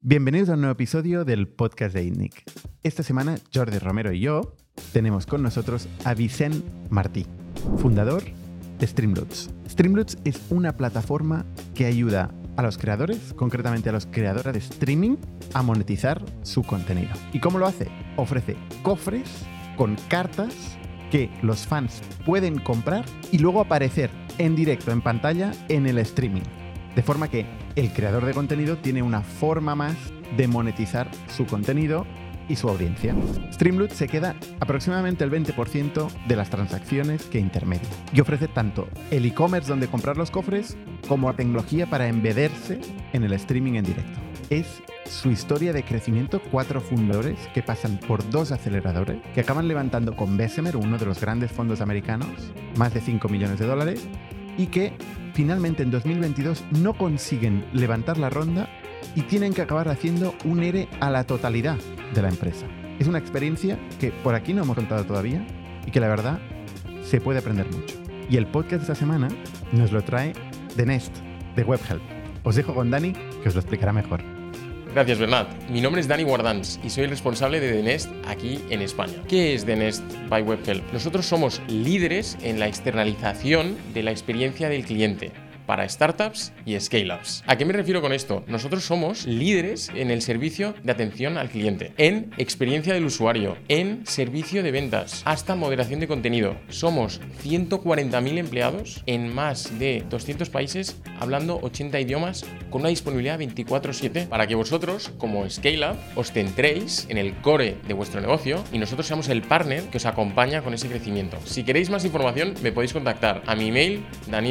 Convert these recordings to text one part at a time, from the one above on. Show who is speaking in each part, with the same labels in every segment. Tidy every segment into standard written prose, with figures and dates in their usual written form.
Speaker 1: Bienvenidos a un nuevo episodio del podcast de ITNIC. Esta semana Jordi Romero y yo tenemos con nosotros a Vicent Martí, fundador de Streamloots. Streamloots es una plataforma que ayuda a los creadores, concretamente a los creadores de streaming, a monetizar su contenido. ¿Y cómo lo hace? Ofrece cofres con cartas que los fans pueden comprar y luego aparecer en directo en pantalla en el streaming. De forma que el creador de contenido tiene una forma más de monetizar su contenido y su audiencia. Streamloots se queda aproximadamente el 20% de las transacciones que intermedia y ofrece tanto el e-commerce donde comprar los cofres como la tecnología para embederse en el streaming en directo. Es su historia de crecimiento, 4 fundadores que pasan por 2 aceleradores, que acaban levantando con Bessemer, uno de los grandes fondos americanos, más de $5 millones, y que finalmente en 2022 no consiguen levantar la ronda y tienen que acabar haciendo un ERE a la totalidad de la empresa. Es una experiencia que por aquí no hemos contado todavía y que la verdad se puede aprender mucho. Y el podcast de esta semana nos lo trae The Nest, de Webhelp. Os dejo con Dani, que os lo explicará mejor.
Speaker 2: Gracias, Bernat. Mi nombre es Dani Guardans y soy el responsable de The Nest aquí en España. ¿Qué es The Nest by Webhelp? Nosotros somos líderes en la externalización de la experiencia del cliente para startups y scale-ups. ¿A qué me refiero con esto? Nosotros somos líderes en el servicio de atención al cliente, en experiencia del usuario, en servicio de ventas, hasta moderación de contenido. Somos 140.000 empleados en más de 200 países, hablando 80 idiomas, con una disponibilidad 24/7 para que vosotros, como scale-up, os centréis en el core de vuestro negocio y nosotros seamos el partner que os acompaña con ese crecimiento. Si queréis más información, me podéis contactar a mi email,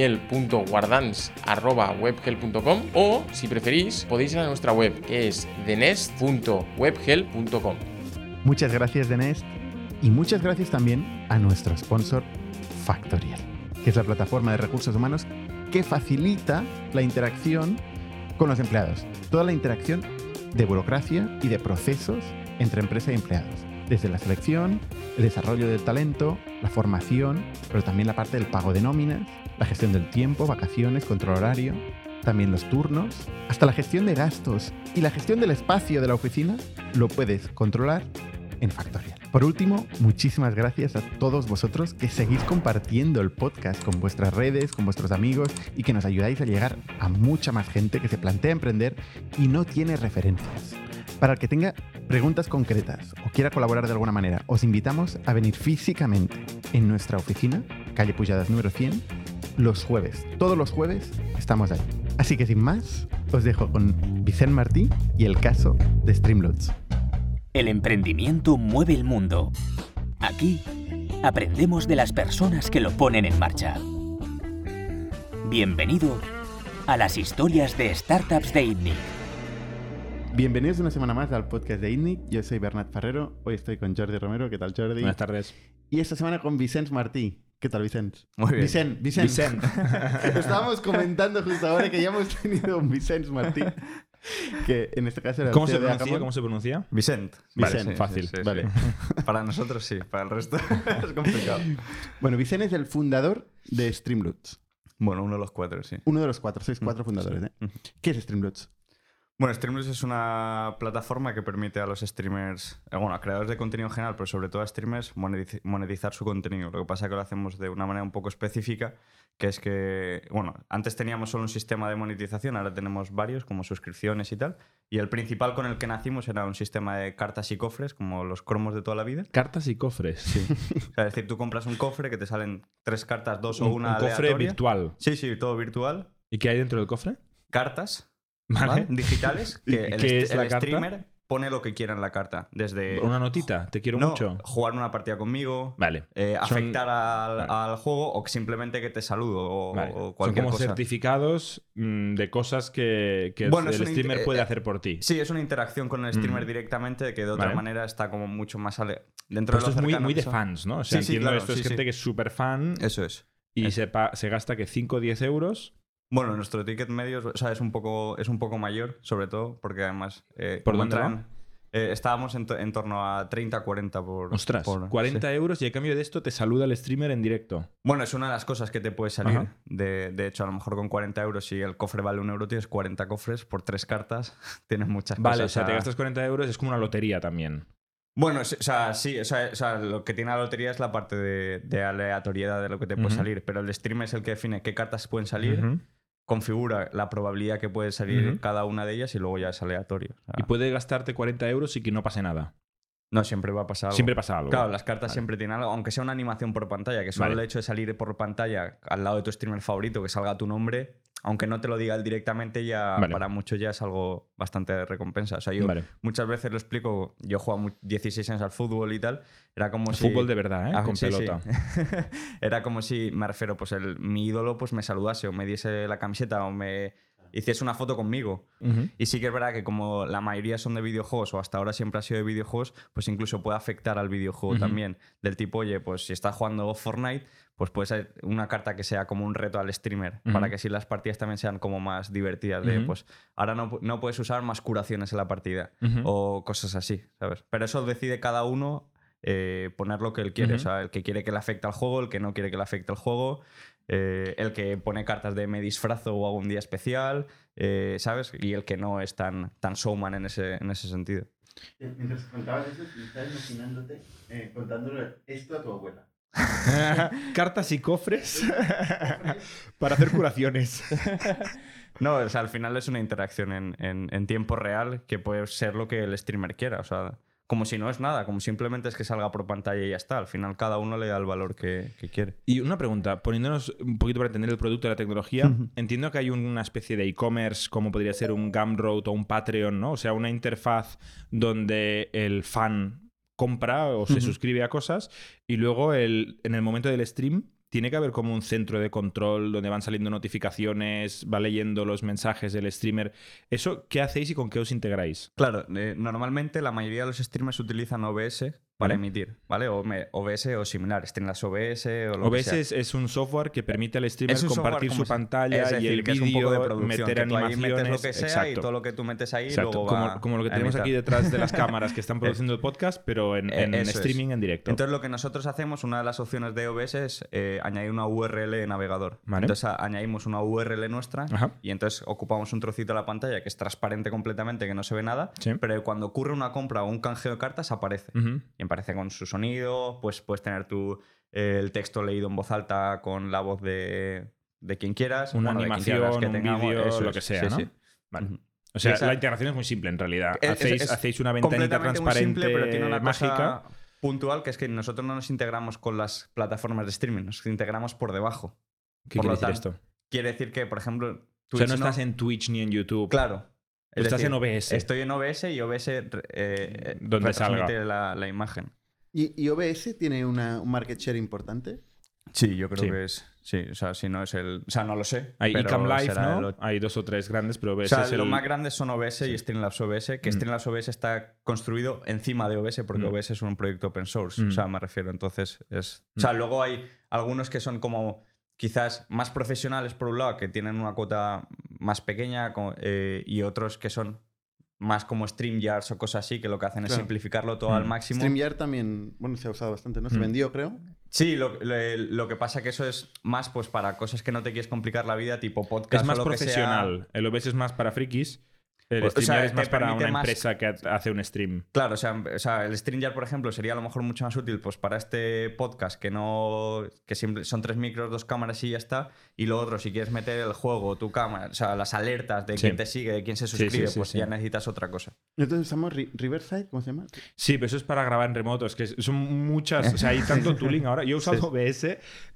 Speaker 2: daniel.guardans@webhelp.com, o, si preferís, podéis ir a nuestra web, que es thenest.webhelp.com.
Speaker 1: Muchas gracias, The Nest, y muchas gracias también a nuestro sponsor Factorial, que es la plataforma de recursos humanos que facilita la interacción con los empleados. Toda la interacción de burocracia y de procesos entre empresa y empleados. Desde la selección, el desarrollo del talento, la formación, pero también la parte del pago de nóminas, la gestión del tiempo, vacaciones, control horario, también los turnos, hasta la gestión de gastos y la gestión del espacio de la oficina, lo puedes controlar en Factorial. Por último, muchísimas gracias a todos vosotros que seguís compartiendo el podcast con vuestras redes, con vuestros amigos y que nos ayudáis a llegar a mucha más gente que se plantea emprender y no tiene referencias. Para el que tenga preguntas concretas o quiera colaborar de alguna manera, os invitamos a venir físicamente en nuestra oficina, calle Pujadas número 100, los jueves. Todos los jueves estamos ahí. Así que sin más, os dejo con Vicent Martí y el caso de Streamloots.
Speaker 3: El emprendimiento mueve el mundo. Aquí aprendemos de las personas que lo ponen en marcha. Bienvenido a las historias de startups de ITNIC.
Speaker 1: Bienvenidos una semana más al podcast de ITNIC. Yo soy Bernat Ferrero. Hoy estoy con Jordi Romero. ¿Qué tal, Jordi?
Speaker 4: Buenas tardes.
Speaker 1: Y esta semana con Vicent Martí. ¿Qué tal, Vicent?
Speaker 4: Muy bien.
Speaker 1: Vicent. Estábamos comentando justo ahora que ya hemos tenido un Vicent Martí, que en este caso era el
Speaker 4: ¿Cómo
Speaker 1: CEO
Speaker 4: se
Speaker 1: de
Speaker 4: pronuncia?
Speaker 1: Agamon.
Speaker 4: ¿Cómo se pronuncia?
Speaker 5: Vicent.
Speaker 1: Vicent,
Speaker 4: Vale, fácil.
Speaker 5: Sí,
Speaker 1: vale.
Speaker 5: sí. Para nosotros sí, para el resto es complicado.
Speaker 1: Bueno, Vicent es el fundador de Streamloots.
Speaker 5: Bueno, uno de los 4, sí.
Speaker 1: Uno de los 4, sois 4 fundadores, ¿eh? ¿Qué es Streamloots?
Speaker 5: Bueno, Streamloots es una plataforma que permite a los streamers, a creadores de contenido en general, pero sobre todo a streamers, monetizar su contenido. Lo que pasa es que lo hacemos de una manera un poco específica, que es que, antes teníamos solo un sistema de monetización, ahora tenemos varios, como suscripciones y tal, y el principal con el que nacimos era un sistema de cartas y cofres, como los cromos de toda la vida.
Speaker 4: Cartas y cofres.
Speaker 5: Sí. O sea, es decir, tú compras un cofre que te salen 3 cartas, 2 o una
Speaker 4: Un cofre
Speaker 5: aleatoria.
Speaker 4: virtual.
Speaker 5: Sí, todo virtual.
Speaker 4: ¿Y qué hay dentro del cofre?
Speaker 5: Cartas.
Speaker 4: Vale.
Speaker 5: Digitales, que
Speaker 4: ¿Qué es la
Speaker 5: el
Speaker 4: carta?
Speaker 5: streamer pone lo que quiera en la carta. Desde
Speaker 4: Una notita. Te quiero mucho.
Speaker 5: jugar una partida conmigo,
Speaker 4: Vale.
Speaker 5: afectar al juego o simplemente que te saludo o,
Speaker 4: Vale.
Speaker 5: o cualquier
Speaker 4: Son como
Speaker 5: cosa.
Speaker 4: certificados de cosas que
Speaker 5: Bueno,
Speaker 4: el
Speaker 5: es un
Speaker 4: streamer puede hacer por ti.
Speaker 5: Sí, es una interacción con el streamer directamente que de otra
Speaker 4: Vale.
Speaker 5: manera está como mucho más dentro
Speaker 4: Pero
Speaker 5: de
Speaker 4: esto
Speaker 5: lo
Speaker 4: es
Speaker 5: cercano
Speaker 4: muy
Speaker 5: que
Speaker 4: de
Speaker 5: son.
Speaker 4: fans, ¿no? O sea,
Speaker 5: Sí,
Speaker 4: entiendo
Speaker 5: claro,
Speaker 4: esto es
Speaker 5: sí,
Speaker 4: gente
Speaker 5: sí.
Speaker 4: que es súper fan
Speaker 5: Eso es.
Speaker 4: y se gasta que 5 o 10 euros.
Speaker 5: Bueno, nuestro ticket medio es un poco mayor, sobre todo, porque además...
Speaker 4: ¿Por dónde va?
Speaker 5: Estábamos en torno a 30, 40 por...
Speaker 4: Ostras,
Speaker 5: por-
Speaker 4: 40
Speaker 5: sí.
Speaker 4: euros y a cambio de esto te saluda el streamer en directo.
Speaker 5: Bueno, es una de las cosas que te puede salir.
Speaker 4: Ajá.
Speaker 5: De hecho, a lo mejor con 40 euros, si el cofre vale 1 euro, tienes 40 cofres por 3 cartas. Tienes muchas
Speaker 4: Vale,
Speaker 5: cosas.
Speaker 4: o sea, te gastas 40 euros, es como una lotería también.
Speaker 5: Bueno, o sea, sí, o sea, lo que tiene la lotería es la parte de aleatoriedad de lo que te puede
Speaker 4: Ujú.
Speaker 5: salir, pero el streamer es el que define qué cartas pueden salir,
Speaker 4: Ujú.
Speaker 5: configura la probabilidad que puede salir
Speaker 4: Ujú.
Speaker 5: cada una de ellas y luego ya es aleatorio. O sea,
Speaker 4: Y puede gastarte 40 euros y que no pase nada.
Speaker 5: no siempre va a pasar algo.
Speaker 4: Siempre pasa algo.
Speaker 5: Claro, las cartas
Speaker 4: Vale.
Speaker 5: siempre tienen algo, aunque sea una animación por pantalla, que solo
Speaker 4: Vale.
Speaker 5: el hecho de salir por pantalla al lado de tu streamer favorito, que salga tu nombre, aunque no te lo diga él directamente, ya
Speaker 4: Vale.
Speaker 5: para muchos ya es algo bastante recompensa. O sea, yo
Speaker 4: Vale.
Speaker 5: muchas veces lo explico, yo jugaba 16 años al fútbol y tal, era como si...
Speaker 4: Fútbol de verdad, ¿eh?
Speaker 5: Ah,
Speaker 4: Con
Speaker 5: sí, sí.
Speaker 4: pelota.
Speaker 5: Era como si, me refiero, pues mi ídolo pues me saludase o me diese la camiseta o me hiciese una foto conmigo.
Speaker 4: Ujú.
Speaker 5: Y sí que es verdad que como la mayoría son de videojuegos o hasta ahora siempre ha sido de videojuegos, pues incluso puede afectar al videojuego
Speaker 4: Ujú.
Speaker 5: también. Del tipo, oye, pues si estás jugando Fortnite, pues puede ser una carta que sea como un reto al streamer,
Speaker 4: Ujú.
Speaker 5: para que así las partidas también sean como más divertidas. De,
Speaker 4: Ujú.
Speaker 5: pues ahora no puedes usar más curaciones en la partida
Speaker 4: Ujú.
Speaker 5: o cosas así, ¿sabes? Pero eso decide cada uno poner lo que él quiere.
Speaker 4: Ujú.
Speaker 5: O sea, el que quiere que le afecte al juego, el que no quiere que le afecte al juego, el que pone cartas de me disfrazo o hago un día especial, ¿sabes? Y el que no es tan showman en ese sentido.
Speaker 1: Mientras contabas eso, te estás imaginándote contándole esto a tu abuela.
Speaker 4: Cartas y cofres para hacer curaciones.
Speaker 5: No, o sea, al final es una interacción en tiempo real que puede ser lo que el streamer quiera. O sea, como si no es nada, como simplemente es que salga por pantalla y ya está. Al final cada uno le da el valor que quiere.
Speaker 4: Y una pregunta, poniéndonos un poquito para entender el producto de la tecnología,
Speaker 5: Ujú.
Speaker 4: entiendo que hay una especie de e-commerce, como podría ser un Gumroad o un Patreon, ¿no? O sea, una interfaz donde el fan compra o se
Speaker 5: Ujú.
Speaker 4: suscribe a cosas y luego en el momento del stream tiene que haber como un centro de control donde van saliendo notificaciones, va leyendo los mensajes del streamer. ¿Eso qué hacéis y con qué os integráis?
Speaker 5: Claro, normalmente la mayoría de los streamers utilizan OBS para
Speaker 4: Vale.
Speaker 5: emitir, ¿vale? O OBS o similar, Streamlabs OBS o lo que
Speaker 4: OBS
Speaker 5: sea.
Speaker 4: es un software que permite al streamer
Speaker 5: Es un software
Speaker 4: compartir
Speaker 5: como
Speaker 4: su pantalla
Speaker 5: es
Speaker 4: y
Speaker 5: decir,
Speaker 4: el
Speaker 5: que es un poco de
Speaker 4: vídeo,
Speaker 5: producción,
Speaker 4: meter
Speaker 5: que tú ahí
Speaker 4: animaciones.
Speaker 5: metes lo que sea y
Speaker 4: Exacto.
Speaker 5: todo lo que tú metes ahí
Speaker 4: Exacto,
Speaker 5: luego
Speaker 4: como,
Speaker 5: va
Speaker 4: como lo que
Speaker 5: a
Speaker 4: tenemos
Speaker 5: imitar.
Speaker 4: aquí detrás de las cámaras que están produciendo el podcast, pero en
Speaker 5: Eso es.
Speaker 4: streaming en directo.
Speaker 5: Entonces lo que nosotros hacemos, una de las opciones de OBS es añadir una URL en navegador.
Speaker 4: Vale.
Speaker 5: Entonces añadimos una URL nuestra
Speaker 4: Ajá.
Speaker 5: y entonces ocupamos un trocito de la pantalla que es transparente completamente, que no se ve nada,
Speaker 4: Sí.
Speaker 5: pero cuando ocurre una compra o un canjeo de cartas aparece.
Speaker 4: Ujú.
Speaker 5: Y aparece con su sonido, pues puedes tener el texto leído en voz alta con la voz de quien quieras.
Speaker 4: Una
Speaker 5: bueno, de quien
Speaker 4: animación,
Speaker 5: quieras que
Speaker 4: un
Speaker 5: tengamos,
Speaker 4: vídeo,
Speaker 5: eso
Speaker 4: lo
Speaker 5: es,
Speaker 4: que sea,
Speaker 5: sí,
Speaker 4: ¿no?
Speaker 5: sí.
Speaker 4: Vale.
Speaker 5: Ujú.
Speaker 4: O sea,
Speaker 5: Esa-
Speaker 4: la integración es muy simple en realidad.
Speaker 5: Es
Speaker 4: Hacéis una ventanita
Speaker 5: completamente muy
Speaker 4: transparente
Speaker 5: simple, pero tiene una
Speaker 4: mágica.
Speaker 5: cosa puntual, que es que nosotros no nos integramos con las plataformas de streaming, nos integramos por debajo.
Speaker 4: ¿Qué
Speaker 5: por
Speaker 4: quiere
Speaker 5: lo
Speaker 4: decir
Speaker 5: tanto,
Speaker 4: esto?
Speaker 5: Quiere decir que, por ejemplo,
Speaker 4: O sea, no
Speaker 5: Twitch
Speaker 4: estás en Twitch ni en YouTube.
Speaker 5: Claro. Es
Speaker 4: Estás
Speaker 5: decir,
Speaker 4: en OBS.
Speaker 5: Estoy en OBS y OBS
Speaker 4: Donde salga.
Speaker 5: retransmite la imagen.
Speaker 1: ¿Y OBS tiene un market share importante?
Speaker 5: Sí, yo creo
Speaker 4: Sí.
Speaker 5: que es. Sí, o sea, si no es el. O sea, no lo sé.
Speaker 4: Hay
Speaker 5: pero
Speaker 4: Icam Live,
Speaker 5: será
Speaker 4: ¿no?
Speaker 5: el
Speaker 4: Hay 2 o 3 grandes, pero
Speaker 5: O
Speaker 4: OBS
Speaker 5: sea,
Speaker 4: es el...
Speaker 5: lo más grandes son OBS y Streamlabs OBS, que
Speaker 4: Mm.
Speaker 5: Streamlabs OBS está construido encima de OBS porque
Speaker 4: Mm.
Speaker 5: OBS es un proyecto open source,
Speaker 4: Mm.
Speaker 5: o sea, me refiero. Entonces, O sea, luego hay algunos que son como quizás más profesionales por un lado, que tienen una cuota más pequeña y otros que son más como StreamYards o cosas así, que lo que hacen es
Speaker 1: Claro.
Speaker 5: simplificarlo todo al
Speaker 4: Mm.
Speaker 5: máximo.
Speaker 1: StreamYard también, bueno, se ha usado bastante, ¿no? Se vendió, creo.
Speaker 5: Sí, lo que pasa que eso es más pues para cosas que no te quieres complicar la vida, tipo podcast
Speaker 4: Es más
Speaker 5: o lo que sea.
Speaker 4: profesional. El OBS es más para frikis. El
Speaker 5: O sea,
Speaker 4: StreamYard es
Speaker 5: te
Speaker 4: más para
Speaker 5: permite
Speaker 4: una
Speaker 5: más-
Speaker 4: empresa que hace un stream.
Speaker 5: Claro, o sea, el StreamYard, por ejemplo, sería a lo mejor mucho más útil pues para este podcast que siempre son 3 micros, 2 cámaras y ya está. Y lo otro, si quieres meter el juego, tu cámara, o sea, las alertas de
Speaker 4: Sí.
Speaker 5: quién te sigue, de quién se
Speaker 4: Sí,
Speaker 5: suscribe,
Speaker 4: sí, sí,
Speaker 5: pues
Speaker 4: sí.
Speaker 5: ya necesitas otra cosa.
Speaker 1: Entonces usamos Riverside, ¿cómo se llama?
Speaker 4: Sí, pero eso es para grabar en remoto. Es que son muchas. O sea, hay tanto tooling ahora. Yo he usado
Speaker 5: Sí.
Speaker 4: OBS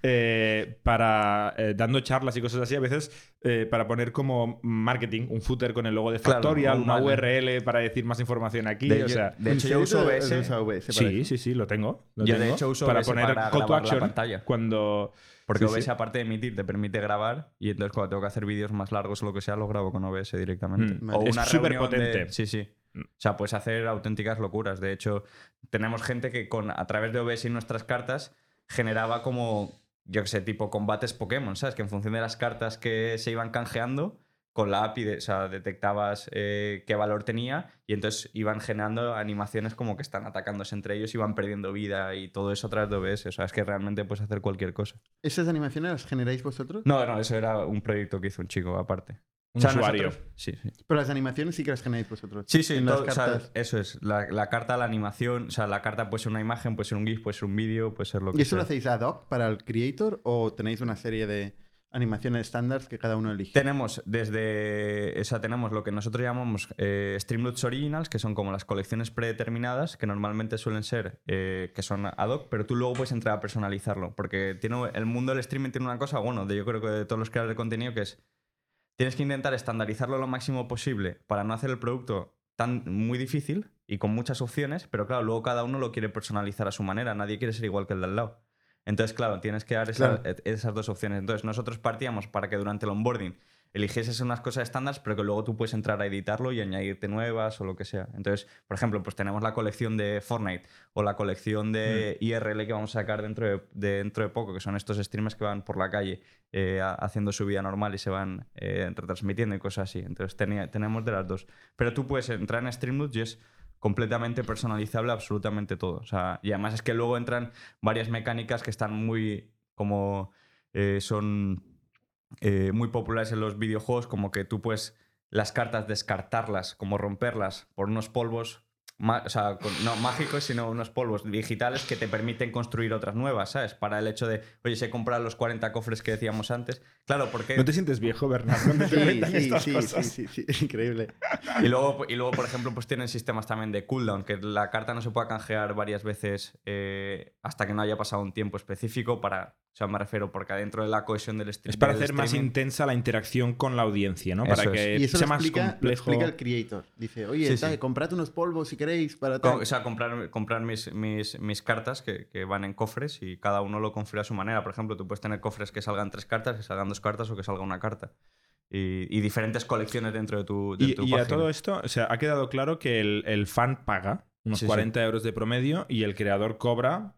Speaker 4: para dando charlas y cosas así, a veces para poner como marketing, un footer con el logo de
Speaker 5: Claro,
Speaker 4: Factorial,
Speaker 5: un
Speaker 4: una
Speaker 5: banner.
Speaker 4: URL para decir más información aquí.
Speaker 5: De
Speaker 4: o sea,
Speaker 5: hecho, yo uso OBS.
Speaker 1: OBS para
Speaker 4: sí,
Speaker 1: eso.
Speaker 4: sí, sí, lo tengo. Lo
Speaker 5: Yo, de
Speaker 4: tengo,
Speaker 5: hecho, uso
Speaker 4: para
Speaker 5: OBS
Speaker 4: poner
Speaker 5: para
Speaker 4: call to
Speaker 5: grabar la
Speaker 4: action
Speaker 5: pantalla.
Speaker 4: cuando.
Speaker 5: Porque
Speaker 4: Sí,
Speaker 5: OBS,
Speaker 4: sí.
Speaker 5: aparte de emitir, te permite grabar y entonces cuando tengo que hacer vídeos más largos o lo que sea, lo grabo con OBS directamente.
Speaker 4: Mm,
Speaker 5: O
Speaker 4: es
Speaker 5: una
Speaker 4: súper
Speaker 5: reunión de-
Speaker 4: potente.
Speaker 5: Sí, sí.
Speaker 4: Mm.
Speaker 5: O sea, puedes hacer auténticas locuras. De hecho, tenemos gente que a través de OBS y nuestras cartas generaba como, yo qué sé, tipo combates Pokémon, ¿sabes? Que en función de las cartas que se iban canjeando, con la API, o sea, detectabas qué valor tenía y entonces iban generando animaciones como que están atacándose entre ellos y van perdiendo vida y todo eso a través de OBS. O sea, es que realmente puedes hacer cualquier cosa.
Speaker 1: ¿Esas animaciones las generáis vosotros?
Speaker 5: No, eso era un proyecto que hizo un chico aparte.
Speaker 4: Un usuario.
Speaker 5: Nosotros, sí.
Speaker 1: Pero las animaciones sí que las generáis vosotros.
Speaker 5: Sí,
Speaker 1: En las
Speaker 5: todo, o sea,
Speaker 1: cartas.
Speaker 5: eso es. La carta, la animación, o sea, la carta puede ser una imagen, puede ser un GIF, puede ser un vídeo, puede ser lo que
Speaker 1: ¿Y eso
Speaker 5: sea.
Speaker 1: lo hacéis ad hoc para el creator o tenéis una serie de animaciones estándar que cada uno elige?
Speaker 5: Tenemos tenemos lo que nosotros llamamos Streamlabs Originals, que son como las colecciones predeterminadas, que normalmente suelen ser que son ad hoc, pero tú luego puedes entrar a personalizarlo, porque el mundo del streaming tiene una cosa, bueno, yo creo que de todos los creadores de contenido, que es tienes que intentar estandarizarlo lo máximo posible para no hacer el producto muy difícil y con muchas opciones, pero claro, luego cada uno lo quiere personalizar a su manera, nadie quiere ser igual que el de al lado. Entonces, claro, tienes que dar esas dos opciones. Entonces, nosotros partíamos para que durante el onboarding eligieses unas cosas estándar, pero que luego tú puedes entrar a editarlo y añadirte nuevas o lo que sea. Entonces, por ejemplo, pues tenemos la colección de Fortnite o la colección de IRL que vamos a sacar dentro de poco, que son estos streamers que van por la calle haciendo su vida normal y se van retransmitiendo y cosas así. Entonces, tenemos de las dos. Pero tú puedes entrar en Streamlabs y es completamente personalizable absolutamente todo. O sea, y además es que luego entran varias mecánicas que están muy son muy populares en los videojuegos, como que tú puedes las cartas descartarlas, como romperlas por unos polvos, o sea, no mágicos, sino unos polvos digitales que te permiten construir otras nuevas, ¿sabes? Para el hecho de, oye, se compran los 40 cofres que decíamos antes. Claro, porque...
Speaker 4: ¿No te sientes viejo, Bernardo, cuando te cuentan estas cosas?
Speaker 1: Sí, increíble.
Speaker 5: Y luego, por ejemplo, pues tienen sistemas también de cooldown, que la carta no se pueda canjear varias veces hasta que no haya pasado un tiempo específico para... O sea, me refiero porque adentro de la cohesión del stream...
Speaker 4: Es para hacer más intensa la interacción con la audiencia, ¿no? Para que
Speaker 1: y eso
Speaker 4: sea
Speaker 1: lo
Speaker 4: más
Speaker 1: explica,
Speaker 4: complejo.
Speaker 1: lo explica el creator. Dice, oye,
Speaker 5: Sí.
Speaker 1: comprad unos polvos si queréis para tal.
Speaker 5: O sea, comprar mis cartas que van en cofres y cada uno lo configura a su manera. Por ejemplo, tú puedes tener cofres que salgan 3 cartas, que salgan 2 cartas o que salga una carta. Y diferentes colecciones dentro de tu página.
Speaker 4: A todo esto, o sea, ha quedado claro que el fan paga unos 40 euros de promedio y el creador cobra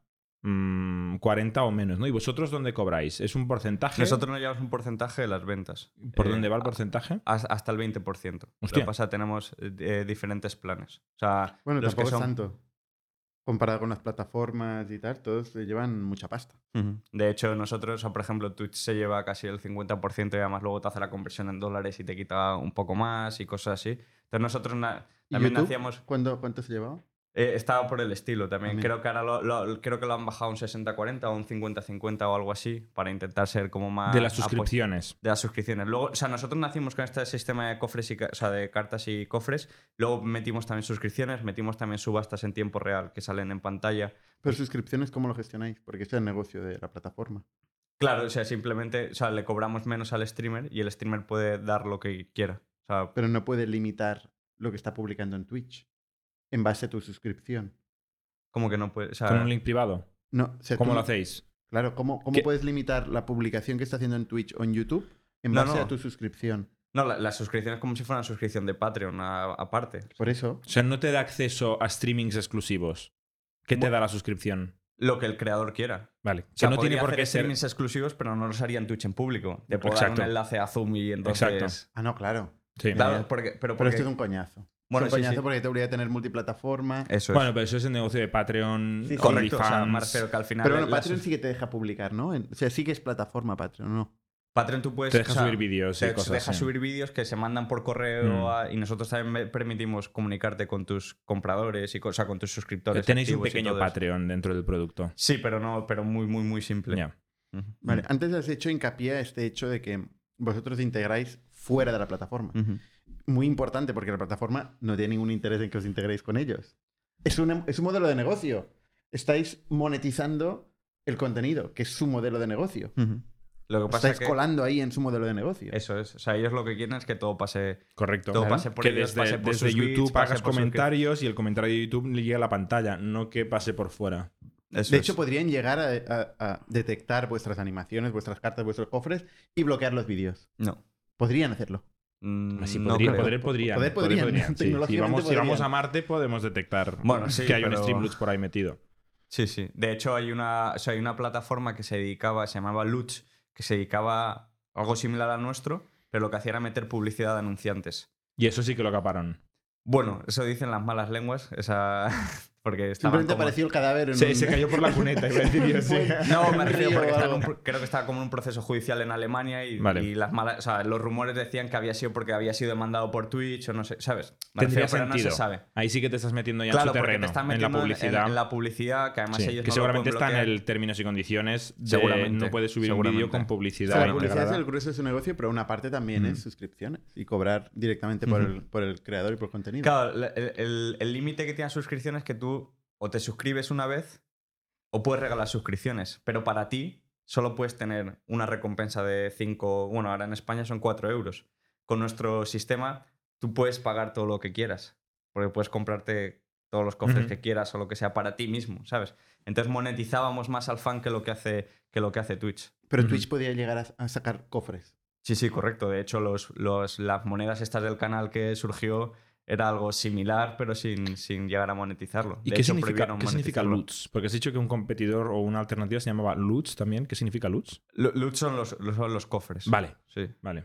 Speaker 4: 40 o menos, ¿no? ¿Y vosotros dónde cobráis? ¿Es un porcentaje?
Speaker 5: Nosotros nos llevamos un porcentaje de las ventas.
Speaker 4: ¿Por dónde va el porcentaje?
Speaker 5: Hasta el 20%.
Speaker 4: Hostia.
Speaker 5: Lo que pasa, tenemos diferentes planes. O sea,
Speaker 1: Bueno,
Speaker 5: los
Speaker 1: tampoco
Speaker 5: que son...
Speaker 1: es tanto. Comparado con las plataformas y tal, todos se llevan mucha pasta.
Speaker 5: De hecho, nosotros, o sea, por ejemplo, Twitch se lleva casi el 50% y además luego te hace la conversión en dólares y te quita un poco más y cosas así. Entonces nosotros también
Speaker 1: YouTube?
Speaker 5: hacíamos...
Speaker 1: ¿Cuánto se llevaba?
Speaker 5: Estaba por el estilo también.
Speaker 1: También.
Speaker 5: Creo que ahora creo que lo han bajado a un 60-40 o un 50-50 o algo así para intentar ser como más...
Speaker 4: De las suscripciones.
Speaker 5: De las suscripciones. Luego, o sea, nosotros nacimos con este sistema de cofres, o sea, de cartas y cofres. Luego metimos también suscripciones, metimos también subastas en tiempo real que salen en pantalla.
Speaker 1: Pero suscripciones, ¿cómo lo gestionáis? Porque este es el negocio de la plataforma.
Speaker 5: Claro, o sea, simplemente, o sea, le cobramos menos al streamer y el streamer puede dar lo que quiera. O sea,
Speaker 1: Pero no puede limitar lo que está publicando en Twitch en base a tu suscripción.
Speaker 5: como que no puede... O sea,
Speaker 4: ¿Con un link privado?
Speaker 1: No, o sea,
Speaker 4: ¿Cómo
Speaker 1: tú-
Speaker 4: lo hacéis?
Speaker 1: Claro, ¿cómo
Speaker 4: ¿Qué?
Speaker 1: puedes limitar la publicación que está haciendo en Twitch o en YouTube en
Speaker 5: No,
Speaker 1: base
Speaker 5: no.
Speaker 1: a tu suscripción?
Speaker 5: no, la suscripción es como si fuera una suscripción de Patreon aparte.
Speaker 1: Por eso,
Speaker 4: O sea, no te da acceso a streamings exclusivos. ¿Qué te da la suscripción?
Speaker 5: Lo que el creador quiera.
Speaker 4: Vale.
Speaker 5: O sea,
Speaker 4: que no tiene
Speaker 5: podría
Speaker 4: por
Speaker 5: hacer
Speaker 4: qué ser...
Speaker 5: streamings exclusivos, pero no los haría en Twitch en público. Te puedo dar
Speaker 4: Exacto.
Speaker 5: un enlace a Zoom y entonces...
Speaker 4: Exacto.
Speaker 1: ah, no, claro.
Speaker 4: Sí.
Speaker 5: Claro,
Speaker 1: Ya.
Speaker 5: pero
Speaker 1: Pero
Speaker 5: porque...
Speaker 1: esto es un coñazo.
Speaker 5: Bueno,
Speaker 1: es un
Speaker 5: sí,
Speaker 1: coñazo
Speaker 5: sí.
Speaker 1: porque te obliga a tener multiplataforma.
Speaker 5: Eso
Speaker 4: Bueno,
Speaker 5: es.
Speaker 4: pero eso es el negocio de Patreon,
Speaker 1: Sí, sí.
Speaker 5: Correcto, o sea,
Speaker 4: OnlyFans.
Speaker 5: me refiero que al final...
Speaker 1: Pero bueno,
Speaker 5: la
Speaker 1: Patreon sí que te deja publicar, ¿no? O sea, sí que es plataforma Patreon, ¿no?
Speaker 5: Patreon tú puedes...
Speaker 4: Te deja
Speaker 5: o sea,
Speaker 4: subir vídeos y
Speaker 5: te
Speaker 4: cosas
Speaker 5: deja
Speaker 4: así.
Speaker 5: subir vídeos que se mandan por correo y nosotros también permitimos comunicarte con tus compradores y o sea, con tus suscriptores.
Speaker 4: Tenéis un
Speaker 5: activos y
Speaker 4: pequeño
Speaker 5: todo eso.
Speaker 4: Patreon dentro del producto.
Speaker 5: Sí, pero muy, muy, muy simple.
Speaker 4: Ya.
Speaker 5: Ujú.
Speaker 1: Vale, antes has hecho hincapié a este hecho de que vosotros integráis fuera de la plataforma.
Speaker 5: Ujú.
Speaker 1: Muy importante porque la plataforma no tiene ningún interés en que os integréis con ellos. Es un modelo de negocio. Estáis monetizando el contenido, que es su modelo de negocio.
Speaker 5: Ujú. Lo que pasa
Speaker 1: Estáis
Speaker 5: es que...
Speaker 1: colando ahí en su modelo de negocio.
Speaker 5: Eso es. O sea, ellos lo que quieren es que todo pase...
Speaker 4: Correcto.
Speaker 5: Todo
Speaker 1: Claro.
Speaker 5: pase por
Speaker 4: Que
Speaker 5: ellos,
Speaker 4: desde,
Speaker 5: pase por
Speaker 4: desde
Speaker 5: sus
Speaker 4: YouTube
Speaker 5: bits, pase
Speaker 4: hagas
Speaker 5: por sus-
Speaker 4: comentarios y el comentario de YouTube le llegue a la pantalla, no que pase por fuera.
Speaker 5: Eso
Speaker 1: De
Speaker 5: es.
Speaker 1: hecho, podrían llegar a detectar vuestras animaciones, vuestras cartas, vuestros cofres y bloquear los vídeos.
Speaker 5: No.
Speaker 1: Podrían hacerlo.
Speaker 4: Así
Speaker 5: No
Speaker 4: podrían,
Speaker 5: creo.
Speaker 4: podrían.
Speaker 1: Podrían.
Speaker 4: Sí. Si
Speaker 1: Tecnológicamente
Speaker 4: vamos, si vamos
Speaker 1: podrían.
Speaker 4: a Marte, podemos detectar
Speaker 5: Bueno, sí,
Speaker 4: que hay un
Speaker 5: pero-
Speaker 4: Streamlabs por ahí metido.
Speaker 5: Sí, sí. De hecho, hay una plataforma que se llamaba Lutz, que se dedicaba a algo similar al nuestro, pero lo que hacía era meter publicidad de anunciantes.
Speaker 4: Y eso sí que lo caparon.
Speaker 5: Bueno, eso dicen las malas lenguas, porque estaban
Speaker 1: Simplemente apareció el cadáver en
Speaker 4: Se cayó por la cuneta, iba a decir yo, sí.
Speaker 5: No, me refiero porque
Speaker 1: Río,
Speaker 5: creo que estaba como en un proceso judicial en Alemania y,
Speaker 4: Vale.
Speaker 5: y los rumores decían que había sido porque había sido demandado por Twitch o no sé, ¿sabes? Me
Speaker 4: Tendría
Speaker 5: refiero, pero
Speaker 4: sentido.
Speaker 5: no se sabe.
Speaker 4: Ahí sí que te estás metiendo ya
Speaker 5: Claro,
Speaker 4: en su
Speaker 5: porque
Speaker 4: terreno,
Speaker 5: te están
Speaker 4: en la
Speaker 5: metiendo
Speaker 4: publicidad.
Speaker 5: en la publicidad, que además
Speaker 4: Sí,
Speaker 5: ellos
Speaker 4: que
Speaker 5: no
Speaker 4: seguramente
Speaker 5: lo pueden
Speaker 4: está en
Speaker 5: bloquear.
Speaker 4: el términos y condiciones de
Speaker 5: Seguramente,
Speaker 4: no puedes subir un
Speaker 5: seguramente.
Speaker 4: vídeo con
Speaker 1: O
Speaker 4: publicidad
Speaker 1: sea, la publicidad es
Speaker 4: integrada.
Speaker 1: el grueso de su negocio, pero una parte también es suscripciones y cobrar directamente por el creador y por el contenido.
Speaker 5: Claro, el límite que tiene la suscripción es que tú o te suscribes una vez o puedes regalar suscripciones, pero para ti solo puedes tener una recompensa de 5, bueno, ahora en España son 4 euros. Con nuestro sistema tú puedes pagar todo lo que quieras, porque puedes comprarte todos los cofres que quieras o lo que sea para ti mismo, ¿sabes? Entonces monetizábamos más al fan que lo que hace Twitch.
Speaker 1: Pero Twitch podía llegar a sacar cofres.
Speaker 5: Sí, correcto. De hecho, las monedas estas del canal que surgió era algo similar, pero sin llegar a monetizarlo.
Speaker 4: ¿Y
Speaker 5: De
Speaker 4: qué
Speaker 5: hecho,
Speaker 4: significa
Speaker 5: prohibieron
Speaker 4: significa
Speaker 5: monetizarlo.
Speaker 4: LUTs? Porque has dicho que un competidor o una alternativa se llamaba LUTs también. ¿Qué significa LUTs?
Speaker 5: Loot son los cofres.
Speaker 4: Vale,
Speaker 5: Sí.
Speaker 4: vale.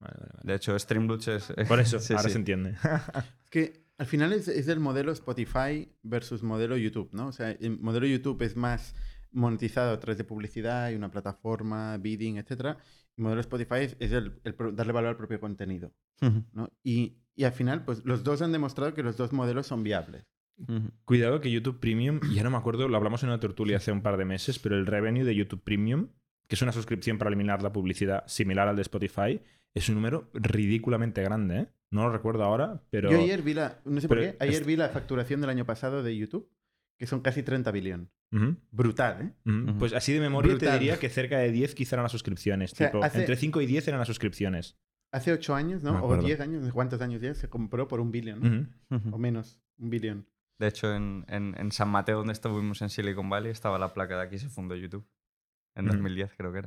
Speaker 5: De hecho, Streamloots es...
Speaker 4: Por eso,
Speaker 5: Sí,
Speaker 4: ahora
Speaker 5: sí.
Speaker 4: se entiende.
Speaker 1: Es que al final es el modelo Spotify versus modelo YouTube, ¿no? O sea, el modelo YouTube es más monetizado a través de publicidad y una plataforma, bidding, etc. El modelo Spotify es darle valor al propio contenido, ¿no? Y al final, pues los dos han demostrado que los dos modelos son viables.
Speaker 4: Cuidado que YouTube Premium, ya no me acuerdo, lo hablamos en una tertulia hace un par de meses, pero el revenue de YouTube Premium, que es una suscripción para eliminar la publicidad similar al de Spotify, es un número ridículamente grande, ¿eh? No lo recuerdo ahora, pero...
Speaker 1: Yo ayer vi no sé por
Speaker 4: pero
Speaker 1: qué, ayer vi la facturación del año pasado de YouTube, que son casi 30 billones.
Speaker 4: Ujú,
Speaker 1: Brutal, ¿eh?
Speaker 4: ujú. Pues así de memoria te
Speaker 1: Brutal.
Speaker 4: diría que cerca de 10 quizá eran las suscripciones.
Speaker 1: O sea,
Speaker 4: tipo,
Speaker 1: hace-
Speaker 4: entre 5 y 10 eran las suscripciones.
Speaker 1: Hace 8 años,
Speaker 4: No me
Speaker 1: ¿no? O
Speaker 4: acuerdo.
Speaker 1: 10 años, no sé cuántos años ya, se compró por 1 billón, ¿no?
Speaker 4: Ujú.
Speaker 1: O menos, 1 billón.
Speaker 5: De hecho, en San Mateo, donde estuvimos en Silicon Valley, estaba la placa de aquí, se fundó YouTube. En 2010 creo que era.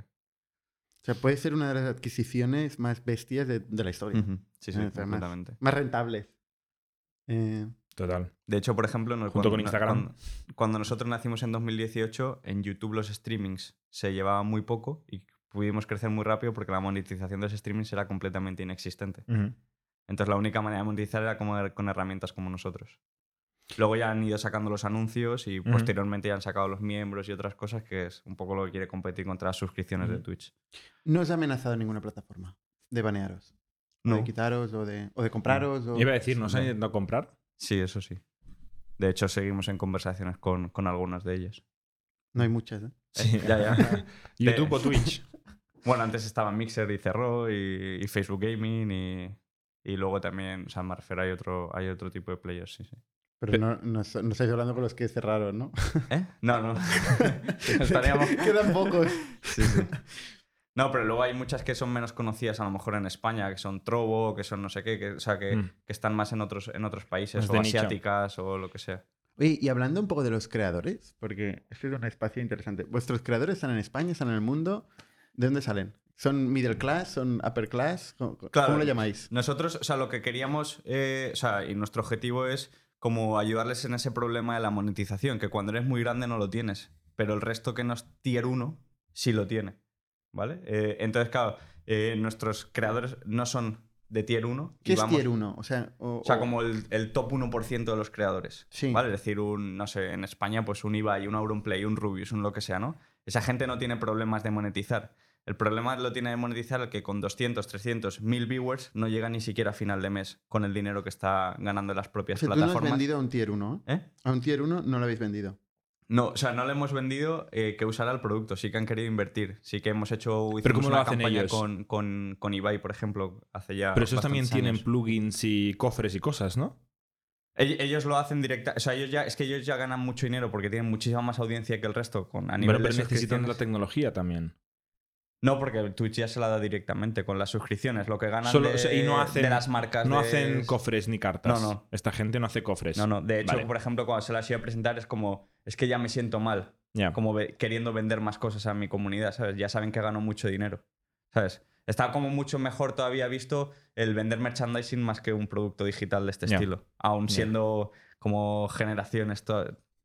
Speaker 1: O sea, puede ser una de las adquisiciones más bestias de la historia.
Speaker 5: Sí,
Speaker 1: O sea,
Speaker 5: completamente.
Speaker 1: más rentables.
Speaker 4: Total.
Speaker 5: De hecho, por ejemplo,
Speaker 4: Junto con Instagram.
Speaker 5: Cuando nosotros nacimos en 2018, en YouTube los streamings se llevaban muy poco y pudimos crecer muy rápido porque la monetización de los streamings era completamente inexistente.
Speaker 4: Ujú.
Speaker 5: Entonces la única manera de monetizar era con herramientas como nosotros. Luego ya han ido sacando los anuncios y posteriormente ya han sacado los miembros y otras cosas, que es un poco lo que quiere competir contra las suscripciones de Twitch.
Speaker 1: No os ha amenazado ninguna plataforma de banearos. O
Speaker 5: No.
Speaker 1: de quitaros o de compraros. O...
Speaker 4: Iba a decir, ¿nos han intentado comprar?
Speaker 5: Sí, eso sí. De hecho, seguimos en conversaciones con algunas de ellas.
Speaker 1: No hay muchas, ¿eh?
Speaker 4: Sí.
Speaker 5: Ya.
Speaker 4: YouTube o Twitch.
Speaker 5: Bueno, antes estaba Mixer y cerró y Facebook Gaming y luego también, o sea, me refiero, hay otro tipo de players, sí.
Speaker 1: Pero no estáis hablando con los que cerraron, ¿no?
Speaker 5: ¿Eh? No. Estaríamos...
Speaker 1: Quedan pocos.
Speaker 5: Sí. No, pero luego hay muchas que son menos conocidas a lo mejor en España, que son Trovo, que son no sé qué, o sea, que están más en otros países
Speaker 4: Más
Speaker 5: o
Speaker 4: de nicho.
Speaker 5: asiáticas o lo que sea.
Speaker 1: Oye, y hablando un poco de los creadores, porque este es un espacio interesante. ¿Vuestros creadores están en España, están en el mundo? ¿De dónde salen? ¿Son middle class? ¿Son upper class? ¿Cómo lo llamáis?
Speaker 5: Nosotros, o sea, lo que queríamos, y nuestro objetivo es como ayudarles en ese problema de la monetización, que cuando eres muy grande no lo tienes, pero el resto que no es tier 1 sí lo tiene, ¿vale? Entonces, claro, nuestros creadores no son de tier 1.
Speaker 1: ¿Qué es tier 1? O sea,
Speaker 5: como el top 1% de los creadores,
Speaker 1: sí.
Speaker 5: ¿vale? Es decir, no sé, en España, pues un Ibai, un Auronplay, un Rubius, un lo que sea, ¿no? Esa gente no tiene problemas de monetizar. El problema lo tiene de monetizar el que con 200, 300, 1000 viewers no llega ni siquiera a final de mes con el dinero que está ganando las propias
Speaker 1: Tú
Speaker 5: plataformas.
Speaker 1: no has vendido a un tier 1, ¿eh? A un tier 1 no lo habéis vendido.
Speaker 5: No, o sea, no le hemos vendido que usara el producto. Sí que han querido invertir. Sí que hemos hecho
Speaker 4: ¿Pero cómo
Speaker 5: una
Speaker 4: lo hacen
Speaker 5: campaña
Speaker 4: ellos?
Speaker 5: con Ibai, por ejemplo, hace ya
Speaker 4: Pero esos también
Speaker 5: bastantes
Speaker 4: tienen
Speaker 5: años.
Speaker 4: plugins y cofres y cosas, ¿no?
Speaker 5: Ellos lo hacen directa, o sea, ellos ya ganan mucho dinero porque tienen muchísima más audiencia que el resto a nivel
Speaker 4: Pero
Speaker 5: de
Speaker 4: necesitan
Speaker 5: suscripciones.
Speaker 4: la tecnología también.
Speaker 5: No, porque Twitch ya se la da directamente con las suscripciones, lo que ganan
Speaker 4: Solo,
Speaker 5: de,
Speaker 4: o sea, y no hacen,
Speaker 5: de las marcas.
Speaker 4: No
Speaker 5: de...
Speaker 4: hacen cofres ni cartas.
Speaker 5: No.
Speaker 4: Esta gente no hace cofres.
Speaker 5: No. De hecho,
Speaker 4: Vale.
Speaker 5: por ejemplo, cuando se las iba a presentar es como, es que ya me siento mal,
Speaker 4: Ya.
Speaker 5: como queriendo vender más cosas a mi comunidad, ¿sabes? Ya saben que gano mucho dinero, ¿sabes? Está como mucho mejor todavía visto el vender merchandising más que un producto digital de este
Speaker 4: Ya.
Speaker 5: estilo. Aún siendo como generaciones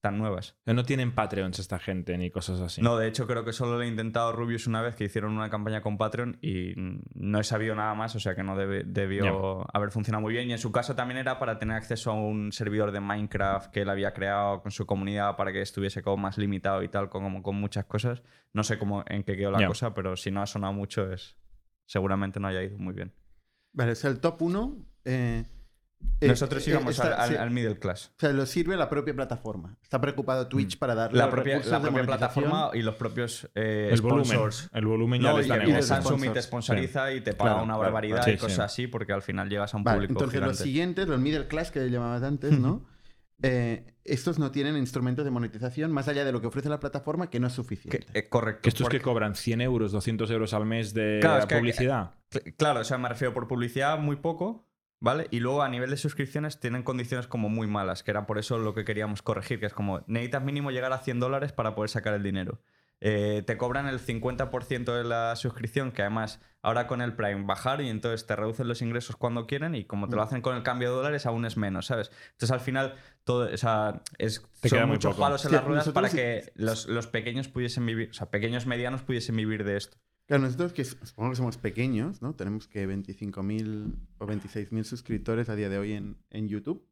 Speaker 5: tan nuevas.
Speaker 4: No tienen Patreons esta gente ni cosas así.
Speaker 5: No, de hecho creo que solo lo he intentado Rubius una vez, que hicieron una campaña con Patreon y no he sabido nada más, o sea que no debió haber funcionado muy bien. Y en su caso también era para tener acceso a un servidor de Minecraft que él había creado con su comunidad para que estuviese como más limitado y tal, como con muchas cosas. No sé en qué quedó la cosa, pero si no ha sonado mucho, seguramente no haya ido muy bien.
Speaker 1: Vale, o sea, el top 1...
Speaker 5: Nosotros íbamos al middle class.
Speaker 1: O sea, lo sirve la propia plataforma. Está preocupado Twitch para darle
Speaker 5: la propia plataforma y los propios sponsors.
Speaker 4: El volumen
Speaker 5: ya
Speaker 4: les da
Speaker 5: y
Speaker 4: negocio.
Speaker 5: Samsung te sponsoriza y te paga una barbaridad y cosas así, porque al final llegas a un público
Speaker 1: entonces
Speaker 5: gigante.
Speaker 1: Los siguientes, los middle class que llamabas antes, ¿no? Estos no tienen instrumentos de monetización más allá de lo que ofrece la plataforma, que no es suficiente.
Speaker 5: Correcto.
Speaker 4: Que estos que cobran 100 euros, 200 euros al mes de publicidad.
Speaker 5: Claro, o sea, me refiero por publicidad muy poco, ¿vale? Y luego a nivel de suscripciones tienen condiciones como muy malas, que era por eso lo que queríamos corregir, que es como necesitas mínimo llegar a $100 para poder sacar el dinero. Te cobran el 50% de la suscripción, que además ahora con el Prime bajar y entonces te reducen los ingresos cuando quieren y como te lo hacen con el cambio de dólares aún es menos, ¿sabes? Entonces al final todo, o sea, son muchos palos en las ruedas para que los pequeños pudiesen vivir, o sea, pequeños medianos pudiesen vivir de esto.
Speaker 1: Claro, nosotros que supongo que somos pequeños, ¿no? Tenemos que 25.000 o 26.000 suscriptores a día de hoy en YouTube.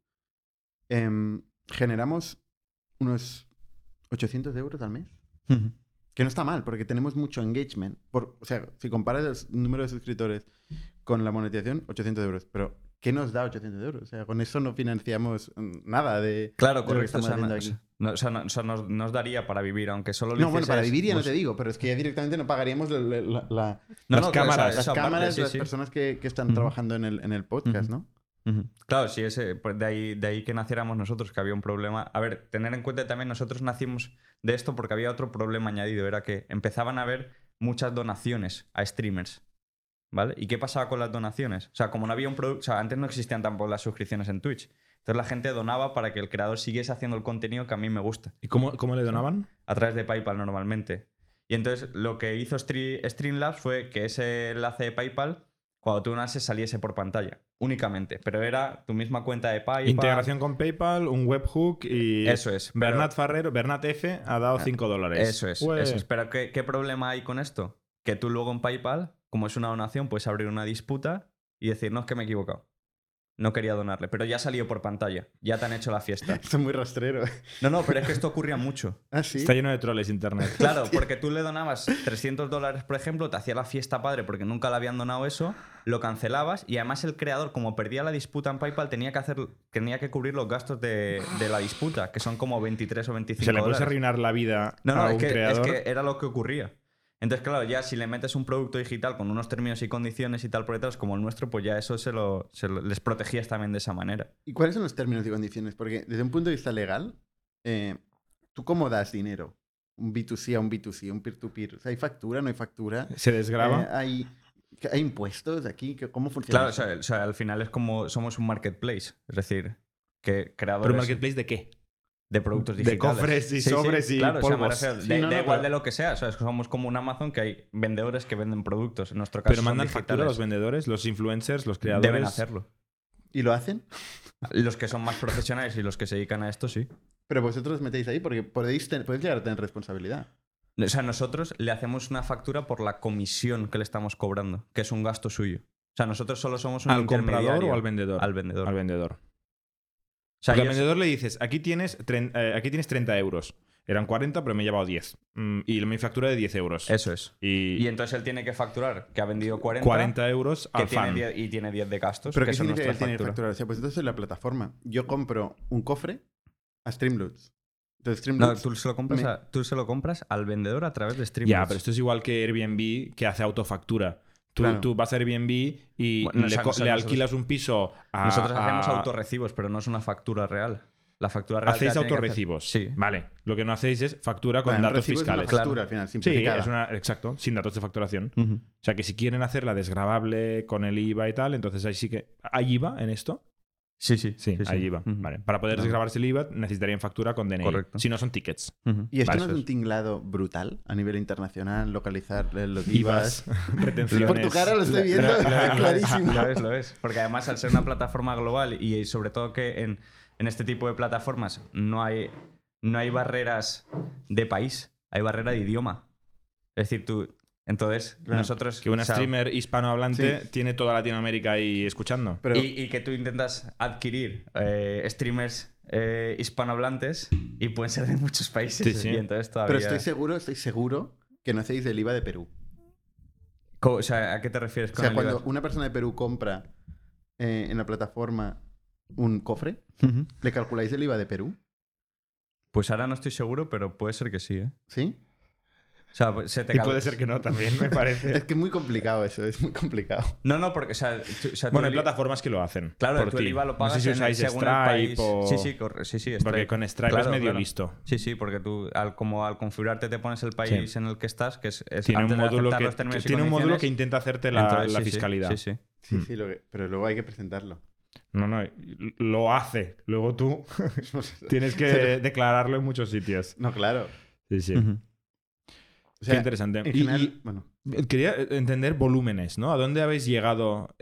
Speaker 1: Generamos unos 800 euros al mes. Que no está mal, porque tenemos mucho engagement. O sea, si comparas el número de suscriptores con la monetización, 800 euros. Pero, ¿qué nos da 800 euros? O sea, con eso no financiamos nada de...
Speaker 5: Claro,
Speaker 1: de
Speaker 5: correcto.
Speaker 1: lo que estamos haciendo aquí.
Speaker 5: Nos daría para vivir, aunque solo lo
Speaker 1: No, bueno, para vivir ya no te digo, pero es que ya directamente no pagaríamos las cámaras. Las cámaras de las personas que están trabajando en el podcast, ¿no?
Speaker 5: Claro, sí, pues de ahí que naciéramos nosotros, que había un problema. A ver, tener en cuenta también, nosotros nacimos de esto porque había otro problema añadido, era que empezaban a haber muchas donaciones a streamers, ¿vale? ¿Y qué pasaba con las donaciones? O sea, como no había un producto, o sea, antes no existían tampoco las suscripciones en Twitch. Entonces la gente donaba para que el creador siguiese haciendo el contenido que a mí me gusta.
Speaker 4: ¿Y cómo le donaban?
Speaker 5: A través de PayPal normalmente. Y entonces lo que hizo Streamlabs fue que ese enlace de PayPal, cuando tú donases, saliese por pantalla, únicamente. Pero era tu misma cuenta de PayPal.
Speaker 4: Integración con PayPal, un webhook y...
Speaker 5: Eso es.
Speaker 4: Bernat F ha dado $5.
Speaker 5: Eso es. Pero ¿qué problema hay con esto? Que tú luego en PayPal, como es una donación, puedes abrir una disputa y decir, no, es que me he equivocado. No quería donarle, pero ya salió por pantalla. Ya te han hecho la fiesta.
Speaker 1: Esto es muy rastrero.
Speaker 5: No, pero es que esto ocurría mucho.
Speaker 1: ¿Ah, sí?
Speaker 4: Está lleno de troles internet.
Speaker 5: Claro, porque tú le donabas $300, por ejemplo, te hacía la fiesta padre porque nunca le habían donado eso, lo cancelabas y además el creador, como perdía la disputa en PayPal, tenía que cubrir los gastos de la disputa, que son como 23 o 25
Speaker 4: Se le
Speaker 5: dólares.
Speaker 4: puede arruinar la vida a un creador.
Speaker 5: Es que era lo que ocurría. Entonces, claro, ya si le metes un producto digital con unos términos y condiciones y tal por detrás como el nuestro, pues ya eso les protegías también de esa manera.
Speaker 1: ¿Y cuáles son los términos y condiciones? Porque desde un punto de vista legal, ¿tú cómo das dinero? Un B2C a un B2C, un peer-to-peer. O sea, ¿hay factura, no hay factura?
Speaker 4: ¿Se desgrava?
Speaker 1: ¿Hay impuestos aquí? ¿Cómo funciona?
Speaker 5: Claro, o sea, al final es como somos un marketplace. Es decir, que creadores...
Speaker 4: ¿Pero un marketplace de qué?
Speaker 5: De productos digitales.
Speaker 4: De cofres y sobres y
Speaker 5: claro,
Speaker 4: polvos.
Speaker 5: O sea, da igual de lo que sea. O sea, es que somos como un Amazon que hay vendedores que venden productos. En nuestro caso
Speaker 4: pero mandan
Speaker 5: son
Speaker 4: factura a los vendedores, los influencers, los creadores.
Speaker 5: Deben hacerlo.
Speaker 1: ¿Y lo hacen?
Speaker 5: Los que son más profesionales y los que se dedican a esto, sí.
Speaker 1: Pero vosotros os metéis ahí porque podéis llegar a tener responsabilidad.
Speaker 5: O sea, nosotros le hacemos una factura por la comisión que le estamos cobrando, que es un gasto suyo. O sea, nosotros solo somos un intermediario.
Speaker 4: ¿Al comprador o al vendedor?
Speaker 5: Al vendedor.
Speaker 4: Al vendedor.
Speaker 5: O sea,
Speaker 4: porque al vendedor le dices, aquí tienes 30 euros. Eran 40, pero me he llevado 10. Y mi factura de 10 euros.
Speaker 5: Eso es. Y entonces él tiene que facturar que ha vendido 40
Speaker 4: euros al fan.
Speaker 5: Y tiene 10 de gastos.
Speaker 1: ¿Pero
Speaker 5: que
Speaker 1: qué
Speaker 5: son
Speaker 1: significa que
Speaker 5: nuestra
Speaker 1: tiene
Speaker 5: factura.
Speaker 1: factura? O sea, pues entonces en la plataforma. Yo compro un cofre a Streamlabs. Entonces,
Speaker 5: No,
Speaker 1: Streamlabs...
Speaker 5: tú se lo compras al vendedor a través de Streamlabs.
Speaker 4: Ya, pero esto es igual que Airbnb, que hace autofactura. Tú vas a Airbnb y
Speaker 5: Bueno,
Speaker 4: le alquilas un piso a...
Speaker 5: Nosotros hacemos autorrecibos, pero no es una factura real. La factura real...
Speaker 4: ¿Hacéis autorrecibos?
Speaker 5: Sí.
Speaker 4: Vale. Lo que no hacéis es factura con datos fiscales.
Speaker 1: Es una factura, al final, simplificada.
Speaker 4: Sí, exacto, sin datos de facturación.
Speaker 5: Uh-huh.
Speaker 4: O sea, que si quieren hacerla desgravable con el IVA y tal, entonces ahí sí que... ¿Hay IVA en esto?
Speaker 5: Sí,
Speaker 4: hay IVA.
Speaker 5: Uh-huh.
Speaker 4: Vale. Para poder desgravarse el IVA necesitarían factura con DNI.
Speaker 5: Correcto.
Speaker 4: Si no, son tickets.
Speaker 5: Uh-huh.
Speaker 1: ¿Y esto
Speaker 4: Vale,
Speaker 1: no es
Speaker 4: eso
Speaker 1: un
Speaker 4: es.
Speaker 1: tinglado brutal a nivel internacional, localizar los
Speaker 4: IVAs,
Speaker 1: IVAs?
Speaker 4: retenciones...
Speaker 1: Por tu cara lo estoy viendo, clarísimo.
Speaker 5: Lo es. Porque además, al ser una plataforma global y sobre todo que en este tipo de plataformas no hay... no hay barreras de país, hay barrera de idioma. Es decir, tú... Entonces,
Speaker 1: Claro.
Speaker 5: nosotros...
Speaker 4: Que un
Speaker 5: o sea,
Speaker 4: streamer hispanohablante
Speaker 1: Sí.
Speaker 4: tiene toda Latinoamérica ahí escuchando.
Speaker 1: Pero,
Speaker 5: y que tú intentas adquirir streamers hispanohablantes y pueden ser de muchos países.
Speaker 4: Sí, sí.
Speaker 5: Y entonces todavía...
Speaker 1: pero estoy seguro que no hacéis del IVA de Perú.
Speaker 5: O sea, ¿a qué te refieres
Speaker 1: O
Speaker 5: con
Speaker 1: sea,
Speaker 5: el
Speaker 1: cuando
Speaker 5: IVA?
Speaker 1: una persona de Perú compra en la plataforma un cofre, ¿le calculáis el IVA de Perú?
Speaker 5: Pues ahora no estoy seguro, pero puede ser que sí, ¿eh?
Speaker 1: ¿Sí?
Speaker 5: O sea, pues se te
Speaker 4: Y puede ser que no también, me parece.
Speaker 1: Es que es muy complicado eso, es muy complicado.
Speaker 5: No, porque, o sea,
Speaker 4: Bueno, hay
Speaker 5: tú el-
Speaker 4: plataformas que lo hacen.
Speaker 5: Claro,
Speaker 4: por
Speaker 5: tú el
Speaker 4: ti.
Speaker 5: IVA lo
Speaker 4: No
Speaker 5: pagas
Speaker 4: sé si
Speaker 5: en el-
Speaker 4: usáis
Speaker 5: según el
Speaker 4: Stripe
Speaker 5: país.
Speaker 4: o...
Speaker 5: Sí, Stripe.
Speaker 4: Porque con Stripe
Speaker 5: Claro,
Speaker 4: es medio
Speaker 5: claro.
Speaker 4: listo.
Speaker 5: Sí, porque tú al configurarte te pones el país
Speaker 4: Sí.
Speaker 5: en el que estás, que es
Speaker 4: Tiene
Speaker 5: antes
Speaker 4: un
Speaker 5: de
Speaker 4: módulo
Speaker 5: aceptar
Speaker 4: que,
Speaker 5: los términos y
Speaker 4: tiene un módulo que
Speaker 5: condiciones.
Speaker 4: intenta hacerte
Speaker 5: Entonces,
Speaker 4: la
Speaker 5: sí, sí,
Speaker 4: fiscalidad.
Speaker 5: Sí.
Speaker 1: Sí, sí, pero luego hay que presentarlo.
Speaker 4: No, lo hace. Luego tú tienes que declararlo en muchos sitios.
Speaker 1: No, claro.
Speaker 4: Sí, sí.
Speaker 5: Ujú.
Speaker 1: O sea,
Speaker 4: Qué interesante.
Speaker 1: En
Speaker 4: Y-
Speaker 1: general, bueno,
Speaker 4: quería entender volúmenes, ¿no? ¿A dónde habéis llegado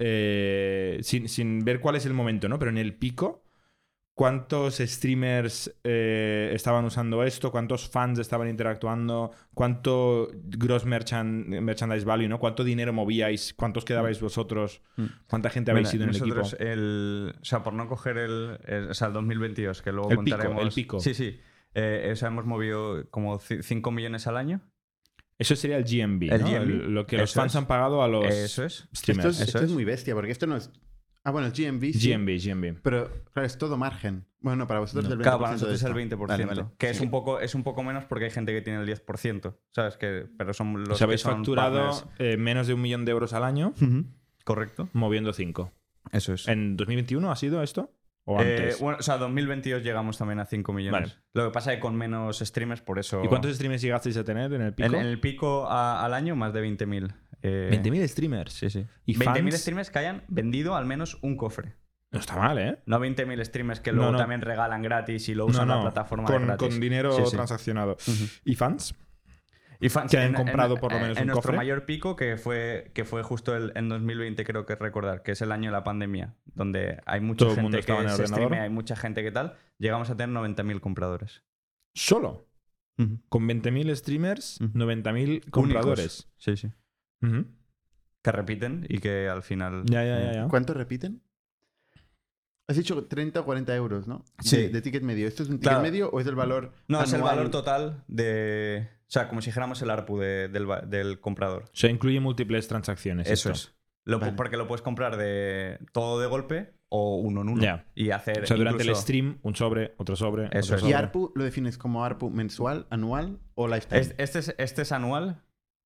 Speaker 4: sin ver cuál es el momento, ¿no? Pero en el pico, ¿cuántos streamers estaban usando esto? ¿Cuántos fans estaban interactuando? ¿Cuánto gross merchandise value, ¿no? ¿Cuánto dinero movíais? ¿Cuántos quedabais vosotros? ¿Cuánta gente habéis sido en el equipo?
Speaker 5: Nosotros o sea, por no coger o sea, el 2022, que luego
Speaker 4: El pico,
Speaker 5: contaremos...
Speaker 4: el pico.
Speaker 5: Sí. O sea, hemos movido como 5 millones al año.
Speaker 4: Eso sería el GMB,
Speaker 5: El
Speaker 4: ¿no?
Speaker 5: GMB.
Speaker 4: Lo que los
Speaker 5: Eso
Speaker 4: fans
Speaker 5: es.
Speaker 4: han pagado a los
Speaker 5: Eso es.
Speaker 4: streamers.
Speaker 1: esto es muy bestia, porque esto no es... Ah, bueno, es GMV, sí.
Speaker 4: GMB.
Speaker 1: Pero, claro, es todo margen. Bueno, para vosotros
Speaker 4: No.
Speaker 1: el 20%
Speaker 5: Claro, para
Speaker 1: de
Speaker 5: nosotros es el
Speaker 1: esto.
Speaker 5: 20%.
Speaker 1: Vale.
Speaker 5: Que es un poco menos porque hay gente que tiene el 10%. ¿Sabes? Pero son los
Speaker 4: Os habéis
Speaker 5: que son
Speaker 4: facturado
Speaker 5: partners.
Speaker 4: menos de 1 millón de euros al año
Speaker 5: Correcto.
Speaker 4: moviendo 5.
Speaker 5: Eso es.
Speaker 4: ¿En 2021 ha sido esto? ¿O antes?
Speaker 5: Bueno, o sea, 2022 llegamos también a 5 millones.
Speaker 4: Vale.
Speaker 5: Lo que pasa es que con menos streamers, por eso...
Speaker 4: ¿Y cuántos streamers llegasteis a tener en el pico?
Speaker 5: En el pico al año, más de 20.000.
Speaker 4: 20.000 streamers.
Speaker 5: Sí, sí.
Speaker 4: ¿Y
Speaker 5: 20.000
Speaker 4: fans?
Speaker 5: streamers que hayan vendido al menos un cofre.
Speaker 4: No está mal, ¿eh?
Speaker 5: No 20.000 streamers que luego
Speaker 4: No.
Speaker 5: también regalan gratis y lo usan la plataforma de gratis.
Speaker 4: con dinero
Speaker 5: Sí, sí.
Speaker 4: transaccionado.
Speaker 5: Ujú.
Speaker 4: ¿Y fans?
Speaker 5: Y fans,
Speaker 4: Que han comprado por lo menos
Speaker 5: en
Speaker 4: un
Speaker 5: nuestro
Speaker 4: cofre.
Speaker 5: mayor pico, que fue justo en 2020, creo que recordar, que es el año de la pandemia, donde hay mucha
Speaker 4: Todo el mundo
Speaker 5: gente
Speaker 4: estaba en
Speaker 5: que
Speaker 4: el
Speaker 5: se
Speaker 4: ordenador.
Speaker 5: streamea, hay mucha gente que tal, llegamos a tener 90.000 compradores.
Speaker 4: ¿Solo? Con 20.000 streamers,
Speaker 5: Ujú.
Speaker 4: 90.000 compradores.
Speaker 5: Únicos. Sí, sí.
Speaker 4: Ujú.
Speaker 5: Que repiten y que al final...
Speaker 4: Ya.
Speaker 1: ¿Cuánto repiten? Has dicho 30 o 40 euros, ¿no?
Speaker 5: Sí.
Speaker 1: De ticket medio. ¿Esto es un ticket
Speaker 5: Claro.
Speaker 1: medio o es el valor
Speaker 5: No, es el
Speaker 1: anual?
Speaker 5: valor total de... O sea, como si dijéramos el ARPU del comprador.
Speaker 4: O sea, incluye múltiples transacciones.
Speaker 5: Eso
Speaker 4: esto.
Speaker 5: es.
Speaker 1: Vale.
Speaker 5: Porque lo puedes comprar de todo de golpe o uno en uno.
Speaker 4: Ya.
Speaker 5: Y hacer
Speaker 4: O sea, durante el
Speaker 5: incluso-
Speaker 4: stream, un sobre, otro sobre,
Speaker 5: Eso
Speaker 4: otro
Speaker 5: es.
Speaker 1: ¿Y
Speaker 4: sobre.
Speaker 1: ARPU lo defines como ARPU mensual, anual o lifetime?
Speaker 5: Este es anual.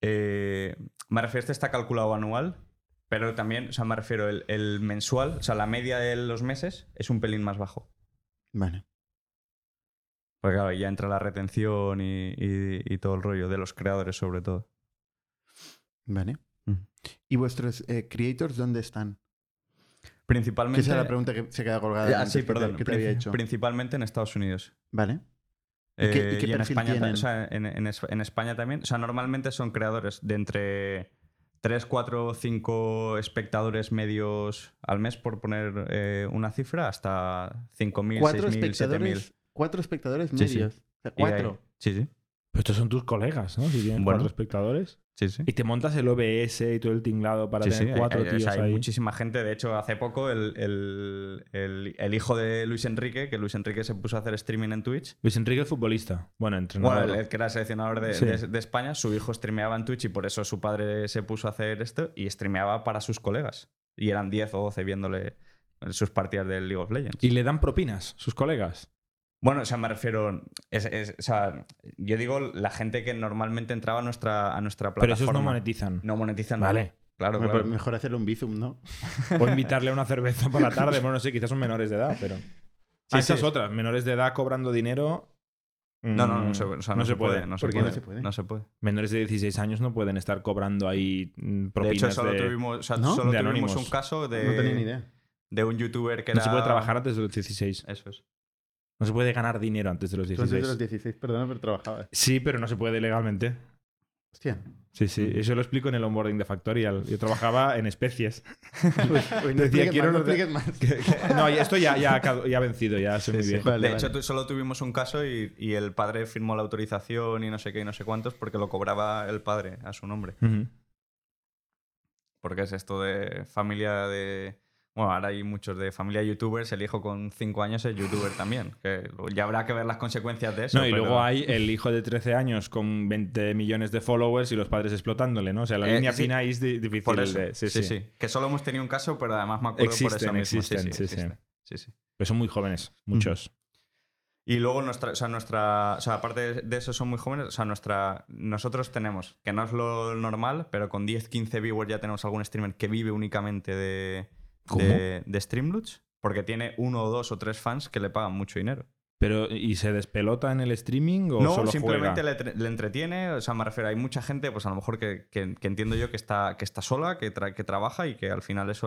Speaker 5: Me refiero, este está calculado anual. Pero también, o sea, me refiero el mensual, o sea, la media de los meses es un pelín más bajo.
Speaker 1: Vale.
Speaker 5: Porque claro, ya entra la retención y todo el rollo de los creadores sobre todo.
Speaker 1: Vale.
Speaker 5: Ujú.
Speaker 1: ¿Y vuestros creators dónde están? Que
Speaker 5: Principalmente...
Speaker 1: esa es la pregunta que se queda colgada
Speaker 5: Ah,
Speaker 1: antes
Speaker 5: sí,
Speaker 1: que te-
Speaker 5: perdón.
Speaker 1: que te había hecho.
Speaker 5: Principalmente en Estados Unidos.
Speaker 1: Vale. ¿Y qué
Speaker 5: Y en
Speaker 1: perfil
Speaker 5: España,
Speaker 1: tienen?
Speaker 5: o sea, en España también. O sea, normalmente son creadores de entre 3, 4, 5 espectadores medios al mes, por poner una cifra, hasta 5.000, 6.000, 7.000.
Speaker 1: 4 espectadores
Speaker 5: Sí, sí.
Speaker 1: medios. O sea,
Speaker 5: Y de ahí-
Speaker 1: 4.
Speaker 5: Sí, sí.
Speaker 4: Pero estos son tus colegas, ¿no? Si tienen
Speaker 5: Bueno.
Speaker 4: 4 espectadores.
Speaker 5: Sí, sí.
Speaker 4: Y te montas el OBS y todo el tinglado para
Speaker 5: Sí,
Speaker 4: tener
Speaker 5: sí,
Speaker 4: 4
Speaker 5: o
Speaker 4: tíos
Speaker 5: sea, hay
Speaker 4: ahí.
Speaker 5: muchísima gente. De hecho, hace poco el hijo de Luis Enrique, que Luis Enrique se puso a hacer streaming en Twitch.
Speaker 4: Luis Enrique, el futbolista. Bueno, entrenador.
Speaker 5: Bueno, el que era seleccionador
Speaker 4: Sí.
Speaker 5: de España, su hijo streameaba en Twitch y por eso su padre se puso a hacer esto y streameaba para sus colegas. Y eran 10 o 12 viéndole sus partidas del League of Legends.
Speaker 4: ¿Y le dan propinas sus colegas?
Speaker 5: Bueno, o sea, me refiero... o sea, yo digo la gente que normalmente entraba a nuestra plataforma.
Speaker 4: Pero esos no monetizan.
Speaker 5: No monetizan nada.
Speaker 4: Vale.
Speaker 5: Claro,
Speaker 1: Hombre,
Speaker 5: claro.
Speaker 1: pues mejor hacerle un bizum, ¿no?
Speaker 4: O invitarle a una cerveza por la tarde. Bueno, no sé, quizás son menores de edad, pero...
Speaker 5: Sí,
Speaker 4: Esas
Speaker 5: sí.
Speaker 4: otras, menores de edad cobrando dinero...
Speaker 5: No se, o sea,
Speaker 4: no se puede.
Speaker 5: No
Speaker 1: ¿Por
Speaker 5: se
Speaker 1: qué
Speaker 5: puede.
Speaker 1: no se puede?
Speaker 5: No se puede.
Speaker 4: Menores de 16 años no pueden estar cobrando ahí
Speaker 5: De
Speaker 4: propinas
Speaker 5: hecho, solo tuvimos, o sea,
Speaker 1: ¿No?
Speaker 5: solo
Speaker 4: De
Speaker 5: tuvimos
Speaker 4: anónimos.
Speaker 5: un caso
Speaker 1: No tenía ni idea.
Speaker 5: de un youtuber que
Speaker 4: No
Speaker 5: era...
Speaker 4: se puede trabajar antes de los 16.
Speaker 5: Eso es.
Speaker 4: No se puede ganar dinero antes de los
Speaker 1: Entonces de
Speaker 4: 16.
Speaker 1: los 16, perdona, pero trabajaba.
Speaker 4: Sí, pero no se puede legalmente.
Speaker 1: Hostia.
Speaker 4: Sí, eso lo explico en el onboarding de Factorial. Yo trabajaba en especies.
Speaker 1: Uy, no
Speaker 4: Decía,
Speaker 1: expliques
Speaker 4: quiero
Speaker 1: más.
Speaker 4: No, esto ya ha vencido, ya soy muy viejo.
Speaker 1: Vale,
Speaker 5: de hecho, solo tuvimos un caso y el padre firmó la autorización y no sé qué y no sé cuántos porque lo cobraba el padre a su nombre.
Speaker 4: Ujú.
Speaker 5: Porque es esto de familia de... Bueno, ahora hay muchos de familia youtubers, el hijo con 5 años es youtuber también. Que ya habrá que ver las consecuencias de eso.
Speaker 4: No, y
Speaker 5: pero...
Speaker 4: luego hay el hijo de 13 años con 20 millones de followers y los padres explotándole, ¿no? O sea, la línea
Speaker 5: sí,
Speaker 4: fina es difícil
Speaker 5: por eso.
Speaker 4: de...
Speaker 5: Sí. Que solo hemos tenido un caso, pero además me acuerdo por eso mismo.
Speaker 4: Existen.
Speaker 5: Sí.
Speaker 4: Pero son muy jóvenes, muchos.
Speaker 5: Y luego aparte de eso son muy jóvenes, nosotros tenemos, que no es lo normal, pero con 10, 15 viewers ya tenemos algún streamer que vive únicamente de Streamloots, porque tiene 1 o 2 o 3 fans que le pagan mucho dinero.
Speaker 4: Pero, ¿y se despelota en el streaming o
Speaker 5: No,
Speaker 4: solo
Speaker 5: simplemente
Speaker 4: juega?
Speaker 5: le entretiene, o sea, me refiero, hay mucha gente, pues a lo mejor que entiendo yo que está sola, que trabaja y que al final eso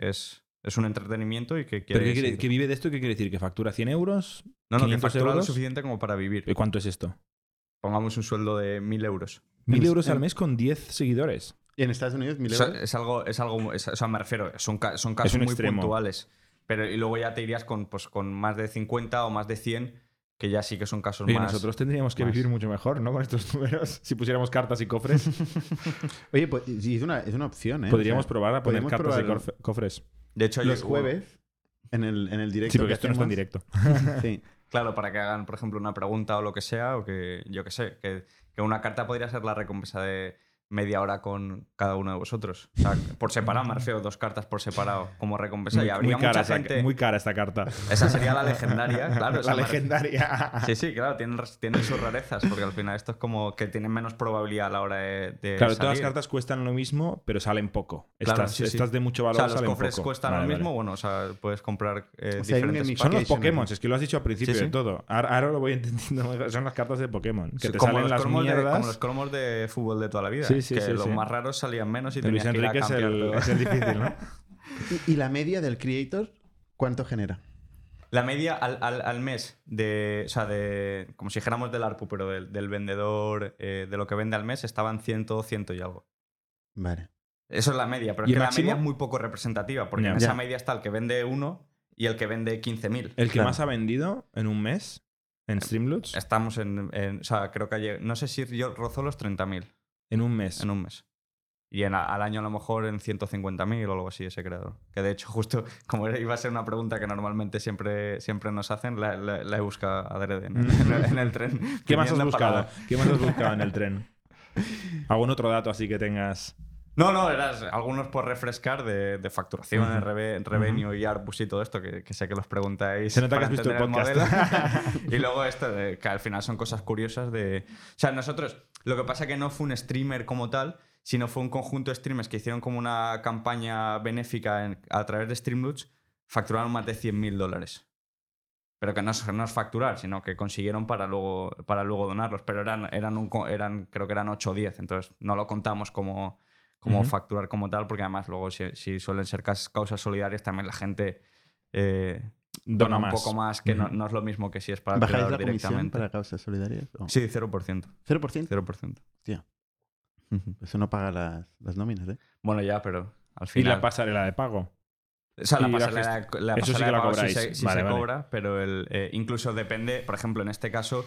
Speaker 5: es un entretenimiento y que quiere...
Speaker 4: ¿Pero que vive de esto? ¿Qué quiere decir? ¿Que factura 100 euros?
Speaker 5: No, que
Speaker 4: 500
Speaker 5: factura lo
Speaker 4: euros?
Speaker 5: suficiente como para vivir.
Speaker 4: ¿Y cuánto es esto?
Speaker 5: Pongamos un sueldo de 1.000 euros.
Speaker 4: 1.000 euros al mes con 10 seguidores.
Speaker 1: ¿Y en Estados Unidos 1.000
Speaker 5: O sea,
Speaker 1: euros?
Speaker 5: o sea, me refiero, son casos
Speaker 4: un
Speaker 5: muy
Speaker 4: extremo.
Speaker 5: puntuales. Pero y luego ya te irías con más de 50 o más de 100, que ya sí que son casos
Speaker 4: Y
Speaker 5: más...
Speaker 4: nosotros tendríamos que
Speaker 5: más.
Speaker 4: vivir mucho mejor, ¿no? Con estos números. Si pusiéramos cartas y cofres,
Speaker 1: Oye, pues sí, es una opción, ¿eh?
Speaker 4: podríamos
Speaker 1: O sea,
Speaker 4: probar a poner
Speaker 1: podemos
Speaker 4: cartas
Speaker 1: probar
Speaker 4: y cofres.
Speaker 5: De hecho,
Speaker 1: los jueves en el directo.
Speaker 4: Sí, porque
Speaker 1: que
Speaker 4: esto no está en
Speaker 1: hacemos.
Speaker 4: directo.
Speaker 1: Sí.
Speaker 5: Claro, para que hagan, por ejemplo, una pregunta o lo que sea, o que yo que sé, que una carta podría ser la recompensa de media hora con cada uno de vosotros. O sea, por separado, me refiero, 2 cartas por separado como recompensa. Y habría mucha gente...
Speaker 4: Muy cara esta carta.
Speaker 5: Esa sería la legendaria, claro.
Speaker 4: La legendaria.
Speaker 5: Sí, claro, tienen sus rarezas, porque al final esto es como que tienen menos probabilidad a la hora de
Speaker 4: Claro,
Speaker 5: salir.
Speaker 4: todas las cartas cuestan lo mismo, pero salen poco.
Speaker 5: Claro,
Speaker 4: Estas de mucho
Speaker 5: O
Speaker 4: valor
Speaker 5: sea, los
Speaker 4: salen
Speaker 5: cofres
Speaker 4: poco.
Speaker 5: cuestan lo mismo, bueno, o sea, puedes comprar
Speaker 1: hay un
Speaker 5: diferentes
Speaker 1: gamification.
Speaker 4: Son los
Speaker 1: Vacation,
Speaker 4: Pokémon,
Speaker 1: ¿no?
Speaker 4: es que lo has dicho al principio
Speaker 5: Sí,
Speaker 4: de
Speaker 5: sí.
Speaker 4: todo. Ahora lo voy entendiendo. Son las cartas de Pokémon. Que te
Speaker 5: como
Speaker 4: salen
Speaker 5: los
Speaker 4: las
Speaker 5: cromos
Speaker 4: mierdas.
Speaker 5: como los cromos de fútbol de toda la vida.
Speaker 4: Sí, sí,
Speaker 5: que
Speaker 4: sí,
Speaker 5: los
Speaker 4: sí.
Speaker 5: más raros salían menos y
Speaker 4: Luis
Speaker 5: tenías que ir a
Speaker 4: Enrique
Speaker 5: cambiar todo.
Speaker 4: es el difícil, ¿no?
Speaker 1: ¿Y la media del creator cuánto genera?
Speaker 5: La media al mes o sea, como si dijéramos del ARPU, pero del vendedor, de lo que vende al mes, estaban 100 y algo.
Speaker 1: Vale.
Speaker 5: Eso es la media, pero
Speaker 4: ¿Y
Speaker 5: es que
Speaker 4: el
Speaker 5: la
Speaker 4: máximo?
Speaker 5: media es muy poco representativa, porque
Speaker 4: Ya.
Speaker 5: en esa
Speaker 1: Ya.
Speaker 5: media está el que vende 1 y el que vende 15.000.
Speaker 4: El que
Speaker 1: Claro.
Speaker 4: más ha vendido en un mes en Streamloots.
Speaker 5: Estamos o sea, creo que no sé si yo rozó los 30.000
Speaker 4: En un mes.
Speaker 5: en un mes. Y al año a lo mejor en 150.000 o algo así ese creador. Que de hecho justo como iba a ser una pregunta que normalmente siempre nos hacen, la he buscado adrede en el tren.
Speaker 4: ¿Qué más has
Speaker 5: pidiendo
Speaker 4: buscado?
Speaker 5: para-
Speaker 4: ¿Qué más has buscado en el tren? ¿Algún otro dato así que tengas?
Speaker 5: No, eras algunos por refrescar de facturación, revenue y ARPUs y todo esto, que sé que los preguntáis.
Speaker 4: Se nota que
Speaker 5: para
Speaker 4: has visto el
Speaker 5: entender
Speaker 4: podcast.
Speaker 5: modelo. Y luego esto, que al final son cosas curiosas de... O sea, nosotros, lo que pasa que no fue un streamer como tal, sino fue un conjunto de streamers que hicieron como una campaña benéfica a través de Streamloots, facturaron más de $100.000. Pero que no es facturar, sino que consiguieron para luego donarlos. Pero eran creo que eran 8 o 10, entonces no lo contamos como facturar como tal, porque además luego si suelen ser causas solidarias, también la gente dona un
Speaker 4: más.
Speaker 5: poco más, que no es lo mismo que si es para el
Speaker 1: ¿Bajáis
Speaker 5: creador
Speaker 1: la comisión
Speaker 5: directamente.
Speaker 1: para causas solidarias? ¿O?
Speaker 5: Sí, 0%.
Speaker 1: ¿0%?
Speaker 5: 0%.
Speaker 1: Hostia, eso no paga las nóminas, ¿eh?
Speaker 5: Bueno, ya, pero al
Speaker 4: Y
Speaker 5: final...
Speaker 4: la pasarela de pago.
Speaker 5: O sea, la
Speaker 4: y la
Speaker 5: pasarela
Speaker 4: Eso sí que
Speaker 5: de
Speaker 4: la
Speaker 5: pago
Speaker 4: cobráis.
Speaker 5: sí
Speaker 4: Vale,
Speaker 5: se
Speaker 4: vale.
Speaker 5: cobra, pero incluso depende, por ejemplo, en este caso,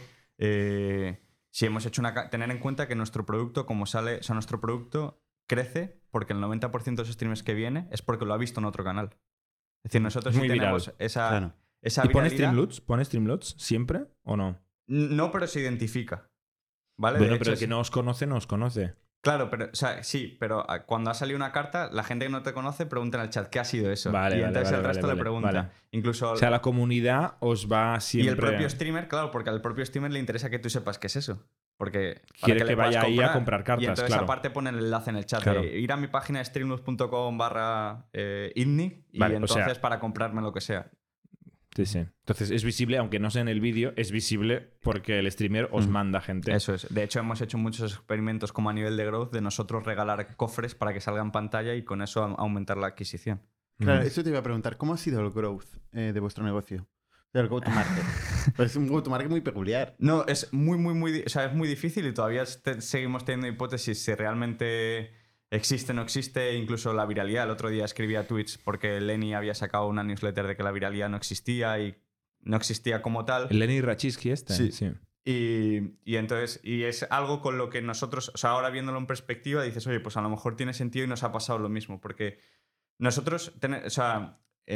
Speaker 5: si hemos hecho tener en cuenta que nuestro producto, como sale, o sea, nuestro producto crece porque el 90% de los streamers que viene es porque lo ha visto en otro canal. Es decir, nosotros
Speaker 4: Es
Speaker 5: sí
Speaker 4: muy
Speaker 5: tenemos
Speaker 4: viral.
Speaker 1: Claro.
Speaker 5: esa
Speaker 4: ¿Y pone
Speaker 5: viralidad.
Speaker 4: Streamloots? ¿Pone Streamloots siempre o no?
Speaker 5: No, pero se identifica. ¿Vale?
Speaker 4: Bueno,
Speaker 5: De
Speaker 4: pero
Speaker 5: hecho,
Speaker 4: el que no os conoce.
Speaker 5: Claro, pero, o sea, sí, pero cuando ha salido una carta, la gente que no te conoce pregunta en el chat, ¿qué ha sido eso?
Speaker 4: Vale,
Speaker 5: y
Speaker 4: vale,
Speaker 5: entonces
Speaker 4: vale,
Speaker 5: el resto
Speaker 4: vale,
Speaker 5: le pregunta.
Speaker 4: vale.
Speaker 5: Incluso
Speaker 4: O sea, la comunidad os va
Speaker 5: y
Speaker 4: siempre...
Speaker 5: el propio streamer, claro, porque al propio streamer le interesa que tú sepas qué es eso. Porque para
Speaker 4: Quiere
Speaker 5: le
Speaker 4: que
Speaker 5: puedas
Speaker 4: vaya ahí a comprar cartas,
Speaker 5: Y entonces
Speaker 4: claro.
Speaker 5: aparte pone el enlace en el chat
Speaker 4: Claro.
Speaker 5: de ir a mi página de streamloots.com/ITNIC y
Speaker 4: Vale, o
Speaker 5: entonces
Speaker 4: sea-
Speaker 5: para comprarme lo que sea.
Speaker 4: Sí, sí. Entonces es visible, aunque no sea en el vídeo, es visible porque el streamer os manda gente.
Speaker 5: Eso es. De hecho, hemos hecho muchos experimentos como a nivel de growth de nosotros regalar cofres para que salga en pantalla y con eso aumentar la adquisición.
Speaker 1: Claro, eso te iba a preguntar. ¿Cómo ha sido el growth de vuestro negocio? O del go-to-market. Pero es un go-to-market muy peculiar.
Speaker 5: No, es muy, o sea, es muy difícil y todavía seguimos teniendo hipótesis si realmente existe o no existe. Incluso la viralidad. El otro día escribía tweets porque Lenny había sacado una newsletter de que la viralidad no existía y no existía como tal.
Speaker 4: ¿El Lenny Rachitsky
Speaker 5: Sí. Y entonces, y es algo con lo que nosotros, o sea, ahora viéndolo en perspectiva, dices, oye, pues a lo mejor tiene sentido y nos ha pasado lo mismo, porque nosotros, o sea,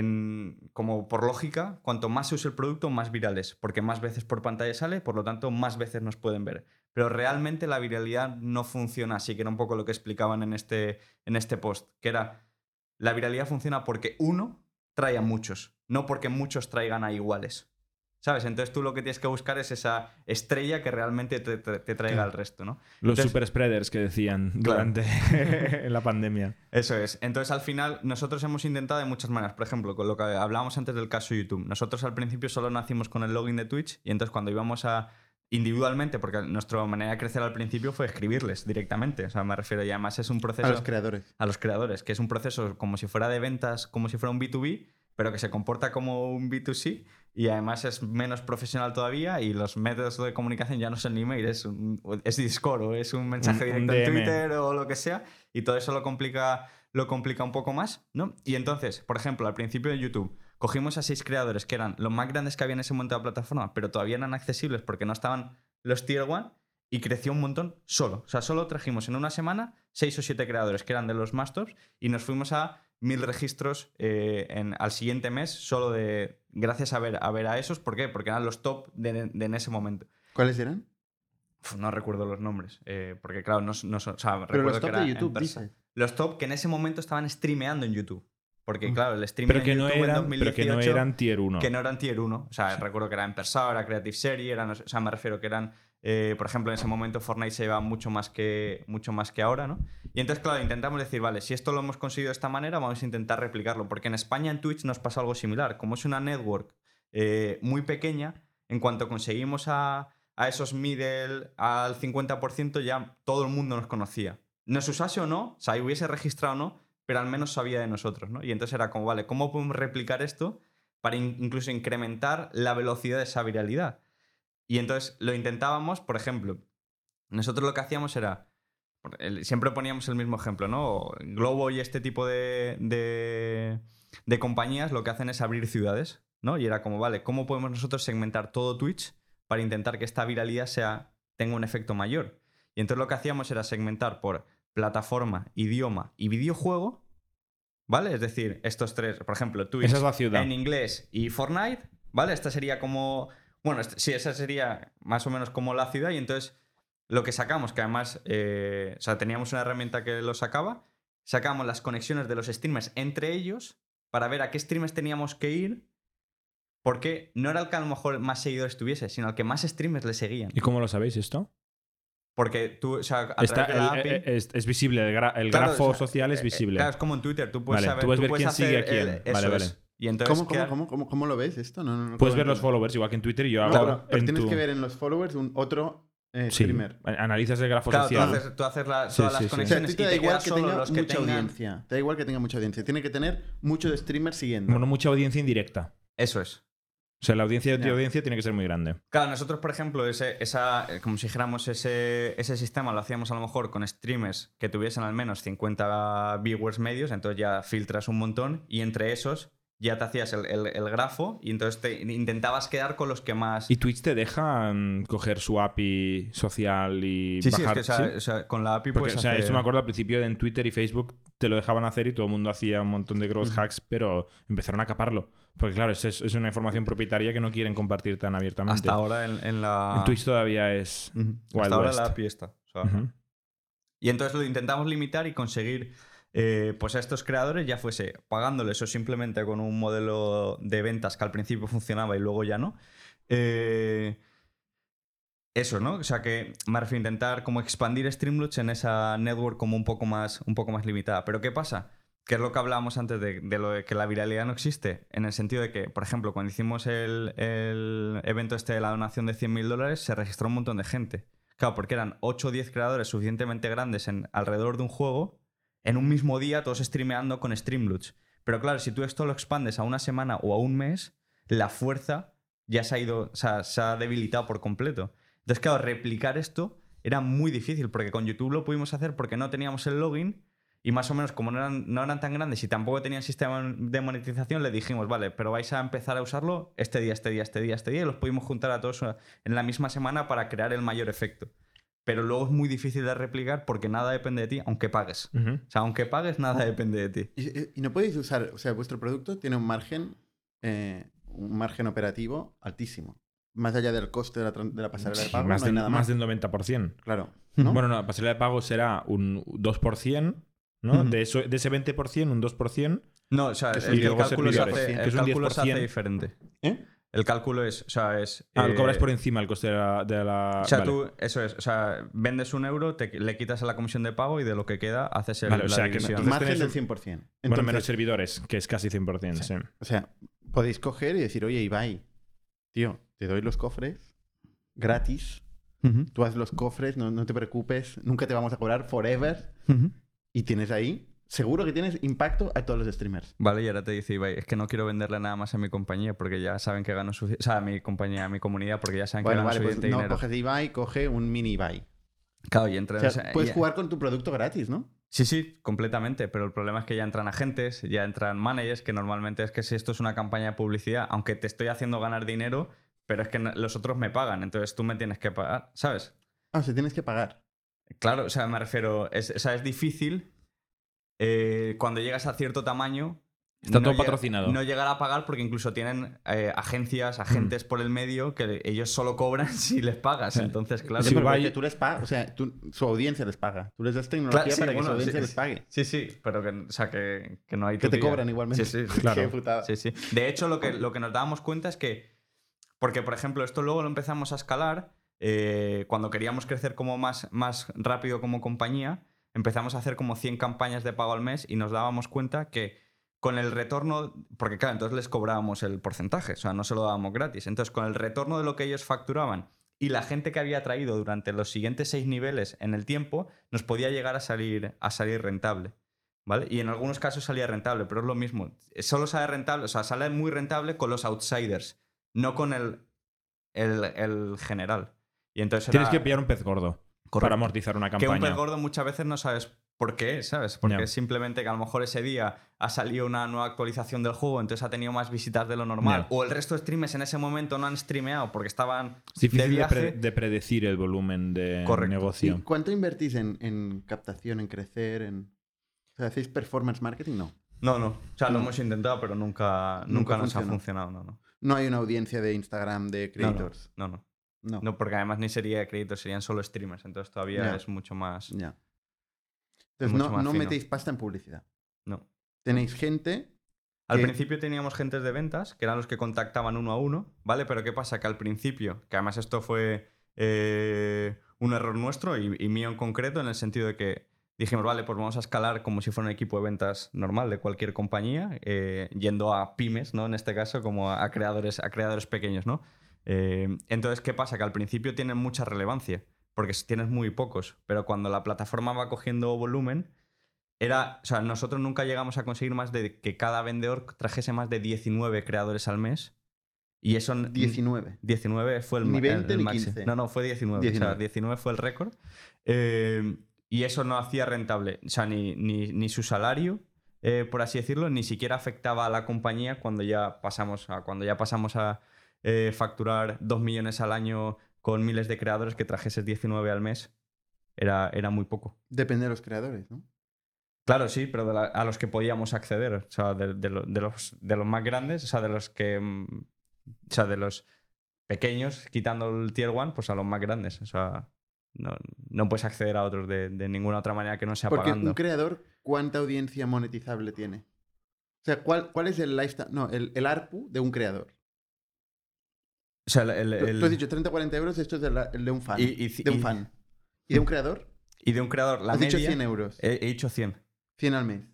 Speaker 5: como por lógica, cuanto más se use el producto, más viral es, porque más veces por pantalla sale, por lo tanto, más veces nos pueden ver. Pero realmente la viralidad no funciona así, que era un poco lo que explicaban en este post, que era, la viralidad funciona porque uno trae a muchos, no porque muchos traigan a iguales. ¿Sabes? Entonces tú lo que tienes que buscar es esa estrella que realmente te traiga al resto, ¿no?
Speaker 4: Los super spreaders que decían durante en la pandemia.
Speaker 5: Eso es. Entonces al final nosotros hemos intentado de muchas maneras. Por ejemplo, con lo que hablábamos antes del caso YouTube. Nosotros al principio solo nacimos con el login de Twitch y entonces cuando íbamos a individualmente, porque nuestra manera de crecer al principio fue escribirles directamente. O sea, me refiero, y además es un proceso...
Speaker 1: A los creadores.
Speaker 5: A los creadores, que es un proceso como si fuera de ventas, como si fuera un B2B, pero que se comporta como un B2C y además es menos profesional todavía y los métodos de comunicación ya no son email, es Discord o es un mensaje directo en Twitter o lo que sea y todo eso lo complica un poco más, ¿no? Y entonces, por ejemplo, al principio de YouTube cogimos a 6 creadores que eran los más grandes que había en ese momento de la plataforma, pero todavía eran accesibles porque no estaban los Tier 1 y creció un montón solo. O sea, solo trajimos en una semana 6 o 7 creadores que eran de los más tops y nos fuimos a 1000 registros al siguiente mes solo gracias a ver a esos. ¿Por qué? Porque eran los top en ese momento.
Speaker 1: ¿Cuáles eran?
Speaker 5: No recuerdo los nombres, porque claro, no son... O sea,
Speaker 1: pero
Speaker 5: recuerdo
Speaker 1: los top
Speaker 5: que era
Speaker 1: de YouTube, dice.
Speaker 5: Los top que en ese momento estaban streameando en YouTube. Porque claro, el streaming
Speaker 4: en
Speaker 5: YouTube en 2018...
Speaker 4: Pero que no eran Tier 1.
Speaker 5: Que no eran Tier 1. O sea, sí. Recuerdo que era Empersao, era Creative Series, o sea, me refiero que eran... por ejemplo, en ese momento Fortnite se lleva mucho más que ahora, ¿no? Y entonces, claro, intentamos decir, vale, si esto lo hemos conseguido de esta manera, vamos a intentar replicarlo. Porque en España, en Twitch, nos pasa algo similar. Como es una network muy pequeña, en cuanto conseguimos a esos middle al 50%, ya todo el mundo nos conocía. Nos usase o no, o sea, hubiese registrado o no, pero al menos sabía de nosotros, ¿no? Y entonces era como, vale, ¿cómo podemos replicar esto para incluso incrementar la velocidad de esa viralidad? Y entonces lo intentábamos, por ejemplo, nosotros lo que hacíamos era, siempre poníamos el mismo ejemplo, ¿no? Globo y este tipo de compañías lo que hacen es abrir ciudades, ¿no? Y era como, vale, ¿cómo podemos nosotros segmentar todo Twitch para intentar que esta viralidad tenga un efecto mayor? Y entonces lo que hacíamos era segmentar por plataforma, idioma y videojuego, ¿vale? Es decir, estos tres, por ejemplo, Twitch
Speaker 4: esa es la ciudad.
Speaker 5: En inglés y Fortnite, ¿vale? Esta sería como... Bueno, sí, esa sería más o menos como la ciudad y entonces lo que sacamos, que además o sea, teníamos una herramienta que lo sacamos las conexiones de los streamers entre ellos para ver a qué streamers teníamos que ir porque no era el que a lo mejor más seguidores tuviese, sino el que más streamers le seguían.
Speaker 4: ¿Y cómo lo sabéis esto?
Speaker 5: Porque tú, o sea, a través de la API,
Speaker 4: es visible, el grafo social es visible.
Speaker 5: Claro, es como en Twitter, tú puedes saber,
Speaker 4: tú puedes ver quién sigue a quién. Vale.
Speaker 5: Y entonces,
Speaker 1: ¿Cómo lo ves esto? No
Speaker 4: puedes ver los followers, igual que en Twitter y yo hago.
Speaker 1: Claro, pero tienes que ver en los followers otro streamer.
Speaker 4: Sí, analizas el grafo social.
Speaker 5: Tú haces todas las conexiones y te quedas solo los que
Speaker 1: mucha audiencia. Te da igual que tenga mucha audiencia. Tiene que tener mucho de streamers siguiendo.
Speaker 4: Bueno, mucha audiencia indirecta.
Speaker 5: Eso es.
Speaker 4: O sea, la audiencia de tu audiencia tiene que ser muy grande.
Speaker 5: Claro, nosotros, por ejemplo, como si dijéramos ese sistema lo hacíamos a lo mejor con streamers que tuviesen al menos 50 viewers medios, entonces ya filtras un montón y entre esos ya te hacías el grafo y entonces te intentabas quedar con los que más...
Speaker 4: ¿Y Twitch te deja coger su API social y bajar?
Speaker 5: Sí, es que, o sea, con la API puedes hacer...
Speaker 4: Eso me acuerdo al principio en Twitter y Facebook te lo dejaban hacer y todo el mundo hacía un montón de growth hacks, pero empezaron a caparlo. Porque claro, es una información propietaria que no quieren compartir tan abiertamente.
Speaker 5: Hasta ahora en
Speaker 4: Twitch todavía es Wild
Speaker 5: Hasta ahora
Speaker 4: West.
Speaker 5: la API está. O sea, y entonces lo intentamos limitar y conseguir pues a estos creadores, ya fuese pagándoles o simplemente con un modelo de ventas que al principio funcionaba y luego ya no. Eso, ¿no? O sea que me refiero a intentar como expandir Streamlabs en esa network como un poco más limitada. Pero ¿qué pasa? Que es lo que hablábamos antes de lo de que la viralidad no existe, en el sentido de que, por ejemplo, cuando hicimos el evento de la donación de $100.000, se registró un montón de gente. Claro, porque eran 8 o 10 creadores suficientemente grandes alrededor de un juego, en un mismo día, todos streameando con Streamlabs. Pero claro, si tú esto lo expandes a una semana o a un mes, la fuerza ya se ha ido, o sea, se ha debilitado por completo. Entonces, claro, replicar esto era muy difícil, porque con YouTube lo pudimos hacer porque no teníamos el login y más o menos como no eran tan grandes y tampoco tenían sistema de monetización, le dijimos, vale, pero vais a empezar a usarlo este día y los pudimos juntar a todos en la misma semana para crear el mayor efecto. Pero luego es muy difícil de replicar porque nada depende de ti, aunque pagues. O sea, aunque pagues, nada depende de ti.
Speaker 1: Y no podéis usar, o sea, vuestro producto tiene un margen operativo altísimo. Más allá del coste de la pasarela de pago,
Speaker 4: más,
Speaker 1: no hay nada más.
Speaker 4: del 90%.
Speaker 1: Claro. ¿no?
Speaker 4: Bueno, la pasarela de pago será un 2%, ¿no?
Speaker 5: Ujú.
Speaker 4: De ese 20%, un 2%.
Speaker 5: No, o sea,
Speaker 1: Que
Speaker 5: es
Speaker 1: son
Speaker 5: que el
Speaker 4: luego
Speaker 5: cálculo,
Speaker 4: servidores, que es un
Speaker 5: se hace
Speaker 4: 10%.
Speaker 5: diferente.
Speaker 1: ¿Eh?
Speaker 5: El cálculo es, o sea, es...
Speaker 4: Lo cobras por encima el coste de la...
Speaker 5: O sea,
Speaker 4: vale.
Speaker 5: tú, eso es, o sea, vendes €1, le quitas a la comisión de pago y de lo que queda haces
Speaker 4: Vale, o
Speaker 5: la
Speaker 4: sea, que
Speaker 5: división.
Speaker 4: Entonces
Speaker 1: Margen del
Speaker 4: tenéis
Speaker 1: 100%.
Speaker 4: Bueno,
Speaker 1: Entonces,
Speaker 4: menos servidores, que es casi 100%, sí.
Speaker 1: o sea, podéis coger y decir, oye, Ibai, tío, te doy los cofres gratis.
Speaker 5: Ujú.
Speaker 1: Tú haz los cofres, no te preocupes, nunca te vamos a cobrar forever.
Speaker 5: Ujú.
Speaker 1: Y tienes ahí, seguro que tienes impacto a todos los streamers.
Speaker 5: Vale, y ahora te dice Ibai, es que no quiero venderle nada más a mi compañía porque ya saben que gano suficiente... O sea, a mi compañía, a mi comunidad, porque ya saben que
Speaker 1: Bueno,
Speaker 5: gano
Speaker 1: vale, pues
Speaker 5: suficiente
Speaker 1: no
Speaker 5: dinero.
Speaker 1: coges Ibai, coge un mini Ibai.
Speaker 5: Claro, y entra
Speaker 1: O sea, puedes jugar con tu producto gratis, ¿no?
Speaker 5: Sí, completamente, pero el problema es que ya entran agentes, ya entran managers, que normalmente es que si esto es una campaña de publicidad, aunque te estoy haciendo ganar dinero, pero es que los otros me pagan, entonces tú me tienes que pagar, ¿sabes?
Speaker 1: Ah, o sea, tienes que pagar.
Speaker 5: Claro, o sea, me refiero, o sea, es difícil cuando llegas a cierto tamaño.
Speaker 4: Está todo
Speaker 5: llega-
Speaker 4: patrocinado.
Speaker 5: No llegar a pagar porque incluso tienen agentes por el medio que ellos solo cobran si les pagas. Entonces, claro.
Speaker 1: Sí,
Speaker 4: Si
Speaker 1: pero
Speaker 4: Ibai-
Speaker 1: porque tú les pagas, o sea, su audiencia les paga. Tú les das tecnología
Speaker 5: Claro, sí,
Speaker 1: para que
Speaker 5: bueno,
Speaker 1: su audiencia
Speaker 5: sí,
Speaker 1: les pague.
Speaker 5: Sí, pero que, o sea, que no hay
Speaker 1: Que te
Speaker 5: tutía.
Speaker 1: cobran igualmente.
Speaker 5: Sí,
Speaker 4: claro.
Speaker 1: Qué putada.
Speaker 5: Sí. De hecho, lo que nos dábamos cuenta es que, porque por ejemplo, esto luego lo empezamos a escalar cuando queríamos crecer como más rápido como compañía, empezamos a hacer como 100 campañas de pago al mes y nos dábamos cuenta que con el retorno, porque claro, entonces les cobrábamos el porcentaje, o sea, no se lo dábamos gratis. Entonces, con el retorno de lo que ellos facturaban y la gente que había traído durante los siguientes 6 niveles en el tiempo, nos podía llegar a salir rentable. ¿Vale? Y en algunos casos salía rentable, pero es lo mismo. Solo sale rentable, o sea, sale muy rentable con los outsiders, no con el general. Y entonces
Speaker 4: Tienes
Speaker 5: era-
Speaker 4: que pillar un pez gordo para amortizar una
Speaker 5: que un
Speaker 4: campaña.
Speaker 5: pez gordo muchas veces no sabes por qué, ¿sabes? Porque
Speaker 4: Ya.
Speaker 5: es simplemente que a lo mejor ese día ha salido una nueva actualización del juego, entonces ha tenido más visitas de lo normal.
Speaker 4: Ya.
Speaker 5: O el resto de streamers en ese momento no han streameado porque estaban
Speaker 4: Es difícil
Speaker 5: de viaje.
Speaker 4: de predecir el volumen de
Speaker 5: Correcto.
Speaker 1: ¿Y
Speaker 4: negocio.
Speaker 1: cuánto invertís en captación, en crecer, O sea, ¿hacéis performance marketing? No.
Speaker 5: No. O sea, lo
Speaker 1: No.
Speaker 5: hemos intentado, pero nunca nos ha
Speaker 1: funcionó.
Speaker 5: funcionado. No.
Speaker 1: No hay una audiencia de Instagram de creators.
Speaker 5: No.
Speaker 1: No.
Speaker 5: No, porque además ni sería de créditos, serían solo streamers. Entonces todavía
Speaker 1: Ya.
Speaker 5: es mucho más.
Speaker 1: Ya. Entonces,
Speaker 5: Mucho más
Speaker 1: no
Speaker 5: fino.
Speaker 1: metéis pasta en publicidad.
Speaker 5: No.
Speaker 1: Tenéis gente.
Speaker 5: Al
Speaker 1: que-
Speaker 5: principio teníamos gentes de ventas, que eran los que contactaban uno a uno, ¿vale? Pero ¿qué pasa? Que al principio, que además esto fue un error nuestro y mío en concreto, en el sentido de que dijimos, vale, pues vamos a escalar como si fuera un equipo de ventas normal de cualquier compañía, yendo a pymes, ¿no? En este caso, como a creadores pequeños, ¿no? Entonces, ¿qué pasa? Que al principio tienen mucha relevancia, porque tienes muy pocos, pero cuando la plataforma va cogiendo volumen, o sea, nosotros nunca llegamos a conseguir más de que cada vendedor trajese más de 19 creadores al mes. Y eso...
Speaker 1: 19.
Speaker 5: 19 fue el
Speaker 1: Ni 20
Speaker 5: el
Speaker 1: ni
Speaker 5: máximo.
Speaker 1: 15.
Speaker 5: No, fue 19.
Speaker 1: 19.
Speaker 5: O sea, 19 fue el récord. Y eso no hacía rentable. O sea, ni su salario, por así decirlo, ni siquiera afectaba a la compañía cuando ya pasamos a facturar 2 millones al año con miles de creadores, que trajeses 19 al mes. Era muy poco.
Speaker 1: Depende de los creadores, ¿no?
Speaker 5: Claro, sí, pero a los que podíamos acceder. O sea, de los más grandes, o sea, de los que... O sea, de los pequeños, quitando el Tier 1, pues a los más grandes. O sea, no puedes acceder a otros de ninguna otra manera que no sea
Speaker 1: Porque
Speaker 5: pagando.
Speaker 1: un creador, ¿cuánta audiencia monetizable tiene? O sea, ¿cuál es el lifestyle? No, el ARPU de un creador.
Speaker 5: O sea,
Speaker 1: Tú has dicho 30-40 euros, esto es el de un fan. de un fan. ¿Y de un creador?
Speaker 5: Y de un creador, la
Speaker 1: Has
Speaker 5: media...
Speaker 1: dicho 100 euros.
Speaker 5: He dicho 100.
Speaker 1: 100 al mes.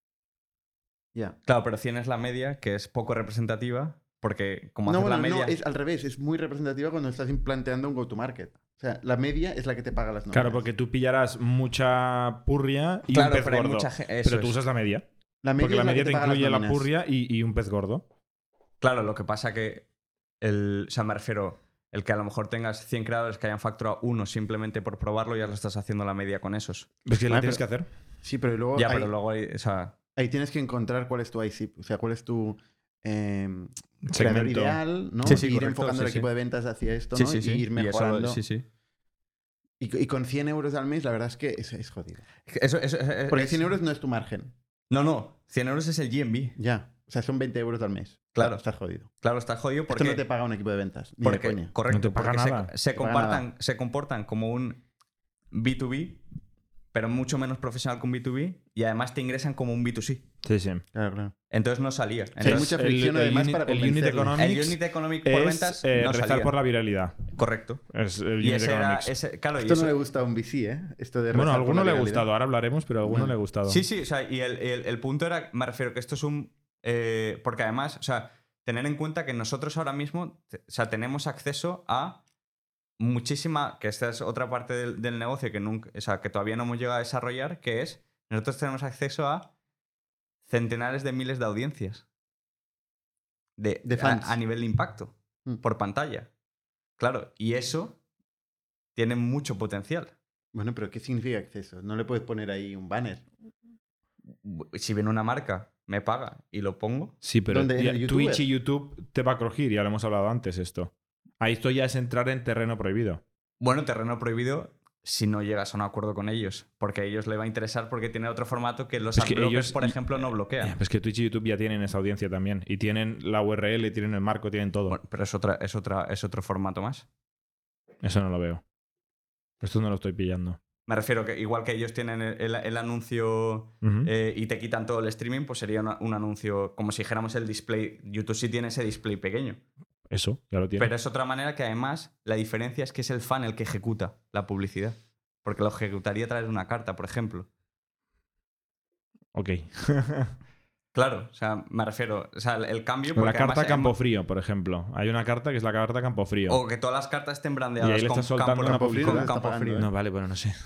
Speaker 1: Ya.
Speaker 5: Claro, pero 100 es la media, que es poco representativa, porque como
Speaker 1: No,
Speaker 5: haces
Speaker 1: bueno,
Speaker 5: la media...
Speaker 1: no, es al revés. Es muy representativa cuando estás planteando un go-to-market. O sea, la media es la que te paga las nóminas.
Speaker 4: Claro, porque tú pillarás mucha purria y
Speaker 5: Claro,
Speaker 4: un pez
Speaker 5: pero hay
Speaker 4: gordo.
Speaker 5: mucha eso
Speaker 4: Pero tú
Speaker 5: es.
Speaker 4: usas la media.
Speaker 1: La media
Speaker 4: Porque la
Speaker 1: es
Speaker 4: media
Speaker 1: que
Speaker 4: te
Speaker 1: paga las
Speaker 4: incluye la
Speaker 1: nóminas.
Speaker 4: purria y un pez gordo.
Speaker 5: Claro, lo que pasa que o sea, me refiero, el que a lo mejor tengas 100 creadores que hayan facturado 1 simplemente por probarlo, ya lo estás haciendo la media con esos.
Speaker 4: ¿Ves que lo
Speaker 1: Ah,
Speaker 4: tienes
Speaker 1: pero-
Speaker 4: que hacer?
Speaker 1: Sí, pero luego,
Speaker 5: Ya,
Speaker 1: ahí,
Speaker 5: pero luego hay, o sea,
Speaker 1: ahí tienes que encontrar cuál es tu ICIP, o sea, cuál es tu creador
Speaker 4: Segmento.
Speaker 1: ideal, ¿no?
Speaker 5: Sí, sí,
Speaker 1: Y ir
Speaker 5: correcto,
Speaker 1: enfocando
Speaker 5: sí,
Speaker 1: el equipo
Speaker 5: sí.
Speaker 1: de ventas hacia esto,
Speaker 5: sí,
Speaker 1: ¿no?
Speaker 5: sí, sí.
Speaker 1: Y ir
Speaker 5: Y eso,
Speaker 1: mejorando.
Speaker 5: sí, sí.
Speaker 1: Y con 100 euros al mes, la verdad es que es jodido.
Speaker 5: Eso,
Speaker 1: Porque 100 euros no es tu margen.
Speaker 5: No, 100 euros es el GMV.
Speaker 1: Ya. O sea, son 20 euros al mes.
Speaker 5: Claro.
Speaker 1: Estás jodido.
Speaker 5: Claro, está jodido porque...
Speaker 1: Esto no te paga un equipo de ventas. Ni de
Speaker 5: porque
Speaker 1: coña.
Speaker 5: correcto,
Speaker 4: No te paga
Speaker 5: porque
Speaker 4: nada.
Speaker 5: se
Speaker 1: Te paga
Speaker 5: comportan como un B2B, pero mucho menos profesional que un B2B, y además te ingresan como un B2C.
Speaker 4: Sí, sí.
Speaker 1: Claro, claro.
Speaker 5: Entonces no salía.
Speaker 1: O sea, hay
Speaker 5: Entonces,
Speaker 1: mucha fricción además para
Speaker 4: el unit
Speaker 1: convencerle.
Speaker 4: economics
Speaker 5: el unit economic por ventas
Speaker 4: es
Speaker 5: no
Speaker 4: rezar
Speaker 5: salía.
Speaker 4: por la viralidad.
Speaker 5: Correcto.
Speaker 4: Es el
Speaker 5: Y
Speaker 4: unit
Speaker 5: ese era...
Speaker 4: economics.
Speaker 5: claro, y
Speaker 1: Esto
Speaker 5: eso-
Speaker 1: no le gusta a un VC, ¿eh? Esto de
Speaker 4: Bueno, a
Speaker 1: rezar por
Speaker 4: alguno
Speaker 1: la
Speaker 4: le ha
Speaker 1: viralidad.
Speaker 4: gustado. Ahora hablaremos, pero a alguno
Speaker 1: No.
Speaker 4: le ha gustado.
Speaker 5: Sí, o sea, y el punto era, me refiero que esto es un... porque además, o sea, tener en cuenta que nosotros ahora mismo, o sea, tenemos acceso a muchísima, que esta es otra parte del negocio que, nunca, o sea, que todavía no hemos llegado a desarrollar, que es, nosotros tenemos acceso a centenares de miles de audiencias
Speaker 1: De fans.
Speaker 5: a nivel de impacto
Speaker 1: Mm.
Speaker 5: por pantalla. Claro, y eso tiene mucho potencial.
Speaker 1: Bueno, pero ¿qué significa acceso? No le puedes poner ahí un banner.
Speaker 5: Si viene una marca, me paga y lo pongo.
Speaker 4: Sí, pero
Speaker 1: ¿Dónde? ¿En el YouTuber?
Speaker 4: Twitch y YouTube te va a crujir, ya lo hemos hablado antes esto. Ahí esto ya es entrar en terreno prohibido.
Speaker 5: Bueno, terreno prohibido si no llegas a un acuerdo con ellos, porque a ellos les va a interesar porque tiene otro formato que los
Speaker 4: Es que
Speaker 5: adblockers,
Speaker 4: ellos-
Speaker 5: por ejemplo, no bloquean.
Speaker 4: Pues que Twitch y YouTube ya tienen esa audiencia también. Y tienen la URL, tienen el marco, tienen todo.
Speaker 5: Bueno, pero es otro formato más.
Speaker 4: Eso no lo veo. Esto no lo estoy pillando.
Speaker 5: Me refiero que igual que ellos tienen el anuncio
Speaker 4: Ujú.
Speaker 5: y te quitan todo el streaming, pues sería un anuncio como si dijéramos el display. YouTube sí tiene ese display pequeño.
Speaker 4: Eso, ya lo tiene.
Speaker 5: Pero es otra manera que además la diferencia es que es el fan el que ejecuta la publicidad. Porque lo ejecutaría a través de una carta, por ejemplo.
Speaker 4: Ok.
Speaker 5: Claro, o sea, me refiero, o sea, el cambio...
Speaker 4: La
Speaker 5: porque
Speaker 4: carta
Speaker 5: además
Speaker 4: Campo Frío, por ejemplo. Hay una carta que es la carta Campo Frío.
Speaker 5: O que todas las cartas estén brandeadas
Speaker 4: Y ahí le
Speaker 5: con
Speaker 4: estás soltando
Speaker 5: campo,
Speaker 4: una
Speaker 5: con
Speaker 1: publicidad, está
Speaker 5: campo
Speaker 1: pagando,
Speaker 5: frío.
Speaker 1: ¿eh?
Speaker 4: No, vale, bueno, no sé.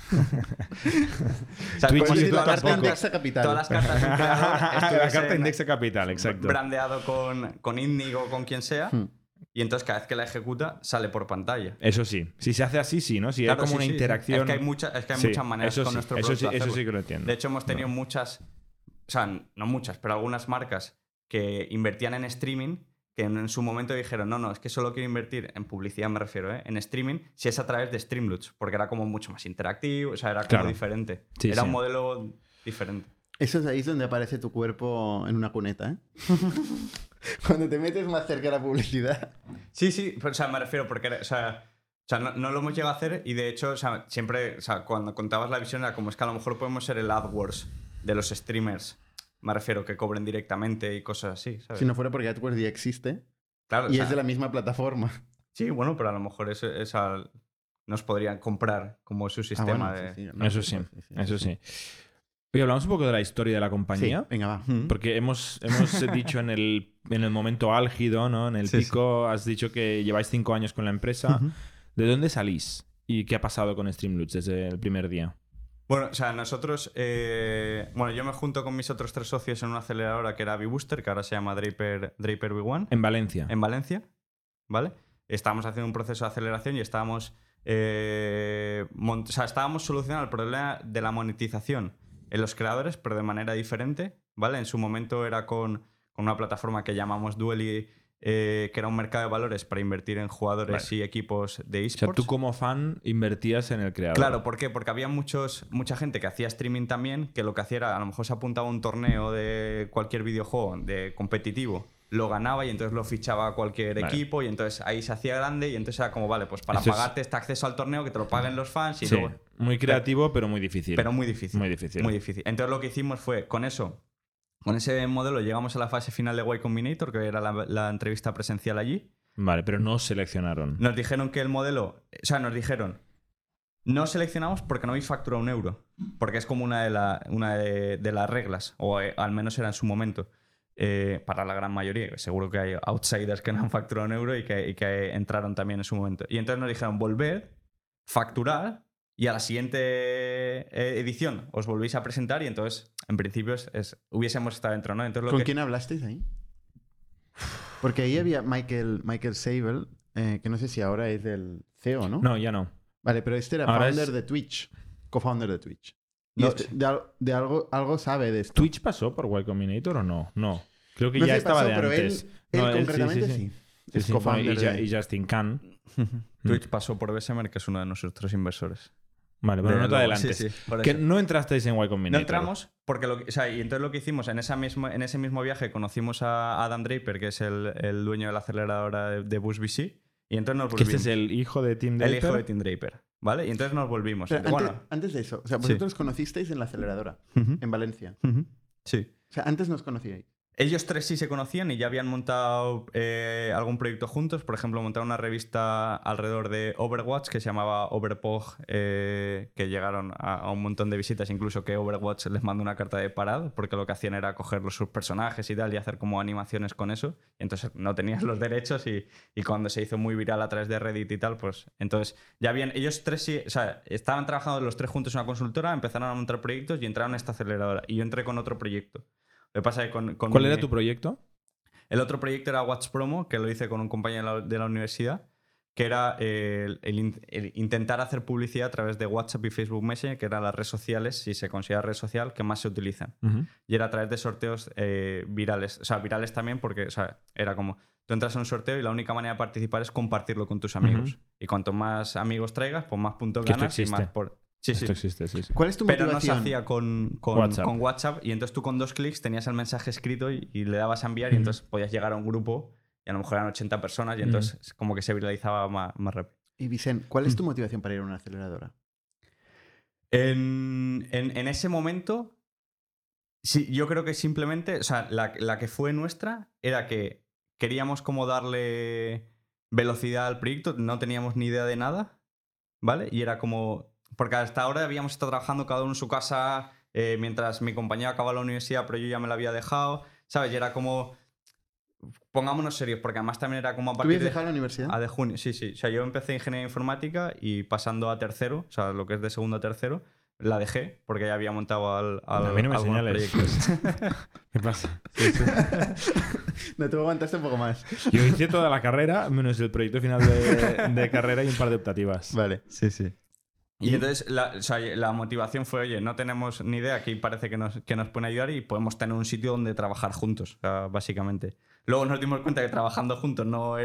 Speaker 5: O sea,
Speaker 4: Twitch
Speaker 5: como
Speaker 4: y
Speaker 5: si
Speaker 4: YouTube
Speaker 5: todas las
Speaker 4: tampoco.
Speaker 5: cartas,
Speaker 1: Indexa Capital.
Speaker 5: todas las cartas de un creador
Speaker 4: La
Speaker 5: estuviesen
Speaker 4: carta Indexa Capital, exacto.
Speaker 5: brandeado con Indigo o con quien sea.
Speaker 1: Hmm.
Speaker 5: Y entonces cada vez que la ejecuta sale por pantalla.
Speaker 4: Eso sí. Si se hace así, sí, ¿no? Si
Speaker 5: Claro,
Speaker 4: hay como
Speaker 5: sí,
Speaker 4: una
Speaker 5: sí.
Speaker 4: interacción.
Speaker 5: Es que hay,
Speaker 4: Sí,
Speaker 5: muchas maneras
Speaker 4: eso
Speaker 5: con
Speaker 4: sí,
Speaker 5: nuestro
Speaker 4: eso
Speaker 5: producto
Speaker 4: sí,
Speaker 5: de
Speaker 4: eso
Speaker 5: hacerlo.
Speaker 4: sí que lo entiendo.
Speaker 5: De hecho, hemos tenido muchas, o sea, no muchas, pero algunas marcas que invertían en streaming que en su momento dijeron, no, es que solo quiero invertir en publicidad, me refiero, en streaming, si es a través de Streamlabs, porque era como mucho más interactivo, o sea, era como
Speaker 4: Claro.
Speaker 5: diferente.
Speaker 4: Sí,
Speaker 5: era
Speaker 4: sí.
Speaker 5: un modelo diferente.
Speaker 1: Eso es ahí donde aparece tu cuerpo en una cuneta, ¿eh? Cuando te metes más cerca de la publicidad.
Speaker 5: Sí, pero, o sea, me refiero porque, o sea, no lo hemos llegado a hacer y de hecho, o sea, siempre, o sea, cuando contabas la visión era como es que a lo mejor podemos ser el AdWords de los streamers, me refiero, que cobren directamente y cosas así, ¿sabes?
Speaker 1: Si no fuera porque AdWords ya existe
Speaker 5: Claro, o
Speaker 1: y
Speaker 5: sea,
Speaker 1: es de la misma plataforma.
Speaker 5: sí, bueno, pero a lo mejor nos podrían comprar como su sistema de...
Speaker 4: Eso sí, eso sí. Oye, hablamos un poco de la historia de la
Speaker 1: Sí,
Speaker 4: compañía.
Speaker 1: venga, va.
Speaker 4: Porque hemos dicho en el momento álgido, ¿no? En el
Speaker 5: Sí,
Speaker 4: pico, has dicho que lleváis 5 años con la empresa.
Speaker 1: Ujú.
Speaker 4: ¿De dónde salís? ¿Y qué ha pasado con Streamlabs desde el primer día?
Speaker 5: Bueno, o sea, nosotros... bueno, yo me junto con mis otros 3 socios en una aceleradora que era V-Booster, que ahora se llama Draper V1.
Speaker 4: En Valencia.
Speaker 5: En Valencia, ¿vale? Estábamos haciendo un proceso de aceleración y estábamos, estábamos solucionando el problema de la monetización en los creadores, pero de manera diferente, ¿vale? En su momento era con una plataforma que llamamos Duely, que era un mercado de valores para invertir en jugadores y equipos de
Speaker 4: O
Speaker 5: esports.
Speaker 4: sea, tú como fan invertías en el creador.
Speaker 5: Claro, ¿por qué? Porque había mucha gente que hacía streaming también, que lo que hacía era, a lo mejor se apuntaba a un torneo de cualquier videojuego de competitivo, lo ganaba y entonces lo fichaba a cualquier
Speaker 4: Vale.
Speaker 5: equipo y entonces ahí se hacía grande y entonces era como, vale, pues para
Speaker 4: Esto es-
Speaker 5: pagarte este acceso al torneo, que te lo paguen los fans y
Speaker 4: Sí,
Speaker 5: luego...
Speaker 4: muy creativo, pero muy difícil.
Speaker 5: Pero muy difícil.
Speaker 4: Muy difícil.
Speaker 5: Muy difícil. Entonces lo que hicimos fue, con ese modelo llegamos a la fase final de Y Combinator, que era la entrevista presencial allí.
Speaker 4: Vale, pero no os seleccionaron.
Speaker 5: Nos dijeron que el modelo... O sea, nos dijeron... No seleccionamos porque no habéis facturado €1. Porque es como una de las reglas. O al menos era en su momento. Para la gran mayoría. Seguro que hay outsiders que no han facturado €1 y que entraron también en su momento. Y entonces nos dijeron, volver, facturar... Y a la siguiente edición os volvéis a presentar y entonces, en principio, hubiésemos estado dentro, ¿no? Entonces,
Speaker 1: ¿Con quién hablasteis ahí? Porque ahí había Michael Sable, que no sé si ahora es el CEO, ¿no?
Speaker 4: No, ya no.
Speaker 1: Vale, pero este era
Speaker 4: Ahora
Speaker 1: founder
Speaker 4: es-
Speaker 1: de Twitch. Co-founder de Twitch. Y
Speaker 5: No,
Speaker 1: este de algo sabe de esto.
Speaker 4: ¿Twitch pasó por Y Combinator o no? No. Creo que
Speaker 1: No
Speaker 4: ya
Speaker 1: sé,
Speaker 4: estaba
Speaker 1: pasó,
Speaker 4: de
Speaker 1: pero
Speaker 4: antes.
Speaker 1: él
Speaker 4: No,
Speaker 1: concretamente sí.
Speaker 4: Sí,
Speaker 1: Es
Speaker 4: sí.
Speaker 1: co-founder
Speaker 4: Bueno,
Speaker 1: de...
Speaker 4: y Justin Khan.
Speaker 5: Twitch pasó por Bessemer, que es uno de nuestros inversores.
Speaker 4: Vale, pero no te
Speaker 5: Luego,
Speaker 4: adelantes.
Speaker 5: sí, por
Speaker 4: Que
Speaker 5: eso.
Speaker 4: no entrasteis en Y Combinator.
Speaker 5: No entramos porque y entonces lo que hicimos en ese mismo viaje conocimos a Adam Draper, que es el dueño de la aceleradora de Boost VC, y entonces nos
Speaker 4: Que
Speaker 5: volvimos.
Speaker 4: este es el hijo de Tim Draper.
Speaker 5: El hijo de Tim Draper, ¿vale? Y entonces nos volvimos.
Speaker 1: Pero
Speaker 5: Entonces,
Speaker 1: antes de eso, o sea,
Speaker 5: Sí.
Speaker 1: vosotros conocisteis en la aceleradora,
Speaker 5: Ujú,
Speaker 1: en Valencia.
Speaker 5: ujú, sí.
Speaker 1: O sea, antes nos conocíais.
Speaker 5: Ellos tres sí se conocían y ya habían montado algún proyecto juntos. Por ejemplo, montaron una revista alrededor de Overwatch que se llamaba Overpog, que llegaron a un montón de visitas, incluso que Overwatch les mandó una carta de parado, porque lo que hacían era coger sus personajes y tal y hacer como animaciones con eso. Y entonces no tenían los derechos y cuando se hizo muy viral a través de Reddit y tal, pues entonces ya habían... Ellos tres sí, o sea, estaban trabajando los tres juntos en una consultora, empezaron a montar proyectos y entraron a esta aceleradora. Y yo entré con otro proyecto. Lo que pasa es que con
Speaker 4: ¿Cuál era tu proyecto?
Speaker 5: el otro proyecto era Watch Promo, que lo hice con un compañero de la universidad, que era el intentar hacer publicidad a través de WhatsApp y Facebook Messenger, que eran las redes sociales, si se considera red social, que más se utilizan. Y era a través de sorteos virales. O sea, virales también porque, o sea, era como... Tú entras en un sorteo y la única manera de participar es compartirlo con tus amigos. Y cuanto más amigos traigas, pues más puntos
Speaker 4: Que esto
Speaker 5: ganas y
Speaker 4: existe.
Speaker 5: más por... Sí, sí.
Speaker 4: Esto existe, sí.
Speaker 1: ¿Cuál es tu
Speaker 5: Pero no se
Speaker 1: motivación?
Speaker 5: hacía con WhatsApp y entonces tú con 2 clics tenías el mensaje escrito y le dabas a enviar y entonces podías llegar a un grupo y a lo mejor eran 80 personas y entonces como que se viralizaba más rápido.
Speaker 1: Y Vicent, ¿cuál es tu motivación para ir a una aceleradora?
Speaker 5: En ese momento, sí, yo creo que simplemente, o sea, la que fue nuestra era que queríamos como darle velocidad al proyecto, no teníamos ni idea de nada, ¿vale? Y era como... Porque hasta ahora habíamos estado trabajando cada uno en su casa mientras mi compañero acababa la universidad, pero yo ya me la había dejado, ¿sabes? Y era como... Pongámonos serios, porque además también era como a
Speaker 1: ¿Tú
Speaker 5: partir
Speaker 1: habías dejado la universidad?
Speaker 5: de junio. Sí, sí. O sea, yo empecé ingeniería informática y pasando a tercero, o sea, lo que es de segundo a tercero, la dejé porque ya había montado
Speaker 4: A mí no me
Speaker 5: algunos
Speaker 4: señales.
Speaker 5: proyectos.
Speaker 4: ¿Qué pasa?
Speaker 1: No, tú aguantaste un poco más.
Speaker 4: Yo hice toda la carrera, menos el proyecto final de carrera y un par de optativas.
Speaker 1: Vale.
Speaker 5: Sí, sí. Y entonces o sea, la motivación fue, oye, no tenemos ni idea, aquí parece que nos pueden ayudar y podemos tener un sitio donde trabajar juntos, o sea, básicamente. Luego nos dimos cuenta que trabajando juntos no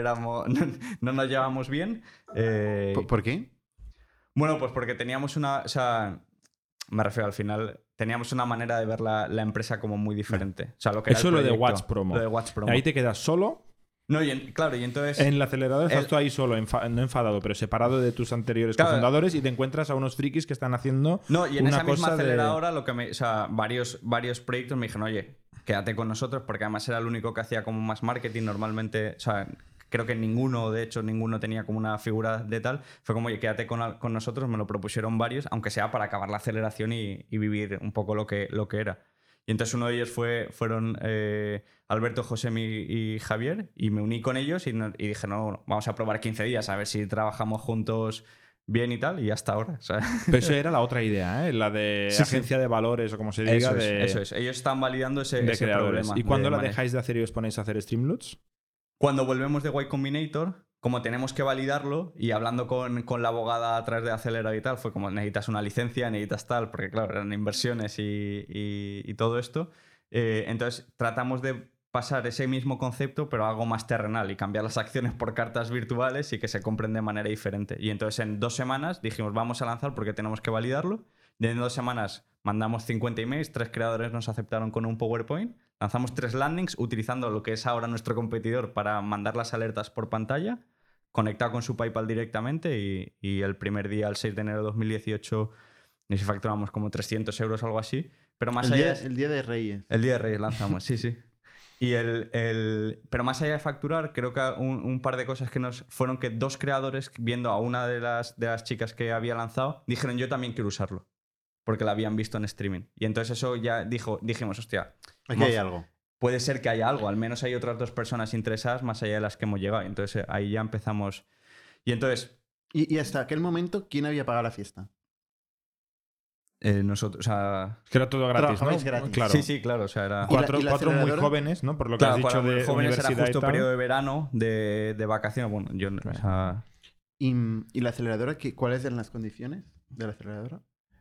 Speaker 5: nos llevábamos bien.
Speaker 1: ¿Por qué?
Speaker 5: Bueno, pues porque teníamos o sea, me refiero al final, teníamos una manera de ver la empresa como muy diferente. O sea, lo que era
Speaker 4: Eso
Speaker 5: el
Speaker 4: es lo de
Speaker 5: proyecto,
Speaker 4: Watch Promo.
Speaker 5: Lo de Watch Promo.
Speaker 4: Ahí te quedas solo.
Speaker 5: No, claro, y entonces...
Speaker 4: En la aceleradora estás tú ahí solo, no enfadado, pero separado de tus anteriores
Speaker 5: Claro.
Speaker 4: cofundadores y te encuentras a unos frikis que están haciendo
Speaker 5: No, y en
Speaker 4: una
Speaker 5: esa misma
Speaker 4: cosa de...
Speaker 5: aceleradora, o sea, varios proyectos me dijeron, oye, quédate con nosotros, porque además era el único que hacía como más marketing. Normalmente, o sea, creo que ninguno tenía como una figura de tal. Fue como, oye, quédate con nosotros, me lo propusieron varios, aunque sea para acabar la aceleración y vivir un poco lo que era. Y entonces uno de ellos fueron Alberto, José y Javier, y me uní con ellos y dije, no, vamos a probar 15 días, a ver si trabajamos juntos bien y tal, y hasta ahora. O sea.
Speaker 4: Pero eso era la otra idea, ¿eh? La de
Speaker 5: Sí,
Speaker 4: agencia de valores o como se diga.
Speaker 5: Eso es. Ellos están validando ese
Speaker 4: de creadores.
Speaker 5: problema.
Speaker 4: ¿Y cuándo la
Speaker 5: manera.
Speaker 4: dejáis de hacer y os ponéis a hacer Streamloots?
Speaker 5: Cuando volvemos de Y Combinator, como tenemos que validarlo, y hablando con la abogada a través de Acelera y tal, fue como necesitas una licencia, necesitas tal, porque claro, eran inversiones y todo esto. Entonces tratamos de pasar ese mismo concepto, pero algo más terrenal y cambiar las acciones por cartas virtuales y que se compren de manera diferente. Y entonces en 2 semanas dijimos, vamos a lanzar porque tenemos que validarlo. Y en 2 semanas mandamos 50 emails, 3 creadores nos aceptaron con un PowerPoint, lanzamos 3 landings utilizando lo que es ahora nuestro competidor para mandar las alertas por pantalla, conectado con su PayPal directamente y el primer día, el 6 de enero de 2018, nos facturamos como 300 euros o algo así. Pero más allá...
Speaker 1: El día de Reyes.
Speaker 5: El día de Reyes lanzamos, sí, sí. Y pero más allá de facturar, creo que un par de cosas que nos fueron que 2 creadores, viendo a una de las chicas que había lanzado, dijeron, yo también quiero usarlo, porque la habían visto en streaming. Y entonces eso ya dijimos, hostia,
Speaker 1: Aquí hay algo.
Speaker 5: puede ser que haya algo, al menos hay otras 2 personas interesadas más allá de las que hemos llegado. Entonces ahí ya empezamos. Y entonces...
Speaker 1: Y hasta aquel momento, ¿quién había pagado la fiesta?
Speaker 5: Nosotros, o sea...
Speaker 4: Es que era todo gratis, ¿no?
Speaker 1: Trabajabais gratis.
Speaker 4: Claro.
Speaker 5: Sí, claro, o sea, era...
Speaker 4: Cuatro
Speaker 1: ¿Y la
Speaker 4: muy
Speaker 1: aceleradora?
Speaker 4: jóvenes, ¿no? Por lo que
Speaker 5: Claro,
Speaker 4: has dicho
Speaker 5: cuando
Speaker 4: de
Speaker 5: jóvenes era
Speaker 4: universidad
Speaker 5: justo
Speaker 4: y tal.
Speaker 5: periodo de verano, de vacaciones. Bueno, yo... O sea,
Speaker 1: ¿Y la aceleradora? ¿Cuáles eran las condiciones de la aceleradora?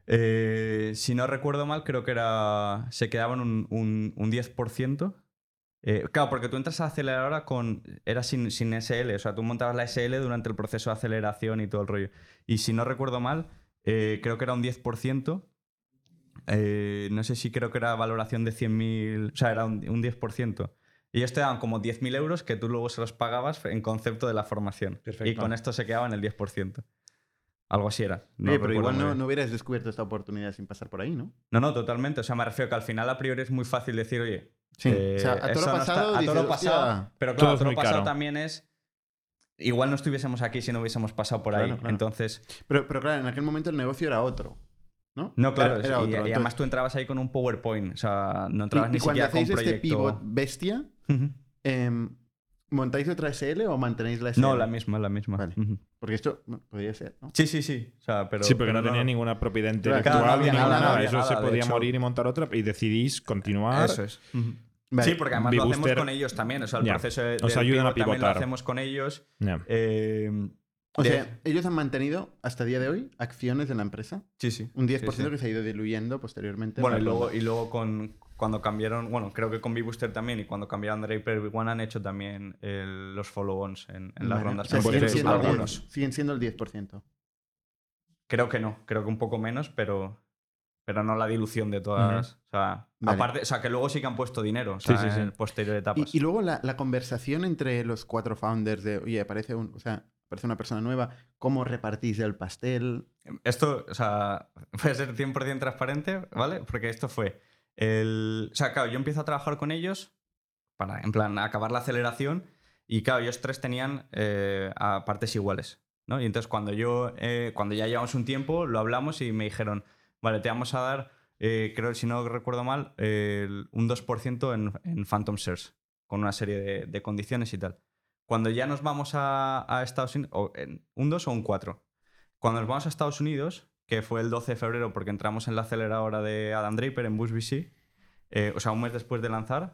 Speaker 5: si no recuerdo mal, creo que se quedaban un 10%. Claro, porque tú entras a la aceleradora era sin SL, o sea, tú montabas la SL durante el proceso de aceleración y todo el rollo. Y si no recuerdo mal, creo que era un 10%. No sé si creo que era valoración de 100.000, o sea, era un 10%. Y ellos te daban como 10.000 euros que tú luego se los pagabas en concepto de la formación.
Speaker 4: Perfecto.
Speaker 5: Y con esto se quedaban el 10%. Algo así era.
Speaker 1: Pero
Speaker 5: recuerdo
Speaker 1: igual
Speaker 5: muy bien.
Speaker 1: no hubieras descubierto esta oportunidad sin pasar por ahí, ¿no?
Speaker 5: No, totalmente. O sea, me refiero que al final a priori es muy fácil decir, oye,
Speaker 1: Sí. O sea, a todo
Speaker 5: eso
Speaker 1: lo
Speaker 5: no
Speaker 1: pasado,
Speaker 5: está- a todo
Speaker 1: dices,
Speaker 5: lo pasado.
Speaker 1: "Hostia".
Speaker 5: Pero
Speaker 4: Todo
Speaker 5: claro,
Speaker 4: es
Speaker 5: a todo lo
Speaker 4: muy
Speaker 5: pasado
Speaker 4: caro.
Speaker 5: también es. Igual no estuviésemos aquí si no hubiésemos pasado por ahí.
Speaker 1: Claro, claro.
Speaker 5: Entonces.
Speaker 1: Pero claro, en aquel momento el negocio era otro, ¿no?
Speaker 5: No, claro.
Speaker 1: Era otro.
Speaker 5: Y además
Speaker 1: Entonces,
Speaker 5: tú entrabas ahí con un PowerPoint. O sea, no entrabas
Speaker 1: y
Speaker 5: ni
Speaker 1: cuando
Speaker 5: siquiera con
Speaker 1: hacéis este
Speaker 5: proyecto.
Speaker 1: pivot bestia,
Speaker 5: Ujú.
Speaker 1: ¿montáis otra SL o mantenéis la SL?
Speaker 5: No, la misma.
Speaker 1: Vale.
Speaker 5: Ujú.
Speaker 1: Porque esto podría ser, ¿no?
Speaker 5: Sí. O sea, pero.
Speaker 4: Sí, porque
Speaker 5: pero
Speaker 4: no tenía ninguna propiedad intelectual
Speaker 5: Claro, no
Speaker 4: ni
Speaker 5: había
Speaker 4: ninguna
Speaker 5: nada, no
Speaker 4: nada.
Speaker 5: había
Speaker 4: Eso
Speaker 5: nada,
Speaker 4: se
Speaker 5: de
Speaker 4: podía
Speaker 5: hecho.
Speaker 4: morir y montar otra y decidís continuar.
Speaker 5: Eso es. Ujú.
Speaker 1: Vale.
Speaker 5: Sí, porque además lo hacemos
Speaker 4: Bebooster-
Speaker 5: con ellos también. O sea, el
Speaker 4: Ya.
Speaker 5: proceso de.
Speaker 4: Os
Speaker 5: del
Speaker 4: ayudan a
Speaker 5: pivot también lo
Speaker 4: pivotar.
Speaker 5: hacemos con ellos.
Speaker 4: Ya.
Speaker 1: O
Speaker 5: de-
Speaker 1: sea, ellos han mantenido hasta día de hoy acciones en la empresa.
Speaker 5: Sí.
Speaker 1: Un 10%
Speaker 5: Sí, sí.
Speaker 1: que se ha ido diluyendo posteriormente.
Speaker 5: Bueno,
Speaker 1: en
Speaker 5: y
Speaker 1: la
Speaker 5: luego,
Speaker 1: ronda.
Speaker 5: cuando cambiaron, bueno, creo que con Bebooster también, y cuando cambiaron Draper Big One han hecho también los follow-ons en las
Speaker 1: Vale.
Speaker 5: rondas.
Speaker 1: O sea,
Speaker 4: Pues
Speaker 1: siguen
Speaker 4: sí,
Speaker 1: siendo,
Speaker 5: algunos.
Speaker 1: siguen siendo el 10%.
Speaker 5: Creo que no, creo que un poco menos, pero no la dilución de todas. O sea,
Speaker 1: Vale.
Speaker 5: aparte, o sea, que luego sí que han puesto dinero, o
Speaker 4: Sí,
Speaker 5: sea,
Speaker 4: sí.
Speaker 5: en posterior etapas.
Speaker 1: Y luego la conversación entre los 4 founders de, oye, aparece una persona nueva, ¿cómo repartís el pastel?
Speaker 5: Esto, o sea, voy a ser 100% transparente, ¿vale? Porque esto fue o sea, claro, yo empiezo a trabajar con ellos para, en plan, acabar la aceleración y, claro, ellos tres tenían a partes iguales, ¿no? Y entonces cuando ya llevamos un tiempo, lo hablamos y me dijeron, vale, te vamos a dar, creo, si no recuerdo mal, un 2% en Phantom Shares, con una serie de condiciones y tal. Cuando ya nos vamos a Estados Unidos, un 2 o un 4. Cuando nos vamos a Estados Unidos, que fue el 12 de febrero porque entramos en la aceleradora de Adam Draper en Boost VC, o sea, un mes después de lanzar,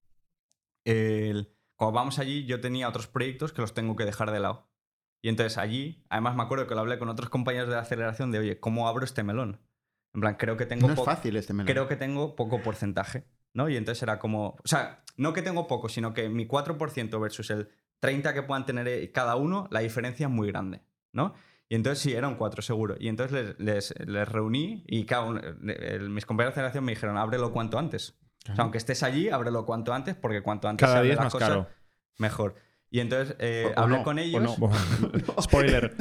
Speaker 5: cuando vamos allí yo tenía otros proyectos que los tengo que dejar de lado. Y entonces allí, además me acuerdo que lo hablé con otros compañeros de la aceleración de, oye, ¿cómo abro este melón? En plan, creo que tengo
Speaker 1: No es fácil este melón.
Speaker 5: creo que tengo poco porcentaje, ¿no? Y entonces era como, o sea, no que tengo poco, sino que mi 4% versus el 30% que puedan tener cada uno, la diferencia es muy grande, ¿no? Y entonces sí, era un 4 seguro. Y entonces les reuní y mis compañeros de aceleración me dijeron, ábrelo cuanto antes. O sea, aunque estés allí, ábrelo cuanto antes, porque cuanto antes
Speaker 4: Cada
Speaker 5: se abre
Speaker 4: día es
Speaker 5: la
Speaker 4: más
Speaker 5: cosa,
Speaker 4: caro.
Speaker 5: mejor. Y entonces
Speaker 1: O
Speaker 5: hablé
Speaker 1: no,
Speaker 5: con
Speaker 1: o
Speaker 5: ellos.
Speaker 1: no.
Speaker 4: Spoiler.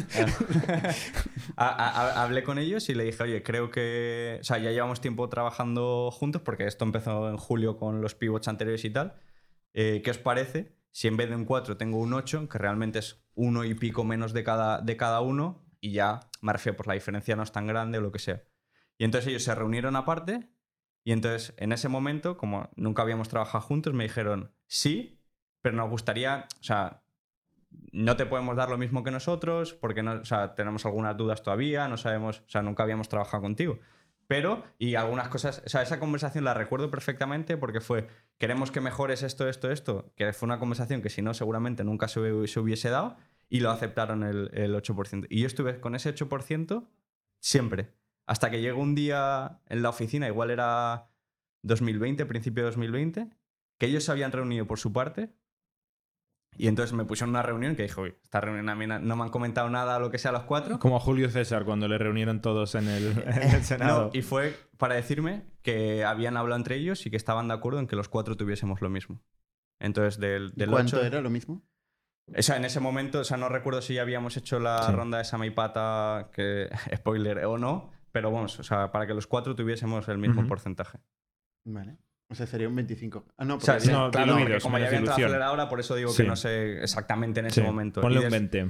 Speaker 5: Hablé con ellos y le dije, oye, creo que... O sea, ya llevamos tiempo trabajando juntos porque esto empezó en julio con los pivots anteriores y tal. ¿Qué os parece si en vez de un 4 tengo un 8, que realmente es 1 y pico menos de cada uno, y ya me refiero, pues la diferencia no es tan grande o lo que sea? Y entonces ellos se reunieron aparte y entonces en ese momento, como nunca habíamos trabajado juntos, me dijeron, sí, pero nos gustaría... O sea, no te podemos dar lo mismo que nosotros porque no, o sea, tenemos algunas dudas todavía, no sabemos, o sea, nunca habíamos trabajado contigo. Pero, y algunas cosas, o sea, esa conversación la recuerdo perfectamente porque fue, queremos que mejores esto, que fue una conversación que si no seguramente nunca se hubiese dado, y lo aceptaron el 8%. Y yo estuve con ese 8% siempre, hasta que llegó un día en la oficina, igual era 2020, principio de 2020, que ellos se habían reunido por su parte. Y entonces me pusieron una reunión que dije, uy, esta reunión a mí no me han comentado nada, lo que sea, los 4.
Speaker 4: Como a Julio César cuando le reunieron todos en el Senado.
Speaker 5: No, y fue para decirme que habían hablado entre ellos y que estaban de acuerdo en que los 4 tuviésemos lo mismo. Entonces, del
Speaker 1: ¿Cuánto
Speaker 5: 8...
Speaker 1: era lo mismo?
Speaker 5: O sea, en ese momento, o sea, no recuerdo si ya habíamos hecho la ronda de Samaipata, que spoiler, o no, pero vamos, o sea, para que los 4 tuviésemos el mismo porcentaje.
Speaker 1: Vale. O sea, sería un 25. Ah, no,
Speaker 5: O sea,
Speaker 1: porque
Speaker 5: sí,
Speaker 4: no,
Speaker 5: claro,
Speaker 4: diluidos,
Speaker 5: porque como ya
Speaker 4: menos
Speaker 5: había entrado
Speaker 4: dilución.
Speaker 5: aceleradora, por eso digo
Speaker 4: Sí.
Speaker 5: que no sé exactamente en
Speaker 4: Sí,
Speaker 5: ese momento.
Speaker 4: ponle
Speaker 5: Y
Speaker 4: un 20.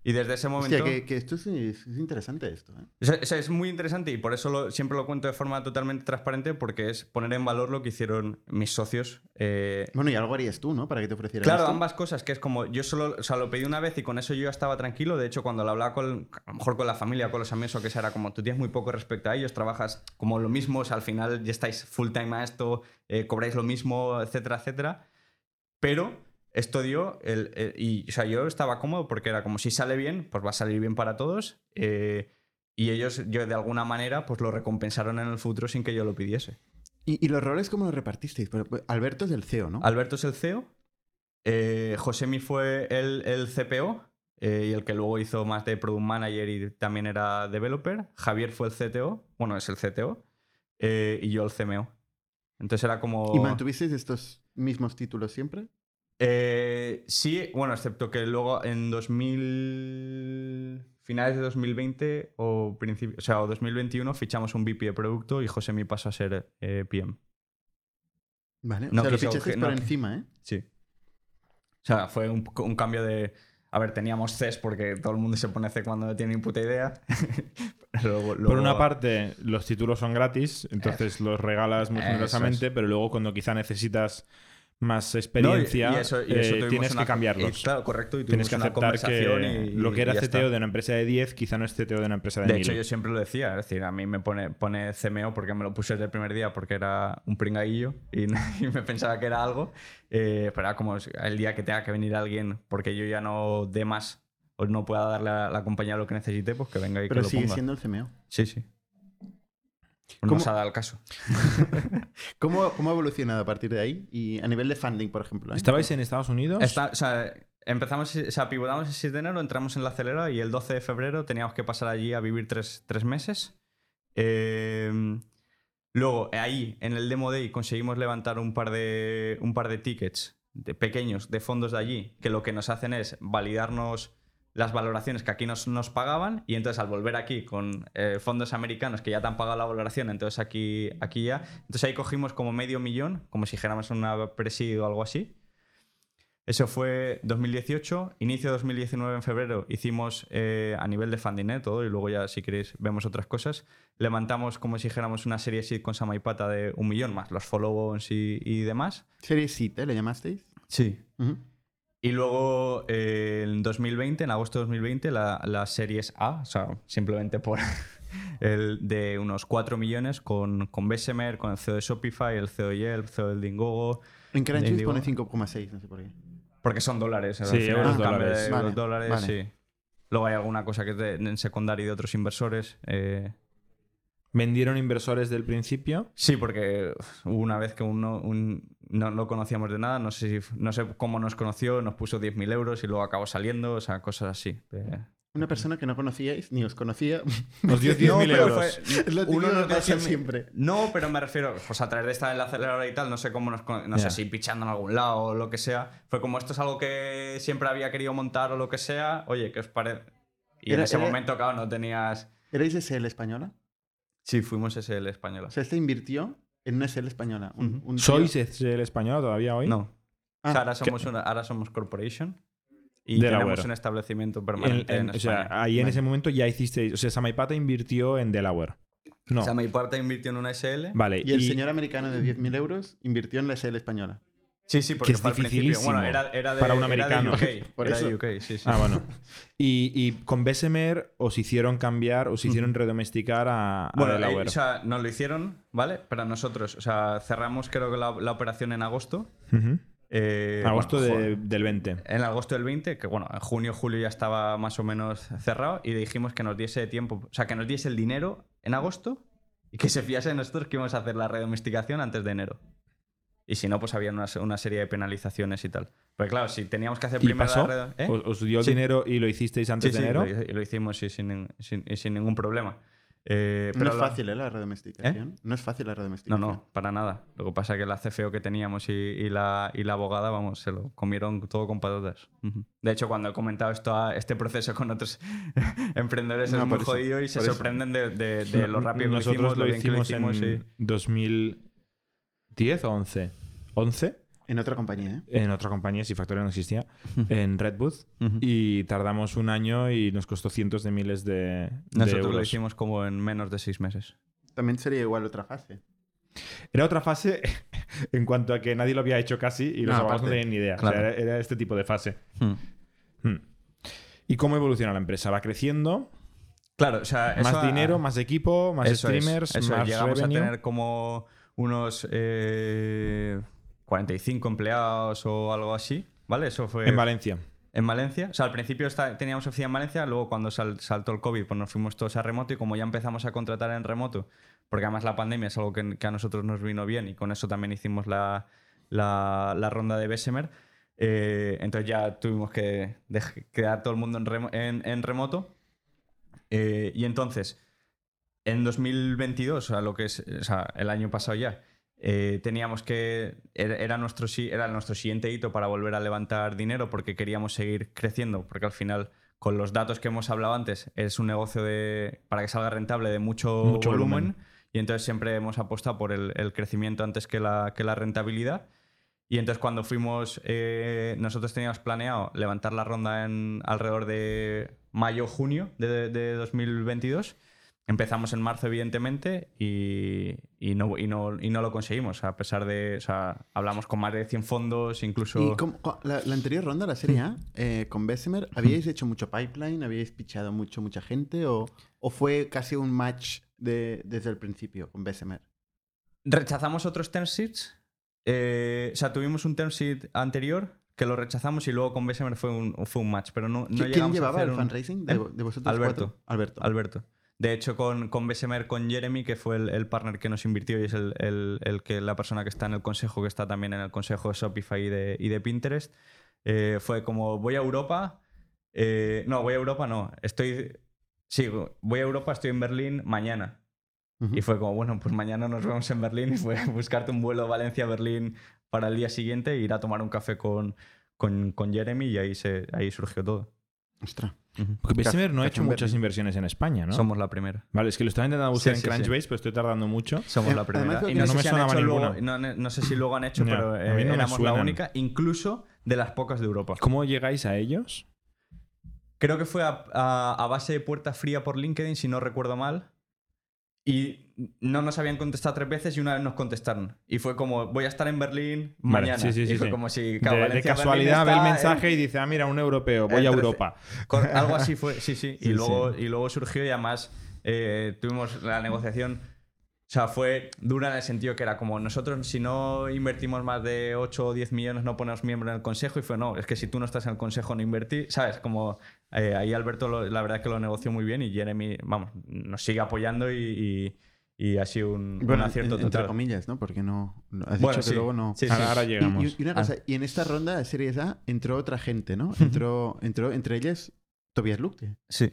Speaker 5: Y desde ese momento...
Speaker 1: Hostia, que esto es interesante esto, ¿eh?
Speaker 5: O sea, es muy interesante y por eso siempre lo cuento de forma totalmente transparente, porque es poner en valor lo que hicieron mis socios.
Speaker 1: Bueno, y algo harías tú, ¿no? Para que te ofrecieran
Speaker 5: Claro,
Speaker 1: esto.
Speaker 5: ambas cosas, que es como yo solo, o sea, lo pedí una vez y con eso yo ya estaba tranquilo. De hecho, cuando lo hablaba a lo mejor con la familia, con los amigos o que sea, era como tú tienes muy poco respecto a ellos, trabajas como lo mismo, o sea, al final ya estáis full time a esto, cobráis lo mismo, etcétera, etcétera. Pero esto dio y o sea, yo estaba cómodo porque era como si sale bien, pues va a salir bien para todos. Y ellos, yo de alguna manera, pues lo recompensaron en el futuro sin que yo lo pidiese.
Speaker 1: ¿Y los roles cómo los repartisteis? Alberto es el CEO, ¿no?
Speaker 5: Alberto es el CEO, Josemi fue el CPO y el que luego hizo más de Product Manager y también era developer. Javier fue el CTO, bueno, es el CTO, y yo el CMO. Entonces era como...
Speaker 1: ¿Y mantuvisteis estos mismos títulos siempre?
Speaker 5: Sí, bueno, excepto que luego en finales de 2020 o 2021 fichamos un VP de producto y Josemi pasó a ser PM.
Speaker 1: Vale,
Speaker 5: No
Speaker 1: o sea, lo
Speaker 5: quiso-
Speaker 1: fichasteis
Speaker 5: no-
Speaker 1: por encima, ¿eh?
Speaker 5: Sí. O sea, fue un cambio de... A ver, teníamos Cs porque todo el mundo se pone C cuando no tiene ni puta idea.
Speaker 4: Por una parte, los títulos son gratis, entonces los regalas muy
Speaker 5: Eso
Speaker 4: generosamente, pero luego cuando quizá necesitas más experiencia,
Speaker 5: No, y eso tuvimos
Speaker 4: tienes
Speaker 5: una-
Speaker 4: que cambiarlos.
Speaker 5: Claro, correcto. Y
Speaker 4: Tienes
Speaker 5: tuvimos
Speaker 4: que
Speaker 5: una
Speaker 4: aceptar
Speaker 5: conversación
Speaker 4: que
Speaker 5: y
Speaker 4: lo que era
Speaker 5: ya
Speaker 4: CTO
Speaker 5: está.
Speaker 4: de una empresa de 10 quizá no es CTO de una empresa de
Speaker 5: De
Speaker 4: 1000.
Speaker 5: hecho, yo siempre lo decía. Es decir, a mí me pone CMO porque me lo puse desde el primer día porque era un pringaguillo y me pensaba que era algo. Pero era como el día que tenga que venir alguien porque yo ya no dé más o no pueda darle a la compañía lo que necesite, pues que venga y
Speaker 1: Pero
Speaker 5: que lo
Speaker 1: sigue
Speaker 5: ponga.
Speaker 1: siendo el CMO.
Speaker 5: Sí, sí.
Speaker 1: ¿Cómo?
Speaker 5: No se ha dado el caso.
Speaker 1: ¿Cómo ha evolucionado a partir de ahí? Y a nivel de funding, por ejemplo, ¿eh?
Speaker 4: ¿Estabais en Estados Unidos?
Speaker 5: O sea, pivotamos el 6 de enero, entramos en la acelera y el 12 de febrero teníamos que pasar allí a vivir tres meses. Luego, ahí, en el Demo Day, conseguimos levantar un par de tickets pequeños de fondos de allí, que lo que nos hacen es validarnos las valoraciones que aquí nos pagaban, y entonces al volver aquí con fondos americanos que ya te han pagado la valoración, entonces aquí ya. Entonces ahí cogimos como $500,000, como si dijéramos una presidio o algo así. Eso fue 2018. Inicio de 2019, en febrero, hicimos a nivel de funding, todo, y luego ya, si queréis, vemos otras cosas. Levantamos, como si dijéramos, una serie seed con Samaipata de 1 millón, más los follow-ons y demás.
Speaker 1: ¿Serie SIT, ¿le llamasteis?
Speaker 5: Sí.
Speaker 1: Ujú.
Speaker 5: Y luego, en 2020, en agosto de 2020, la Series A, o sea, simplemente por de unos 4 millones con Bessemer, con el CEO de Shopify, el CEO de Yelp, el CEO del Indiegogo.
Speaker 1: En Crunchbase
Speaker 5: Indigo.
Speaker 1: pone 5,6, no sé por qué.
Speaker 5: Porque son dólares.
Speaker 4: Sí,
Speaker 5: al final,
Speaker 4: euros,
Speaker 5: el cambio
Speaker 4: dólares.
Speaker 5: de euros,
Speaker 1: Vale,
Speaker 5: dólares,
Speaker 1: vale.
Speaker 5: sí. Luego hay alguna cosa que es en secundario de otros inversores.
Speaker 4: ¿Vendieron inversores del principio?
Speaker 5: Sí, porque hubo una vez que no lo conocíamos de nada, no sé cómo nos conoció, nos puso 10.000 euros y luego acabó saliendo, o sea, cosas así.
Speaker 1: Una persona que no conocíais, ni os conocía.
Speaker 4: Os dio 10.000 euros.
Speaker 1: Es lo típico que pasa siempre.
Speaker 5: No, pero me refiero, pues a través de estar en la aceleradora y tal, no sé cómo no sé
Speaker 4: Ya.
Speaker 5: si pichando en algún lado o lo que sea. Fue como esto es algo que siempre había querido montar o lo que sea, oye, ¿qué os parece? Y en ese momento, claro, no tenías...
Speaker 1: ¿Erais SL española?
Speaker 5: Sí, fuimos SL española.
Speaker 1: O sea, este invirtió en una SL española. Un tío-
Speaker 4: ¿Sois el español todavía hoy?
Speaker 5: No.
Speaker 1: Ah,
Speaker 5: O sea, ahora somos corporation y
Speaker 4: Delaware.
Speaker 5: tenemos un establecimiento permanente en
Speaker 4: o
Speaker 5: España.
Speaker 4: sea, ahí en
Speaker 1: Vale.
Speaker 4: ese momento ya hicisteis... O sea, Samaipata invirtió en Delaware. No.
Speaker 5: O sea, mi parte invirtió en una SL.
Speaker 4: Vale.
Speaker 1: Y el señor americano de 10.000 euros invirtió en la SL española.
Speaker 5: Sí, sí, porque
Speaker 4: Que es
Speaker 5: fue al principio.
Speaker 4: dificilísimo
Speaker 5: Bueno, era de,
Speaker 4: para un
Speaker 5: era de
Speaker 4: americano.
Speaker 5: UK.
Speaker 1: Por
Speaker 5: Era
Speaker 1: eso.
Speaker 5: de UK, sí, sí.
Speaker 4: Ah, bueno. Y con Bessemer os hicieron cambiar, os hicieron redomesticar a
Speaker 5: Bueno,
Speaker 4: Delaware.
Speaker 5: o sea, nos lo hicieron, ¿vale? Pero nosotros, o sea, cerramos creo que la operación en agosto.
Speaker 4: Ujú. Agosto
Speaker 5: Bueno, joder.
Speaker 4: del 20.
Speaker 5: En agosto del 20, que bueno, en junio, julio ya estaba más o menos cerrado y le dijimos que nos diese tiempo, o sea, que nos diese el dinero en agosto y que se fiase en nosotros que íbamos a hacer la redomesticación antes de enero. Y si no, pues había una serie de penalizaciones y tal. Pero claro, si teníamos que hacer
Speaker 4: ¿Y
Speaker 5: primero
Speaker 4: pasó?
Speaker 5: la
Speaker 4: ¿Os dio el
Speaker 5: Sí.
Speaker 4: dinero y lo hicisteis antes
Speaker 5: Sí,
Speaker 4: de enero?
Speaker 5: lo hicimos sí, sin ningún problema.
Speaker 1: No
Speaker 5: Pero
Speaker 1: es fácil, la redomesticación. No es fácil la
Speaker 5: No,
Speaker 1: redomesticación.
Speaker 5: no, para nada. Lo que pasa es que la CFO que teníamos y la abogada, vamos, se lo comieron todo con patatas. Ujú. De hecho, cuando he comentado este proceso con otros emprendedores
Speaker 1: No,
Speaker 5: es muy
Speaker 1: por eso,
Speaker 5: jodido y se
Speaker 1: por eso.
Speaker 5: sorprenden de lo rápido que
Speaker 4: Nosotros
Speaker 5: lo bien que lo hicimos.
Speaker 4: en
Speaker 5: Y...
Speaker 4: 2010 o 11. ¿11?
Speaker 1: En otra compañía, ¿eh?
Speaker 4: En otra compañía, si Factorio no existía, en Redwood. Y tardamos un año y nos costó cientos de miles de
Speaker 5: Nosotros
Speaker 4: euros.
Speaker 5: lo hicimos como en menos de 6 meses.
Speaker 1: También sería igual otra fase.
Speaker 4: Era otra fase en cuanto a que nadie lo había hecho casi y los abogados no
Speaker 1: aparte.
Speaker 4: tenían ni idea.
Speaker 5: Claro.
Speaker 4: O sea, era este tipo de fase. ¿Y cómo evoluciona la empresa? Va creciendo,
Speaker 5: Claro, o sea,
Speaker 4: más
Speaker 5: eso
Speaker 4: dinero, más equipo, más
Speaker 5: eso es,
Speaker 4: streamers,
Speaker 5: eso es.
Speaker 4: más
Speaker 5: Llegamos
Speaker 4: revenue.
Speaker 5: a tener como unos 45 empleados o algo así, ¿vale? Eso fue
Speaker 4: En Valencia.
Speaker 5: en Valencia. O sea, al principio teníamos oficina en Valencia, luego cuando saltó el COVID, pues nos fuimos todos a remoto y como ya empezamos a contratar en remoto, porque además la pandemia es algo que a nosotros nos vino bien y con eso también hicimos la ronda de Bessemer, entonces ya tuvimos que quedar todo el mundo en remoto. Y entonces, en 2022, o sea, el año pasado ya, teníamos que... Era nuestro siguiente hito para volver a levantar dinero porque queríamos seguir creciendo, porque al final, con los datos que hemos hablado antes, es un negocio para que salga rentable de mucho volumen. Y entonces siempre hemos apostado por el crecimiento antes que la rentabilidad. Y entonces cuando fuimos, nosotros teníamos planeado levantar la ronda en alrededor de mayo-junio de 2022. Empezamos en marzo, evidentemente, y no lo conseguimos. A pesar de... O sea, hablamos con más de 100 fondos, incluso...
Speaker 1: ¿Y la anterior ronda, la Serie A, con Bessemer, habíais hecho mucho pipeline? ¿Habíais pichado mucha gente? ¿O fue casi un match desde el principio con Bessemer?
Speaker 5: Rechazamos otros term sheets. O sea, tuvimos un term sheet anterior que lo rechazamos y luego con Bessemer fue un match, pero no
Speaker 1: ¿Quién
Speaker 5: llegamos
Speaker 1: llevaba
Speaker 5: a hacer
Speaker 1: el fundraising de vosotros?
Speaker 5: Alberto.
Speaker 1: Cuatro?
Speaker 5: Alberto. De hecho, con Bessemer, con Jeremy, que fue el partner que nos invirtió y es la persona que está en el consejo, que está también en el consejo de Shopify y de Pinterest, fue como, voy a Europa. Voy a Europa no. Voy a Europa, estoy en Berlín mañana. Y fue como, bueno, pues mañana nos vemos en Berlín y fue buscarte un vuelo Valencia-Berlín para el día siguiente e ir a tomar un café con Jeremy y ahí surgió todo.
Speaker 1: Ostras.
Speaker 4: Porque Bessemer no ha hecho
Speaker 1: Berlín.
Speaker 4: muchas inversiones en España, ¿no?
Speaker 5: Somos la primera.
Speaker 4: Vale, es que lo estaba intentando buscar
Speaker 5: Sí,
Speaker 4: en
Speaker 5: sí,
Speaker 4: Crunchbase, pero estoy tardando mucho.
Speaker 5: Somos la primera.
Speaker 1: además,
Speaker 5: Y
Speaker 1: no
Speaker 5: sé
Speaker 4: me
Speaker 5: si han
Speaker 4: sonaba
Speaker 5: hecho luego-
Speaker 4: ninguna.
Speaker 5: no sé si luego han hecho,
Speaker 4: Ya,
Speaker 5: pero
Speaker 4: a mí no me
Speaker 5: éramos la
Speaker 4: suenan.
Speaker 5: única, incluso de las pocas de Europa.
Speaker 4: ¿Cómo llegáis a ellos?
Speaker 5: Creo que fue a base de puerta fría por LinkedIn, si no recuerdo mal. Y no nos habían contestado 3 veces y una vez nos contestaron. Y fue como, voy a estar en Berlín
Speaker 4: Vale,
Speaker 5: mañana.
Speaker 4: sí,
Speaker 5: y fue
Speaker 4: sí.
Speaker 5: como si...
Speaker 4: De
Speaker 5: Valencia,
Speaker 4: casualidad ve el
Speaker 5: Berlín
Speaker 4: mensaje
Speaker 5: está
Speaker 4: y dice, mira, un europeo, voy a
Speaker 5: el
Speaker 4: Europa.
Speaker 5: Algo así fue, sí.
Speaker 4: Sí,
Speaker 5: Y luego surgió y además tuvimos la negociación. O sea, fue dura en el sentido que era como nosotros, si no invertimos más de 8 o 10 millones, no ponemos miembro en el consejo. Y fue, no, es que si tú no estás en el consejo, no invertí. ¿Sabes? Como ahí Alberto, la verdad que lo negoció muy bien y Jeremy, vamos, nos sigue apoyando y ha sido un acierto
Speaker 1: entre
Speaker 5: total.
Speaker 1: comillas, ¿no? Porque no has
Speaker 5: Bueno,
Speaker 1: dicho
Speaker 5: sí.
Speaker 1: que luego no...
Speaker 5: Sí, sí.
Speaker 4: Ahora llegamos.
Speaker 1: Y una cosa, y en esta ronda de Series A entró otra gente, ¿no? Entró entre ellas Tobias Lütke,
Speaker 5: Sí.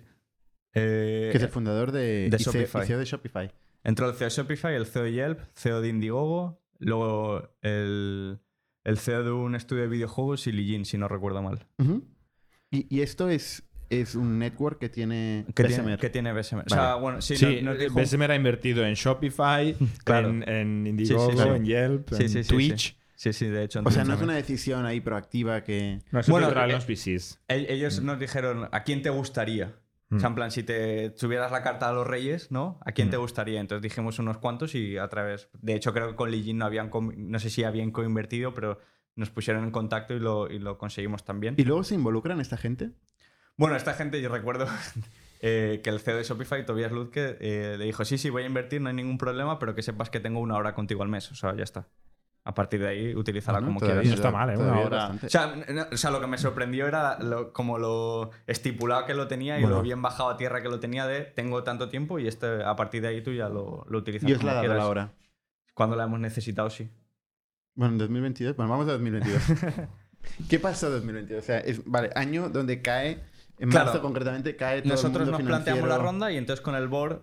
Speaker 1: que es el fundador de
Speaker 5: Shopify.
Speaker 1: y CEO de Shopify.
Speaker 5: Entró el CEO de Shopify, el CEO de Yelp, CEO de Indiegogo, luego el CEO de un estudio de videojuegos y Lijin, si no recuerdo mal.
Speaker 1: Ujú. Y esto es un network que tiene
Speaker 5: ¿Qué
Speaker 1: Bessemer.
Speaker 5: tiene Bessemer?
Speaker 1: Vale.
Speaker 5: O sea, bueno, sí,
Speaker 4: Sí,
Speaker 5: nos dijo...
Speaker 4: Bessemer ha invertido en Shopify,
Speaker 5: Claro.
Speaker 4: en Indiegogo,
Speaker 5: Sí, sí, sí.
Speaker 4: en Yelp,
Speaker 5: Sí,
Speaker 4: en
Speaker 5: sí, sí,
Speaker 4: Twitch.
Speaker 5: Sí, de hecho.
Speaker 1: O sea, no es
Speaker 5: entonces,
Speaker 1: una decisión ahí proactiva que...
Speaker 4: No, es
Speaker 5: Bueno,
Speaker 4: bueno, los VCs.
Speaker 5: ellos nos dijeron, ¿a quién te gustaría? O sea, en plan, si te tuvieras la carta a los reyes, ¿no? ¿A quién te gustaría? Entonces dijimos unos cuantos y a través... De hecho, creo que con Lijin no sé si habían coinvertido, pero nos pusieron en contacto y lo conseguimos también.
Speaker 1: ¿Y luego se involucran esta gente?
Speaker 5: Bueno, esta gente, yo recuerdo que el CEO de Shopify, Tobias Lütke, le dijo, sí, voy a invertir, no hay ningún problema, pero que sepas que tengo 1 hora contigo al mes. O sea, ya está. A partir de ahí, utilízala
Speaker 1: Bueno,
Speaker 5: como
Speaker 1: todavía-
Speaker 5: quieras.
Speaker 4: No está mal, ¿eh?
Speaker 1: todavía
Speaker 4: 1 hora.
Speaker 1: bastante.
Speaker 5: O sea, lo que me sorprendió era como lo estipulado que lo tenía y
Speaker 1: Bueno.
Speaker 5: lo bien bajado a tierra que lo tenía de tengo tanto tiempo y a partir de ahí tú ya lo utilizas
Speaker 1: Y os
Speaker 5: como
Speaker 1: la ha dado
Speaker 5: quieras.
Speaker 1: la hora.
Speaker 5: Cuando la hemos necesitado, sí.
Speaker 1: Bueno, en 2022. Bueno, vamos a 2022. ¿Qué pasó en 2022? O sea, vale, año donde cae, en
Speaker 5: Claro.
Speaker 1: marzo concretamente, cae todo
Speaker 5: Nosotros
Speaker 1: el
Speaker 5: nos
Speaker 1: mundo
Speaker 5: planteamos la
Speaker 1: financiero.
Speaker 5: ronda y entonces con el board,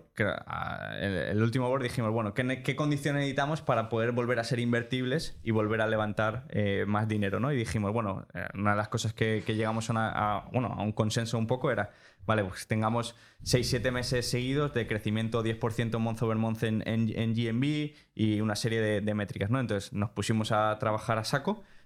Speaker 5: el último board, dijimos, bueno, ¿qué condiciones necesitamos para poder volver a ser invertibles y volver a levantar más dinero, ¿no? Y dijimos, bueno, una de las cosas que llegamos a un consenso un poco era, vale, pues tengamos 6-7 meses seguidos de crecimiento 10% month over month en GMV y una serie de métricas, ¿no? Entonces nos pusimos a trabajar a saco.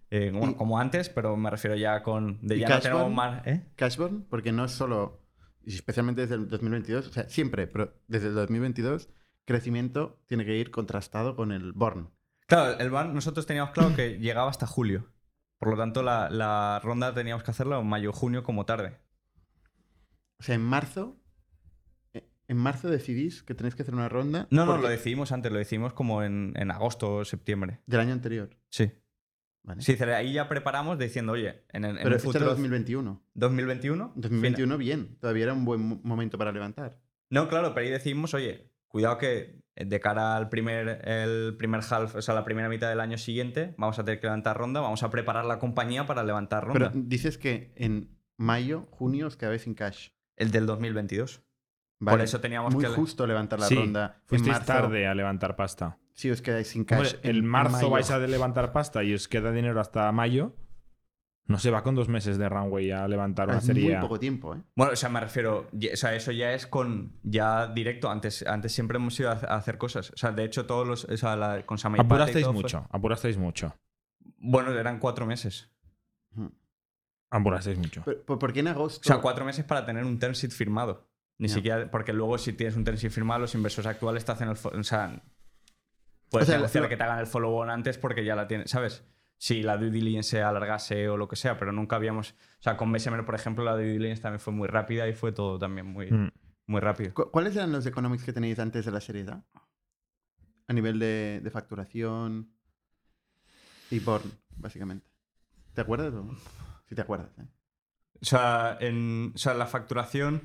Speaker 5: Bueno, como antes, pero me refiero ya con...
Speaker 1: ¿Y
Speaker 5: ya no tenemos más...
Speaker 1: Cash burn, porque no es solo, y especialmente desde el 2022, o sea, siempre, pero desde el 2022, crecimiento tiene que ir contrastado con el burn.
Speaker 5: Claro, el burn nosotros teníamos claro que llegaba hasta julio. Por lo tanto, la ronda teníamos que hacerla en mayo o junio como tarde.
Speaker 1: O sea, en marzo decidís que tenéis que hacer una ronda.
Speaker 5: No, lo decidimos antes, lo decidimos como en agosto o septiembre.
Speaker 1: Del año anterior.
Speaker 5: Sí.
Speaker 1: Vale.
Speaker 5: Sí, ahí ya preparamos diciendo, oye, en
Speaker 1: Pero
Speaker 5: el futuro...
Speaker 1: 2021.
Speaker 5: 2021.
Speaker 1: 2021 bien, todavía era un buen momento para levantar.
Speaker 5: No, claro, pero ahí decidimos, oye, cuidado que de cara al el primer half, o sea, la primera mitad del año siguiente, vamos a tener que levantar ronda, vamos a preparar la compañía para levantar ronda.
Speaker 1: Pero dices que en mayo, junio os quedabais sin cash.
Speaker 5: El del 2022.
Speaker 1: Vale.
Speaker 5: Por eso teníamos
Speaker 1: muy
Speaker 5: que...
Speaker 1: justo levantar la
Speaker 4: Sí,
Speaker 1: ronda.
Speaker 4: fuisteis
Speaker 1: en marzo,
Speaker 4: tarde a levantar pasta.
Speaker 1: Si os quedáis sin cash.
Speaker 4: Hombre, el marzo
Speaker 1: mayo.
Speaker 4: vais a levantar pasta y os queda dinero hasta mayo. No se va con 2 meses de runway a levantar una
Speaker 1: Es
Speaker 4: serie.
Speaker 1: muy poco tiempo, ¿eh?
Speaker 5: Bueno, o sea, me refiero, o sea, eso ya es ya directo. Antes siempre hemos ido a hacer cosas. O sea, de hecho, todos los... O sea, con Samay
Speaker 4: Apurasteis mucho.
Speaker 5: Bueno, eran 4 meses.
Speaker 4: Apurasteis mucho.
Speaker 1: ¿Por qué en agosto?
Speaker 5: O sea, 4 meses para tener un term sheet firmado. Ni
Speaker 1: Ya.
Speaker 5: siquiera... Porque luego si tienes un term sheet firmado, los inversores actuales te hacen o sea, puedes negociar que te hagan el follow-on antes porque ya la tienes, ¿sabes? Si la due diligence se alargase o lo que sea, pero nunca habíamos... O sea, con BSMR, por ejemplo, la due diligence también fue muy rápida y fue todo también muy rápido.
Speaker 1: ¿Cuáles eran los economics que tenéis antes de la serie A? A nivel de facturación y burn, básicamente. ¿Te acuerdas? Si te acuerdas, ¿eh?
Speaker 5: O sea, la facturación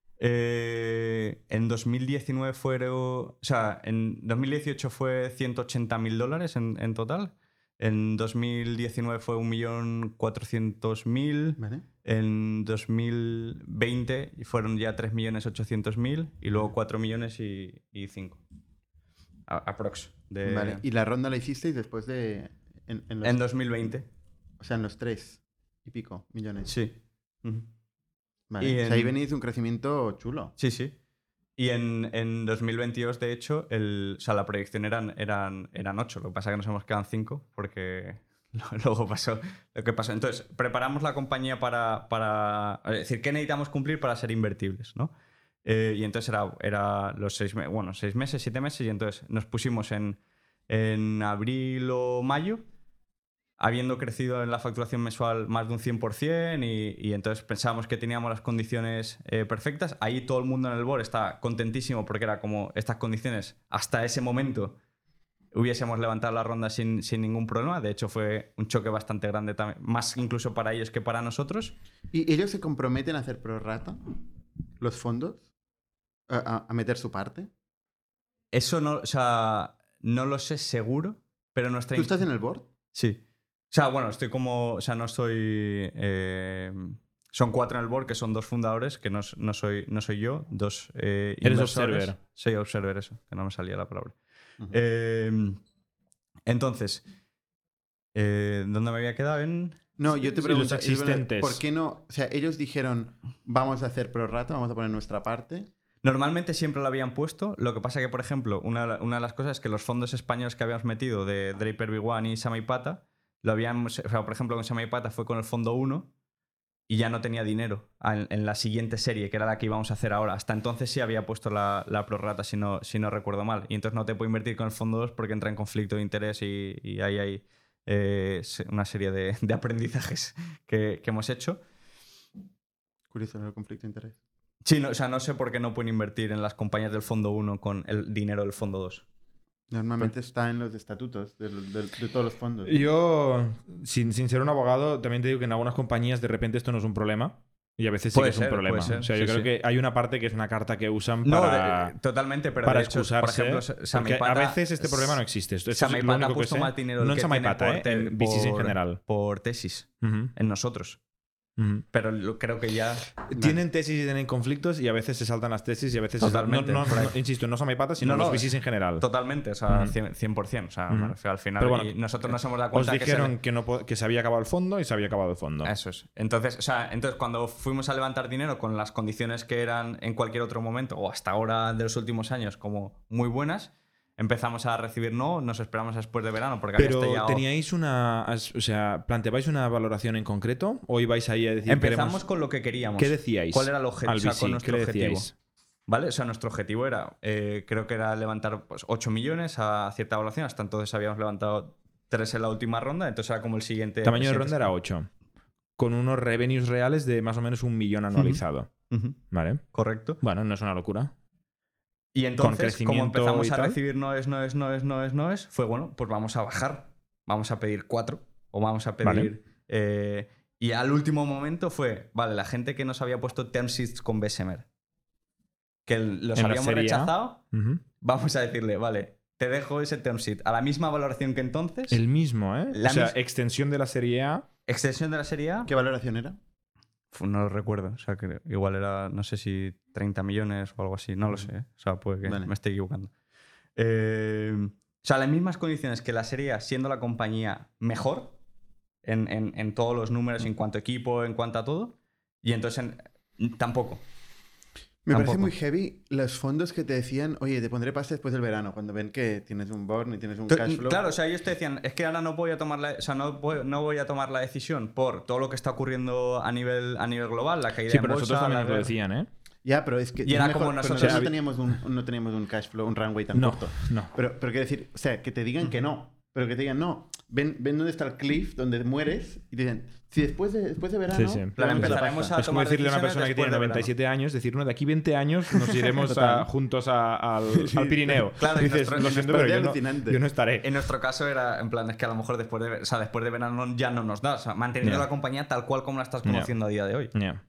Speaker 5: en 2019 fueron... O sea, en 2018 fue $180.000 en total. En 2019 fue 1.400.000.
Speaker 1: Vale.
Speaker 5: En 2020 fueron ya 3.800.000 y luego 4 millones y 5. Aprox.
Speaker 1: Vale. ¿Y la ronda la hicisteis después de...
Speaker 5: En 2020.
Speaker 1: O sea, en los 3 y pico millones.
Speaker 5: Sí.
Speaker 1: Vale.
Speaker 5: Y
Speaker 1: O sea, ahí venís de un crecimiento chulo.
Speaker 5: Sí, sí. Y en 2022, de hecho, o sea, la proyección eran 8. Lo que pasa es que nos hemos quedado en 5 porque luego pasó lo que pasó. Entonces, preparamos la compañía para es decir, ¿qué necesitamos cumplir para ser invertibles, ¿no? Y entonces era los 6 meses, 7 meses, y entonces nos pusimos en abril o mayo, habiendo crecido en la facturación mensual más de un 100%, y entonces pensábamos que teníamos las condiciones perfectas. Ahí todo el mundo en el board está contentísimo porque era como estas condiciones hasta ese momento hubiésemos levantado la ronda sin ningún problema. De hecho, fue un choque bastante grande también, más incluso para ellos que para nosotros.
Speaker 1: ¿Y ellos se comprometen a hacer prorata? ¿Los fondos? ¿A meter su parte?
Speaker 5: Eso no, o sea, no lo sé seguro, pero nuestra...
Speaker 1: ¿Tú estás en el board?
Speaker 5: Sí. O sea, bueno, estoy como... O sea, no estoy... son 4 en el board, que son 2 fundadores, que no soy yo, 2
Speaker 4: Eres
Speaker 5: inversores.
Speaker 4: observer.
Speaker 5: Soy observer, eso, que no me salía la palabra.
Speaker 1: Uh-huh.
Speaker 5: Entonces, ¿dónde me había quedado?
Speaker 1: No, yo te
Speaker 4: Sí,
Speaker 1: pregunto,
Speaker 4: los asistentes.
Speaker 1: ¿por qué no? O sea, ellos dijeron, vamos a hacer prorata, vamos a poner nuestra parte.
Speaker 5: Normalmente siempre lo habían puesto. Lo que pasa que, por ejemplo, una de las cosas es que los fondos españoles que habíamos metido de Draper B1 y Samaipata, lo habíamos... O sea, por ejemplo, con Samaipata fue con el fondo 1 y ya no tenía dinero en la siguiente serie, que era la que íbamos a hacer ahora. Hasta entonces sí había puesto la prorata, si no recuerdo mal. Y entonces no te puedo invertir con el fondo 2 porque entra en conflicto de interés, y ahí hay una serie de aprendizajes que hemos hecho.
Speaker 1: Curioso el conflicto de interés.
Speaker 5: Sí, no, o sea, no sé por qué no pueden invertir en las compañías del fondo 1 con el dinero del fondo 2.
Speaker 1: Normalmente está en los estatutos de todos los fondos.
Speaker 4: Yo, sin ser un abogado, también te digo que en algunas compañías de repente esto no es un problema. Y a veces sí
Speaker 5: Puede
Speaker 4: que es un problema.
Speaker 5: puede ser.
Speaker 4: O sea, yo
Speaker 5: Sí,
Speaker 4: creo
Speaker 5: sí.
Speaker 4: que hay una parte que es una carta que usan
Speaker 5: No,
Speaker 4: para,
Speaker 5: totalmente, pero
Speaker 4: para
Speaker 5: de hecho,
Speaker 4: excusarse.
Speaker 5: por ejemplo,
Speaker 4: Porque
Speaker 5: Samaipata,
Speaker 4: a veces este problema no existe. Esto es lo
Speaker 5: Samaipata
Speaker 4: único
Speaker 5: ha
Speaker 4: que
Speaker 5: puesto
Speaker 4: sé.
Speaker 5: más dinero
Speaker 4: No en
Speaker 5: que
Speaker 4: Samaipata,
Speaker 5: tiene
Speaker 4: en VCs en general.
Speaker 5: por tesis,
Speaker 4: Ujú,
Speaker 5: en nosotros.
Speaker 4: ujú.
Speaker 5: Pero creo que ya...
Speaker 4: Tienen tesis y tienen conflictos y a veces se saltan las tesis y a veces
Speaker 5: Totalmente.
Speaker 4: insisto, no Samaipata, sino
Speaker 5: No,
Speaker 4: los
Speaker 5: no,
Speaker 4: VCs en general.
Speaker 5: Totalmente, o sea,
Speaker 4: Ujú.
Speaker 5: 100%. O sea,
Speaker 4: Ujú.
Speaker 5: me refiero al final.
Speaker 4: Pero bueno,
Speaker 5: y nosotros nos hemos dado
Speaker 4: Os
Speaker 5: cuenta
Speaker 4: dijeron que se había acabado el fondo y se había acabado el fondo.
Speaker 5: Eso es. Entonces, cuando fuimos a levantar dinero con las condiciones que eran en cualquier otro momento, o hasta ahora de los últimos años, como muy buenas, empezamos a recibir nos esperamos después de verano porque había
Speaker 4: Pero
Speaker 5: estallado.
Speaker 4: ¿teníais planteabais una valoración en concreto o ibais ahí a decir
Speaker 5: Empezamos con lo que queríamos.
Speaker 4: ¿Qué decíais?
Speaker 5: ¿Cuál era el objetivo?
Speaker 4: al
Speaker 5: O sea,
Speaker 4: VC?
Speaker 5: con
Speaker 4: ¿Qué
Speaker 5: nuestro
Speaker 4: le
Speaker 5: objetivo.
Speaker 4: decíais?
Speaker 5: ¿Vale? O sea, nuestro objetivo era, creo que era levantar pues, 8 millones a cierta evaluación. Hasta entonces habíamos levantado 3 en la última ronda, entonces era como el siguiente.
Speaker 4: Tamaño de
Speaker 5: el
Speaker 4: ronda
Speaker 5: siguiente
Speaker 4: era 8. Con unos revenues reales de más o menos 1 millón anualizado.
Speaker 5: Ujú,
Speaker 4: ¿Vale?
Speaker 5: correcto.
Speaker 4: Bueno, no es una locura.
Speaker 5: Y entonces, como
Speaker 4: crecimiento
Speaker 5: empezamos
Speaker 4: y
Speaker 5: a
Speaker 4: tal.
Speaker 5: recibir noes, fue bueno, pues vamos a bajar. Vamos a pedir 4 o vamos a pedir... y al último momento fue, vale, la gente que nos había puesto term sheets con Bessemer, que los
Speaker 4: En la
Speaker 5: habíamos
Speaker 4: serie A.
Speaker 5: rechazado,
Speaker 4: Ujú.
Speaker 5: vamos a decirle, vale, te dejo ese term sheet a la misma valoración que entonces,
Speaker 4: El mismo, ¿eh?
Speaker 5: La
Speaker 4: o sea,
Speaker 5: mis-
Speaker 4: extensión de la serie A.
Speaker 5: extensión de la serie A,
Speaker 1: ¿Qué valoración era?
Speaker 5: no lo recuerdo, o sea, que igual era, no sé si 30 millones o algo así, no lo sé, o sea, puede que
Speaker 1: Vale.
Speaker 5: me esté equivocando. O sea, las mismas condiciones que la serie A, siendo la compañía mejor en todos los números, en cuanto a equipo, en cuanto a todo, y entonces tampoco.
Speaker 1: Me parece
Speaker 5: Tampoco.
Speaker 1: muy heavy los fondos que te decían, oye, te pondré pasta después del verano, cuando ven que tienes un burn y tienes un cash flow.
Speaker 5: Claro, o sea, ellos te decían, es que ahora no voy a tomar no voy a tomar la decisión por todo lo que está ocurriendo a nivel global, la caída
Speaker 4: Sí,
Speaker 5: en
Speaker 4: pero
Speaker 5: bolsa,
Speaker 4: nosotros también
Speaker 5: la
Speaker 4: nos lo
Speaker 5: guerra.
Speaker 4: decían, ¿eh?
Speaker 1: Ya, pero es que
Speaker 5: Y era
Speaker 1: es
Speaker 5: como
Speaker 1: pero
Speaker 5: nosotros-
Speaker 1: no teníamos un cash flow, un runway tan
Speaker 4: No,
Speaker 1: corto.
Speaker 4: no.
Speaker 1: Pero quiero decir, o sea, que te digan que no, pero que te digan no. Ven dónde está el cliff donde mueres y te dicen, si después de verano,
Speaker 4: Sí, sí.
Speaker 1: te
Speaker 5: Plan,
Speaker 1: damos la
Speaker 5: empezaremos
Speaker 1: pasta.
Speaker 5: a
Speaker 4: Es como
Speaker 5: tomar
Speaker 4: decirle a una
Speaker 5: decisiones
Speaker 4: persona que tiene
Speaker 5: después de verano.
Speaker 4: 97 años, decir, no, de aquí 20 años nos iremos
Speaker 1: Total.
Speaker 4: juntos al Pirineo.
Speaker 5: Claro, y
Speaker 4: Dices,
Speaker 5: nuestro-
Speaker 4: lo siento, pero
Speaker 1: parece
Speaker 4: yo no,
Speaker 1: alucinante.
Speaker 4: yo no estaré.
Speaker 5: En nuestro caso era, en plan, es que a lo mejor después de verano ya no nos da. O sea, manteniendo
Speaker 4: Ya.
Speaker 5: la compañía tal cual como la estás
Speaker 4: Ya.
Speaker 5: conociendo a día de hoy.
Speaker 4: Ya.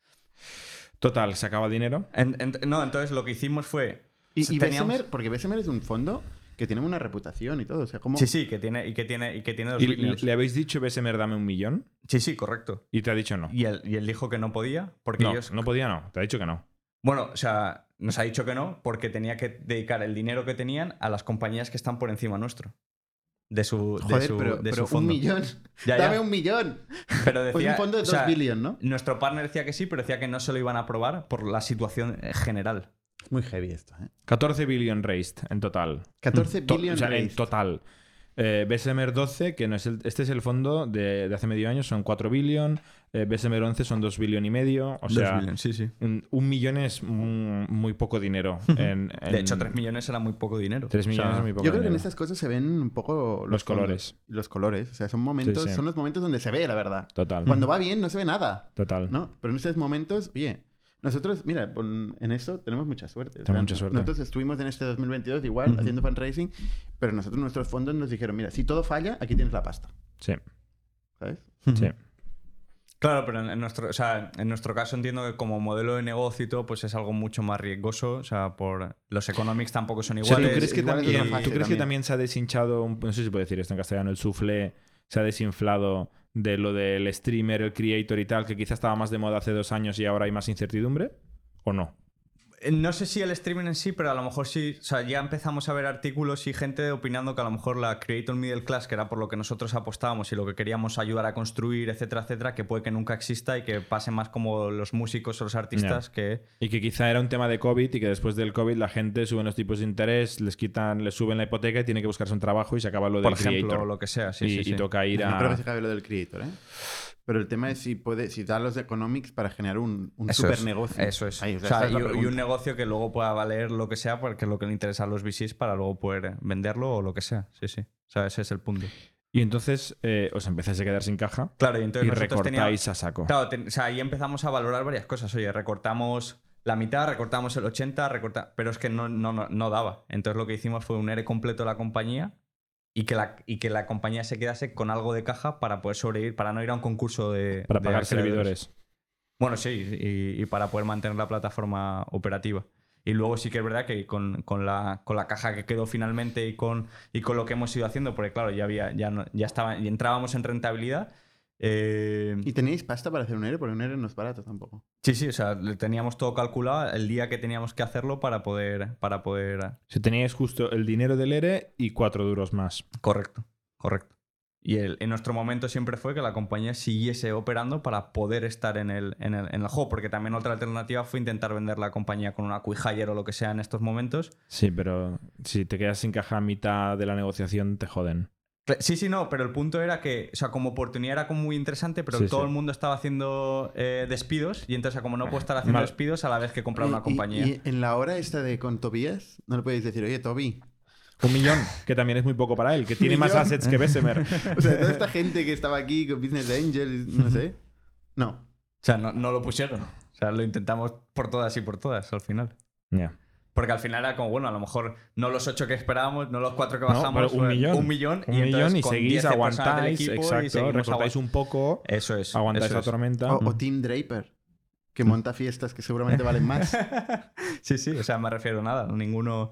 Speaker 4: Total, se acaba el dinero.
Speaker 5: No, entonces lo que hicimos fue...
Speaker 1: Y
Speaker 5: teníamos-
Speaker 1: Bessemer, porque Bessemer es un fondo que tiene una reputación y todo. O sea, como...
Speaker 5: Sí, que tiene dos
Speaker 4: ¿Y
Speaker 5: líneas.
Speaker 4: le habéis dicho, Bessemer, dame 1 millón?
Speaker 5: Sí, correcto.
Speaker 4: Y te ha dicho no.
Speaker 5: Y él dijo que no podía porque
Speaker 4: No,
Speaker 5: ellos...
Speaker 4: no podía, no. Te ha dicho que no.
Speaker 5: Bueno, o sea, nos ha dicho que no porque tenía que dedicar el dinero que tenían a las compañías que están por encima nuestro. De su
Speaker 1: Joder, pero
Speaker 5: su
Speaker 1: un
Speaker 5: fondo.
Speaker 1: millón.
Speaker 5: Ya,
Speaker 1: Dame
Speaker 5: ya.
Speaker 1: 1 millón.
Speaker 5: Pero
Speaker 1: Pues
Speaker 5: decía,
Speaker 1: un fondo de
Speaker 5: o
Speaker 1: 2
Speaker 5: sea,
Speaker 1: billion, ¿no?
Speaker 5: Nuestro partner decía que sí, pero decía que no se lo iban a aprobar por la situación general.
Speaker 1: Es muy heavy esto, ¿eh?
Speaker 4: 14 billion raised en total.
Speaker 1: 14
Speaker 4: To-
Speaker 1: billion
Speaker 4: o sea, en
Speaker 1: raised.
Speaker 4: total. Bessemer 12, que no es este es el fondo de hace medio año, son 4 billion. Bessemer 11 son 2 billion y medio. O sea,
Speaker 5: 2 billion, sí.
Speaker 4: 1 millón es muy poco dinero.
Speaker 5: De hecho, 3 millones era muy poco dinero.
Speaker 4: 3
Speaker 5: O sea,
Speaker 4: millones es muy poco
Speaker 1: Yo creo que en
Speaker 4: dinero.
Speaker 1: estas cosas se ven un poco
Speaker 4: Los
Speaker 1: fondos.
Speaker 4: colores.
Speaker 1: Los colores. O sea, son momentos,
Speaker 4: Sí, sí.
Speaker 1: son los momentos donde se ve la verdad.
Speaker 4: Total.
Speaker 1: Cuando va bien no se ve nada,
Speaker 4: Total.
Speaker 1: ¿no? Pero en estos momentos, oye, nosotros, mira, en esto tenemos mucha suerte. O sea,
Speaker 4: Tenemos mucha suerte.
Speaker 1: Nosotros estuvimos en este 2022 igual haciendo fundraising, pero nosotros nuestros fondos nos dijeron, mira, si todo falla, aquí tienes la pasta,
Speaker 4: Sí,
Speaker 1: ¿sabes?
Speaker 4: sí.
Speaker 5: Claro, pero en nuestro caso entiendo que como modelo de negocio y todo, pues es algo mucho más riesgoso. O sea, por los economics tampoco son
Speaker 4: O sea,
Speaker 5: iguales.
Speaker 4: ¿tú crees, que
Speaker 1: igual es
Speaker 4: también,
Speaker 1: otra fase
Speaker 4: ¿tú crees que
Speaker 1: también.
Speaker 4: también se ha deshinchado, no sé si puedo decir esto en castellano, el soufflé se ha desinflado de lo del streamer, el creator y tal, que quizás estaba más de moda hace 2 años y ahora hay más incertidumbre? ¿O no?
Speaker 5: No sé si el streaming en sí, pero a lo mejor sí. O sea, ya empezamos a ver artículos y gente opinando que a lo mejor la Creator Middle Class, que era por lo que nosotros apostábamos y lo que queríamos ayudar a construir, etcétera, que puede que nunca exista y que pase más como los músicos o los artistas que...
Speaker 4: Y que quizá era un tema de COVID y que después del COVID la gente sube los tipos de interés, les suben la hipoteca y tiene que buscarse un trabajo y se acaba lo
Speaker 5: Por
Speaker 4: del
Speaker 5: ejemplo,
Speaker 4: creator.
Speaker 5: o lo que sea. Sí,
Speaker 4: y,
Speaker 5: sí.
Speaker 4: y toca ir
Speaker 1: No creo que se
Speaker 4: a...
Speaker 1: acabe lo del creator, ¿eh? Pero el tema es si da los economics para generar un
Speaker 5: Eso
Speaker 1: super
Speaker 5: es,
Speaker 1: negocio.
Speaker 5: Eso es.
Speaker 1: Ahí,
Speaker 5: O sea,
Speaker 1: esa es la
Speaker 5: y
Speaker 1: pregunta.
Speaker 5: un negocio que luego pueda valer lo que sea, porque es lo que le interesa a los VCs para luego poder venderlo o lo que sea. Sí, sí. O sea, ese es el punto.
Speaker 4: Y entonces os empezáis a quedar sin caja
Speaker 5: Claro, y entonces
Speaker 4: y
Speaker 5: nosotros
Speaker 4: recortáis a saco.
Speaker 5: Claro, o sea, ahí empezamos a valorar varias cosas. Oye, recortamos la mitad, recortamos el 80, pero es que no daba. Entonces lo que hicimos fue un ERE completo de la compañía y que la compañía se quedase con algo de caja para poder sobrevivir, para no ir a un concurso
Speaker 4: Para
Speaker 5: de
Speaker 4: pagar
Speaker 5: acreedores.
Speaker 4: servidores.
Speaker 5: Bueno, sí, y para poder mantener la plataforma operativa. Y luego sí que es verdad que con la caja que quedó finalmente y con lo que hemos ido haciendo, porque claro, ya entrábamos en rentabilidad.
Speaker 1: ¿Y tenéis pasta para hacer un ERE? Porque un ERE no es barato tampoco.
Speaker 5: Sí, o sea, teníamos todo calculado el día que teníamos que hacerlo para poder...
Speaker 4: Si teníais justo el dinero del ERE y 4 duros más.
Speaker 5: Correcto. Y en nuestro momento siempre fue que la compañía siguiese operando para poder estar en el juego, porque también otra alternativa fue intentar vender la compañía con una acqui-hire o lo que sea en estos momentos.
Speaker 4: Sí, pero si te quedas sin caja a mitad de la negociación, te joden.
Speaker 5: Sí, no, pero el punto era que, o sea, como oportunidad era como muy interesante, pero todo el mundo estaba haciendo despidos y entonces como no puedo estar haciendo despidos a la vez que comprar una compañía.
Speaker 1: Y en la hora esta de con Tobías, no le podéis decir, oye, Toby...
Speaker 4: 1 millón, que también es muy poco para él, que tiene más assets que Bessemer.
Speaker 1: O sea, toda esta gente que estaba aquí con Business Angels, no sé. No.
Speaker 5: O sea, no lo pusieron. O sea, lo intentamos por todas y por todas al final.
Speaker 4: Ya.
Speaker 5: Porque al final era como, bueno, a lo mejor no los 8 que esperábamos, no los 4 que bajamos.
Speaker 4: No, pero 1 millón.
Speaker 5: 1 millón.
Speaker 4: Un millón y seguís, aguantáis,
Speaker 5: exacto,
Speaker 4: recortáis un poco.
Speaker 5: Eso es.
Speaker 4: Aguantáis la tormenta.
Speaker 1: O Tim Draper, que monta fiestas que seguramente valen más.
Speaker 5: Sí, o sea, me refiero a nada. Ninguno...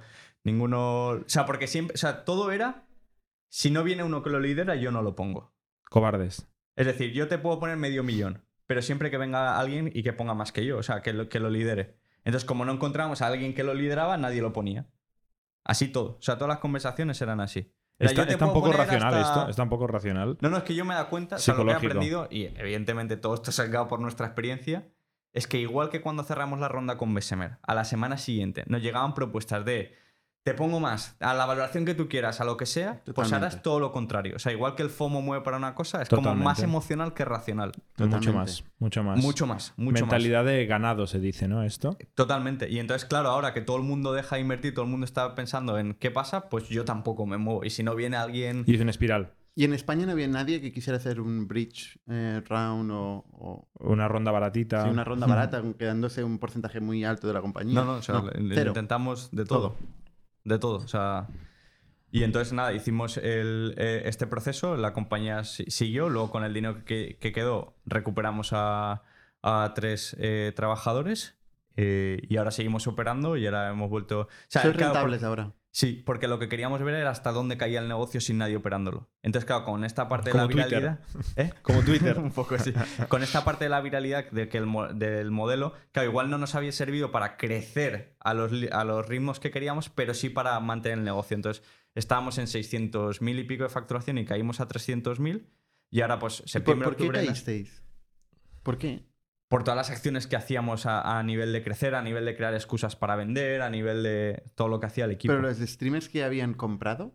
Speaker 5: O sea, porque siempre... O sea, todo era... Si no viene uno que lo lidera, yo no lo pongo.
Speaker 4: Cobardes.
Speaker 5: Es decir, yo te puedo poner 500.000, pero siempre que venga alguien y que ponga más que yo. O sea, que lo lidere. Entonces, como no encontramos a alguien que lo lideraba, nadie lo ponía. Así todo. O sea, todas las conversaciones eran así.
Speaker 4: Está un poco racional esto. Está un poco racional.
Speaker 5: No, es que yo me he dado cuenta, o sea, lo que he aprendido, y evidentemente todo esto sacado por nuestra experiencia, es que igual que cuando cerramos la ronda con Bessemer, a la semana siguiente nos llegaban propuestas de te pongo más, a la valoración que tú quieras, a lo que sea,
Speaker 1: Totalmente.
Speaker 5: pues ahora es todo lo contrario. O sea, igual que el FOMO mueve para una cosa, es
Speaker 4: Totalmente.
Speaker 5: como más emocional que racional.
Speaker 4: Mucho más.
Speaker 5: Mucho más.
Speaker 4: Mentalidad de ganado se dice, ¿no? Esto.
Speaker 5: Totalmente. Y entonces, claro, ahora que todo el mundo deja de invertir, todo el mundo está pensando en qué pasa, pues yo tampoco me muevo. Y si no viene alguien...
Speaker 4: Y es una espiral.
Speaker 1: ¿Y en España no había nadie que quisiera hacer un bridge round o
Speaker 4: una ronda baratita?
Speaker 1: sí, una ronda barata, quedándose un porcentaje muy alto de la compañía?
Speaker 5: No, o sea,
Speaker 1: cero.
Speaker 5: intentamos de todo. De todo, o sea... Y entonces, nada, hicimos este proceso, la compañía siguió, luego con el dinero que quedó recuperamos a 3 trabajadores y ahora seguimos operando y ahora hemos vuelto... O sea,
Speaker 1: ¿Sois
Speaker 5: claro,
Speaker 1: rentables ahora?
Speaker 5: Sí, porque lo que queríamos ver era hasta dónde caía el negocio sin nadie operándolo. Entonces, claro, con esta parte de
Speaker 4: Como
Speaker 5: la viralidad...
Speaker 4: Como Twitter.
Speaker 5: Un poco así. Con esta parte de la viralidad del modelo, claro, igual no nos había servido para crecer a los ritmos que queríamos, pero sí para mantener el negocio. Entonces, estábamos en 600.000 y pico de facturación y caímos a 300.000 y ahora pues septiembre,
Speaker 1: ¿Por qué
Speaker 5: octubre...
Speaker 1: caísteis? ¿Por qué?
Speaker 5: Por todas las acciones que hacíamos a nivel de crecer, a nivel de crear excusas para vender, a nivel de todo lo que hacía el equipo.
Speaker 1: Pero los streamers que habían comprado,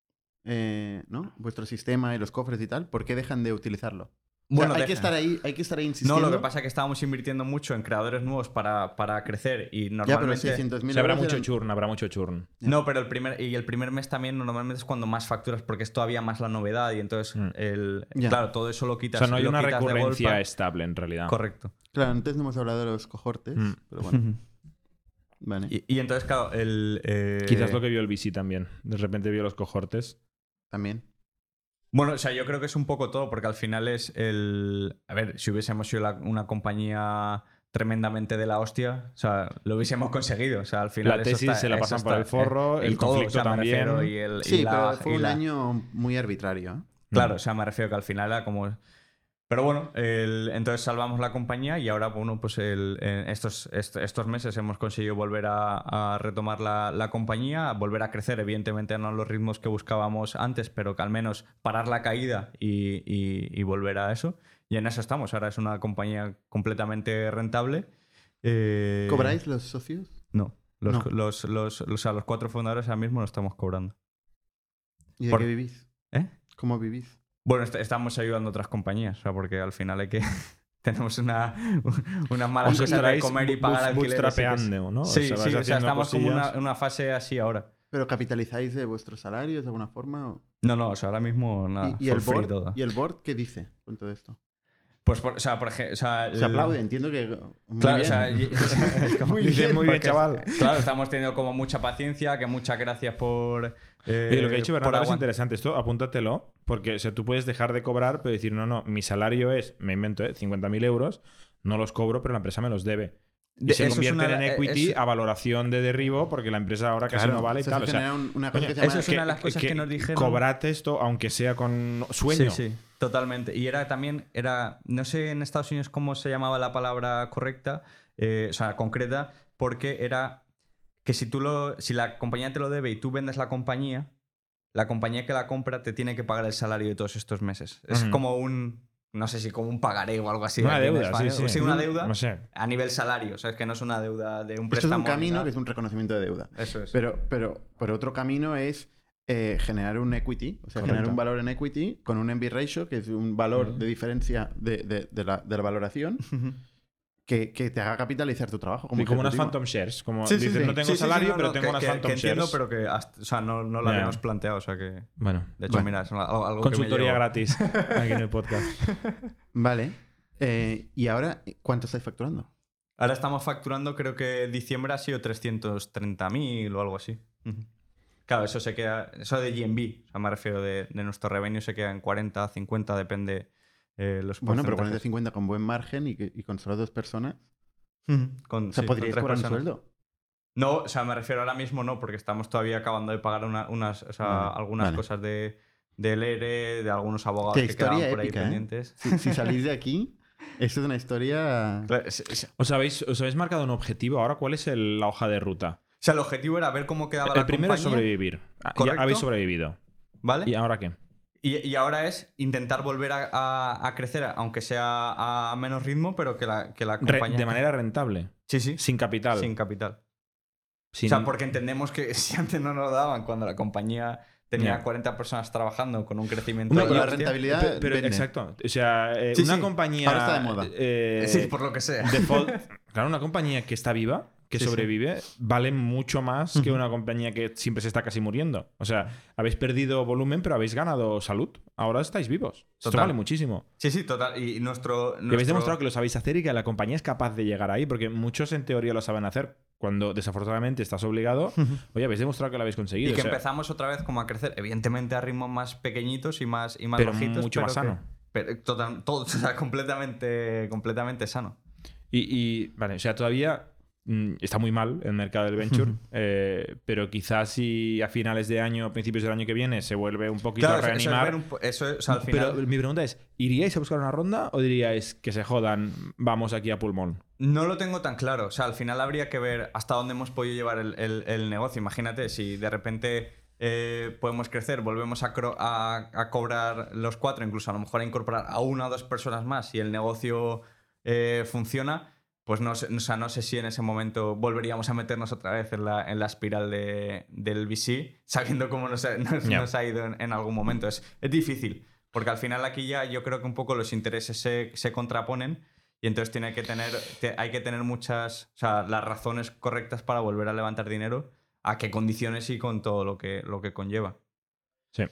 Speaker 1: ¿no? Vuestro sistema y los cofres y tal, ¿por qué dejan de utilizarlo?
Speaker 5: Bueno,
Speaker 1: o sea, hay que estar ahí insistiendo.
Speaker 5: No, lo que pasa es que estábamos invirtiendo mucho en creadores nuevos para crecer y normalmente...
Speaker 1: Ya, pero 600.000
Speaker 4: habrá
Speaker 1: euros
Speaker 4: mucho churn.
Speaker 5: No, pero el primer mes también normalmente es cuando más facturas porque es todavía más la novedad y entonces claro, todo eso lo quitas.
Speaker 4: O sea, no hay una
Speaker 5: quitas de
Speaker 4: recurrencia
Speaker 5: golpe.
Speaker 4: estable en realidad.
Speaker 5: Correcto.
Speaker 1: Claro, antes no hemos hablado de los cohortes, pero bueno. Vale.
Speaker 5: Y entonces, claro,
Speaker 4: Quizás lo que vio el VC también. De repente vio los cohortes.
Speaker 1: También.
Speaker 5: Bueno, o sea, yo creo que es un poco todo, porque al final es A ver, si hubiésemos sido una compañía tremendamente de la hostia, o sea, lo hubiésemos conseguido. O sea, al final
Speaker 4: La tesis se la pasan por el forro, el conflicto
Speaker 5: o sea,
Speaker 4: también.
Speaker 1: Sí, pero fue un año muy arbitrario, ¿eh?
Speaker 5: Claro, o sea, me refiero que al final era como... Pero bueno, entonces salvamos la compañía y ahora, bueno, pues estos meses hemos conseguido volver a retomar la compañía, volver a crecer, evidentemente no a los ritmos que buscábamos antes, pero que al menos parar la caída y volver a eso. Y en eso estamos. Ahora es una compañía completamente rentable.
Speaker 1: ¿Cobráis los socios?
Speaker 5: No. Los 4 fundadores ahora mismo no estamos cobrando.
Speaker 1: ¿Y de qué vivís? ¿Cómo vivís?
Speaker 5: Bueno, estamos ayudando a otras compañías, o sea, porque al final hay que... Tenemos una mala cosa de comer y pagar alquileres.
Speaker 4: Bootstrapeando, ¿no?
Speaker 5: Sí, o sea, estamos como en una fase así ahora.
Speaker 1: ¿Pero capitalizáis de vuestros salarios de alguna forma? ¿O?
Speaker 5: No, o sea, ahora mismo nada.
Speaker 1: ¿Y el board? ¿Y el board qué dice con todo esto?
Speaker 5: Pues, por ejemplo...
Speaker 1: Se aplaude, entiendo que...
Speaker 5: Claro, bien.
Speaker 1: O sea...
Speaker 4: muy bien, chaval.
Speaker 5: Claro, estamos teniendo como mucha paciencia, que muchas gracias por...
Speaker 4: lo que ha dicho Bernardo es interesante. Esto apúntatelo, porque o sea, tú puedes dejar de cobrar, pero decir, no, mi salario es, me invento, 50.000 euros, no los cobro, pero la empresa me los debe. Y se convierten en equity a valoración de derribo porque la empresa ahora casi no vale y tal. O sea,
Speaker 5: eso es una de las cosas que nos dijeron.
Speaker 4: Cobrate esto, aunque sea con sueño.
Speaker 5: Sí, totalmente. Y no sé en Estados Unidos cómo se llamaba la palabra correcta, o sea, concreta, porque era que si la compañía te lo debe y tú vendes la compañía, la compañía que la compra te tiene que pagar el salario de todos estos meses. Es como no sé si como un pagaré o algo así.
Speaker 4: Una
Speaker 5: aquí en
Speaker 4: deuda,
Speaker 5: España.
Speaker 4: sí.
Speaker 5: Una deuda
Speaker 4: No sé.
Speaker 5: a nivel salario. O sea, es que no es una deuda de un
Speaker 1: Esto es
Speaker 5: préstamo.
Speaker 1: un camino que es un reconocimiento de deuda.
Speaker 5: Eso es.
Speaker 1: Pero otro camino es generar un equity, o sea, generar un valor en equity con un EV ratio, que es un valor de diferencia de la valoración, que te haga capitalizar tu trabajo.
Speaker 4: Como unas phantom shares. Como dices, no tengo salario, pero tengo unas phantom
Speaker 5: que entiendo,
Speaker 4: shares.
Speaker 5: pero que o sea, no lo habíamos planteado. O sea que.
Speaker 4: Bueno.
Speaker 5: De hecho, mira, es algo
Speaker 4: consultoría
Speaker 5: que
Speaker 4: gratis aquí en el podcast.
Speaker 1: Vale. ¿Y ahora cuánto estáis facturando?
Speaker 5: Ahora estamos facturando, creo que diciembre ha sido 330.000 o algo así. Claro, eso se queda. Eso de GMV, o sea, me refiero de nuestro revenue, se queda en 40, 50, depende los porcentajes.
Speaker 1: Bueno, pero 40-50 con buen margen y con solo 2 personas.
Speaker 5: O
Speaker 1: sea, ¿podríais cobrar un sueldo?
Speaker 5: No, o sea, me refiero ahora mismo no, porque estamos todavía acabando de pagar algunas cosas del ERE, de algunos abogados que quedaban por ahí pendientes.
Speaker 1: Si salís de aquí, esto es una historia...
Speaker 4: ¿Os habéis marcado un objetivo ahora? ¿Cuál es la hoja de ruta?
Speaker 5: O sea, el objetivo era ver cómo quedaba la compañía.
Speaker 4: El primero es sobrevivir. Ya habéis sobrevivido.
Speaker 5: ¿Vale?
Speaker 4: ¿Y ahora qué?
Speaker 5: Y ahora es intentar volver a crecer, aunque sea a menos ritmo, pero que la compañía...
Speaker 4: De manera rentable.
Speaker 5: Sí.
Speaker 4: Sin capital.
Speaker 5: Sin capital. O sea, porque entendemos que si antes no nos lo daban, cuando la compañía tenía 40 personas trabajando con un crecimiento...
Speaker 1: No, la rentabilidad...
Speaker 4: Pero exacto. O sea, una compañía...
Speaker 1: Ahora está de moda.
Speaker 5: Sí, por lo que sea.
Speaker 4: Claro, una compañía que está viva, que sobrevive, vale mucho más que una compañía que siempre se está casi muriendo. O sea, habéis perdido volumen, pero habéis ganado salud. Ahora estáis vivos. Esto vale muchísimo.
Speaker 5: Sí, total. Y
Speaker 4: Y habéis demostrado que lo sabéis hacer y que la compañía es capaz de llegar ahí, porque muchos en teoría lo saben hacer. Cuando desafortunadamente estás obligado, oye, habéis demostrado que lo habéis conseguido.
Speaker 5: Y que empezamos otra vez como a crecer, evidentemente a ritmos más pequeñitos y más
Speaker 4: pero
Speaker 5: bajitos.
Speaker 4: Mucho más sano.
Speaker 5: Todo, o sea, completamente sano.
Speaker 4: Y vale, o sea, todavía está muy mal el mercado del venture, pero quizás si a finales de año, principios del año que viene, se vuelve un poquito a reanimar.
Speaker 5: Eso es, al final...
Speaker 4: Pero mi pregunta es, ¿iríais a buscar una ronda o diríais que se jodan, vamos aquí a pulmón?
Speaker 5: No lo tengo tan claro. O sea, al final habría que ver hasta dónde hemos podido llevar el negocio. Imagínate, si de repente podemos crecer, volvemos a cobrar los 4, incluso a lo mejor a incorporar a 1 o 2 personas más y el negocio funciona, pues no sé si en ese momento volveríamos a meternos otra vez en la espiral del VC, sabiendo cómo nos ha ido en algún momento. Es difícil, porque al final aquí ya yo creo que un poco los intereses se contraponen y entonces hay que tener muchas, o sea, las razones correctas para volver a levantar dinero, a qué condiciones y con todo lo que conlleva.
Speaker 4: Sí.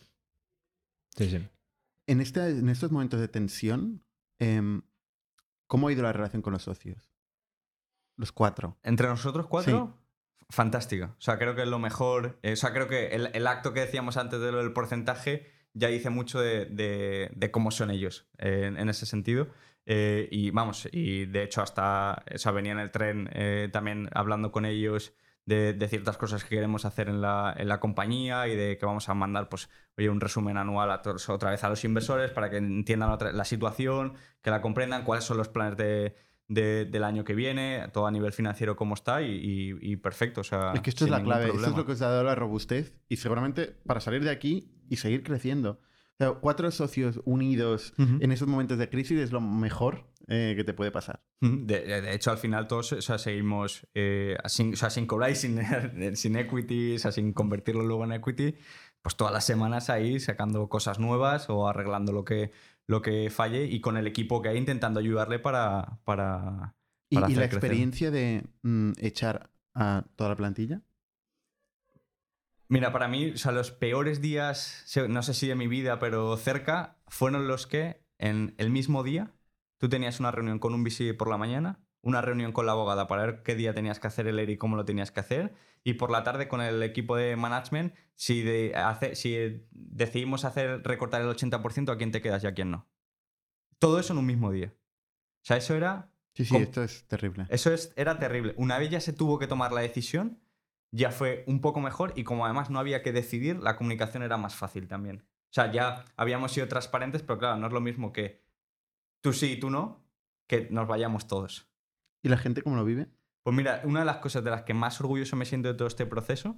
Speaker 1: En estos momentos de tensión, ¿cómo ha ido la relación con los socios? Los 4.
Speaker 5: ¿Entre nosotros 4?
Speaker 1: Sí.
Speaker 5: Fantástica. O sea, creo que es lo mejor. O sea, creo que el acto que decíamos antes de lo del porcentaje ya dice mucho de cómo son ellos en ese sentido. Y de hecho hasta venía en el tren también hablando con ellos de ciertas cosas que queremos hacer en la compañía y de que vamos a mandar pues, un resumen anual otra vez a los inversores para que entiendan la situación, que la comprendan, cuáles son los planes del año que viene, todo a nivel financiero cómo está y perfecto. O sea,
Speaker 1: es que esto es la clave, esto es lo que os ha dado la robustez y seguramente para salir de aquí y seguir creciendo. O sea, 4 socios unidos en esos momentos de crisis es lo mejor que te puede pasar.
Speaker 5: De hecho, al final todos seguimos sin cobrar y sin equity, sin convertirlo luego en equity, pues todas las semanas ahí sacando cosas nuevas o arreglando lo que falle y con el equipo que hay intentando ayudarle para
Speaker 1: ¿Y
Speaker 5: hacer
Speaker 1: la
Speaker 5: crecer.
Speaker 1: experiencia de echar a toda la plantilla?
Speaker 5: Mira, para mí, o sea, los peores días, no sé si de mi vida, pero cerca, fueron los que en el mismo día tú tenías una reunión con un VC por la mañana, una reunión con la abogada para ver qué día tenías que hacer el ERI y cómo lo tenías que hacer, y por la tarde con el equipo de management, si decidimos recortar el 80%, a quién te quedas y a quién no. Todo eso en un mismo día. O sea, eso era...
Speaker 1: Sí, esto es terrible.
Speaker 5: Eso era terrible. Una vez ya se tuvo que tomar la decisión, ya fue un poco mejor y como además no había que decidir, la comunicación era más fácil también. O sea, ya habíamos sido transparentes, pero claro, no es lo mismo que tú sí y tú no, que nos vayamos todos.
Speaker 1: ¿Y la gente cómo lo vive?
Speaker 5: Pues mira, una de las cosas de las que más orgulloso me siento de todo este proceso es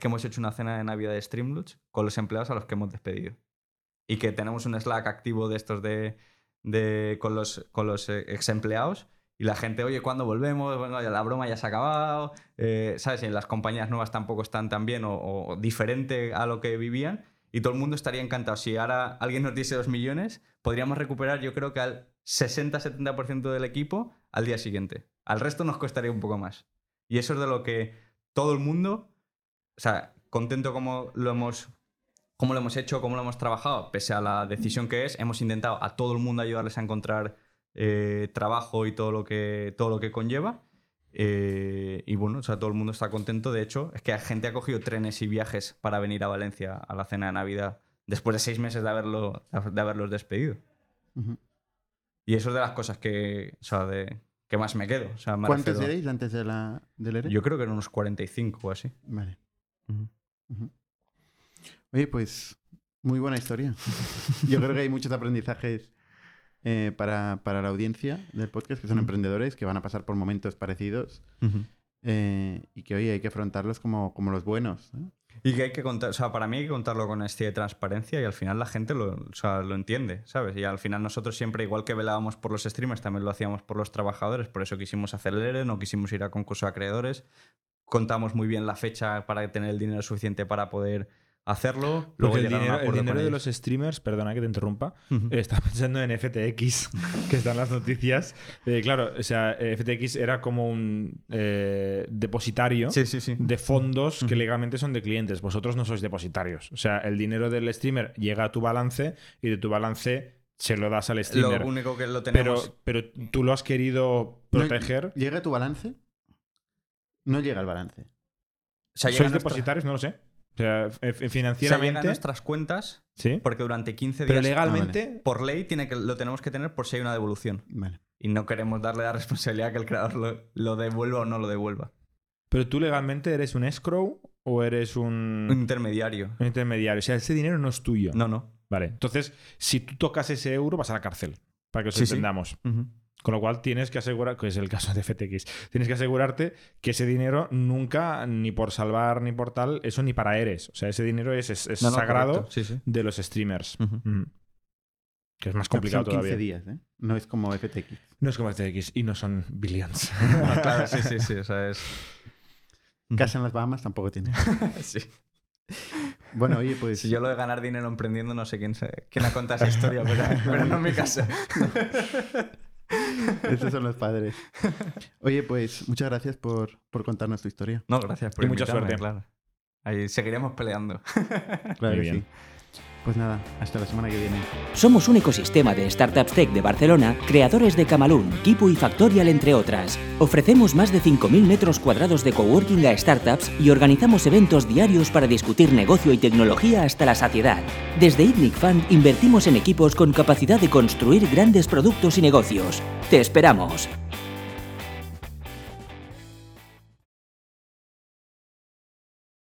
Speaker 5: que hemos hecho una cena de Navidad de Streamloots con los empleados a los que hemos despedido. Y que tenemos un Slack activo de estos con los ex empleados. Y la gente, oye, ¿cuándo volvemos? Bueno, la broma ya se ha acabado. ¿Sabes? Y las compañías nuevas tampoco están tan bien o diferente a lo que vivían. Y todo el mundo estaría encantado. Si ahora alguien nos diese 2 millones, podríamos recuperar, yo creo que al 60-70% del equipo al día siguiente. Al resto nos costaría un poco más. Y eso es de lo que todo el mundo, o sea, contento como lo hemos hecho, cómo lo hemos trabajado, pese a la decisión que es, hemos intentado a todo el mundo ayudarles a encontrar trabajo y todo lo que conlleva. Y bueno, o sea, todo el mundo está contento. De hecho, es que la gente ha cogido trenes y viajes para venir a Valencia a la cena de Navidad después de 6 meses de haberlos despedido. Uh-huh. Y eso es de las cosas que más me quedo. O sea,
Speaker 1: ¿cuántos erais antes del ERE?
Speaker 5: Yo creo que eran unos 45 o así.
Speaker 1: Vale. Uh-huh. Uh-huh. Oye, pues muy buena historia. Yo creo que hay muchos aprendizajes para la audiencia del podcast, que son emprendedores que van a pasar por momentos parecidos y que, oye, hay que afrontarlos como los buenos, ¿no?
Speaker 5: Y que hay que contar, o sea, para mí hay que contarlo con honestidad y transparencia y al final la gente lo entiende, ¿sabes? Y al final nosotros siempre, igual que velábamos por los streamers, también lo hacíamos por los trabajadores, por eso quisimos hacer el ERE, no quisimos ir a concurso de acreedores, contamos muy bien la fecha para tener el dinero suficiente para poder hacerlo.
Speaker 4: Luego el dinero de los streamers, perdona que te interrumpa, estaba pensando en FTX, que están las noticias. Claro, o sea, FTX era como un depositario de fondos que legalmente son de clientes. Vosotros no sois depositarios. O sea, el dinero del streamer llega a tu balance y de tu balance se lo das al streamer.
Speaker 5: Lo único que lo tenemos...
Speaker 4: Pero tú lo has querido proteger.
Speaker 1: ¿Llega a tu balance? No llega al balance.
Speaker 5: O sea,
Speaker 4: ¿sois depositarios? No lo sé. O sea, financieramente...
Speaker 5: O sea, llega a nuestras cuentas, ¿sí? Porque durante 15 días...
Speaker 4: Pero legalmente...
Speaker 5: Por ley lo tenemos que tener por si hay una devolución.
Speaker 1: Vale.
Speaker 5: Y no queremos darle la responsabilidad que el creador lo devuelva o no lo devuelva.
Speaker 4: ¿Pero tú legalmente eres un escrow o eres un
Speaker 5: intermediario?
Speaker 4: Un intermediario. O sea, ese dinero no es tuyo.
Speaker 5: No.
Speaker 4: Vale. Entonces, si tú tocas ese euro, vas a la cárcel. Para que os entendamos.
Speaker 5: Uh-huh.
Speaker 4: Con lo cual tienes que asegurar, que es el caso de FTX, tienes que asegurarte que ese dinero nunca, ni por salvar ni por tal, eso ni para Eres. O sea, ese dinero es sagrado de los streamers. Uh-huh. Que es más complicado
Speaker 1: son 15
Speaker 4: todavía.
Speaker 1: días, ¿eh? No es como FTX.
Speaker 4: No es como FTX y no son billions.
Speaker 5: Claro, sí. O sea, es...
Speaker 1: Casa en las Bahamas tampoco tiene.
Speaker 5: Sí.
Speaker 1: Bueno, oye, pues...
Speaker 5: Si yo lo de ganar dinero emprendiendo, no sé quién ha contado esa historia, pero no en mi caso.
Speaker 1: Estos son los padres. Oye, pues muchas gracias por contarnos tu historia.
Speaker 5: No, gracias por invitarme,
Speaker 4: mucha suerte.
Speaker 5: Claro. Ahí seguiremos peleando.
Speaker 1: Claro que sí. Pues nada, hasta la semana que viene.
Speaker 3: Somos un ecosistema de startups tech de Barcelona, creadores de Camalún, Kipu y Factorial, entre otras. Ofrecemos más de 5.000 metros cuadrados de coworking a startups y organizamos eventos diarios para discutir negocio y tecnología hasta la saciedad. Desde ITNIC Fund invertimos en equipos con capacidad de construir grandes productos y negocios. ¡Te esperamos!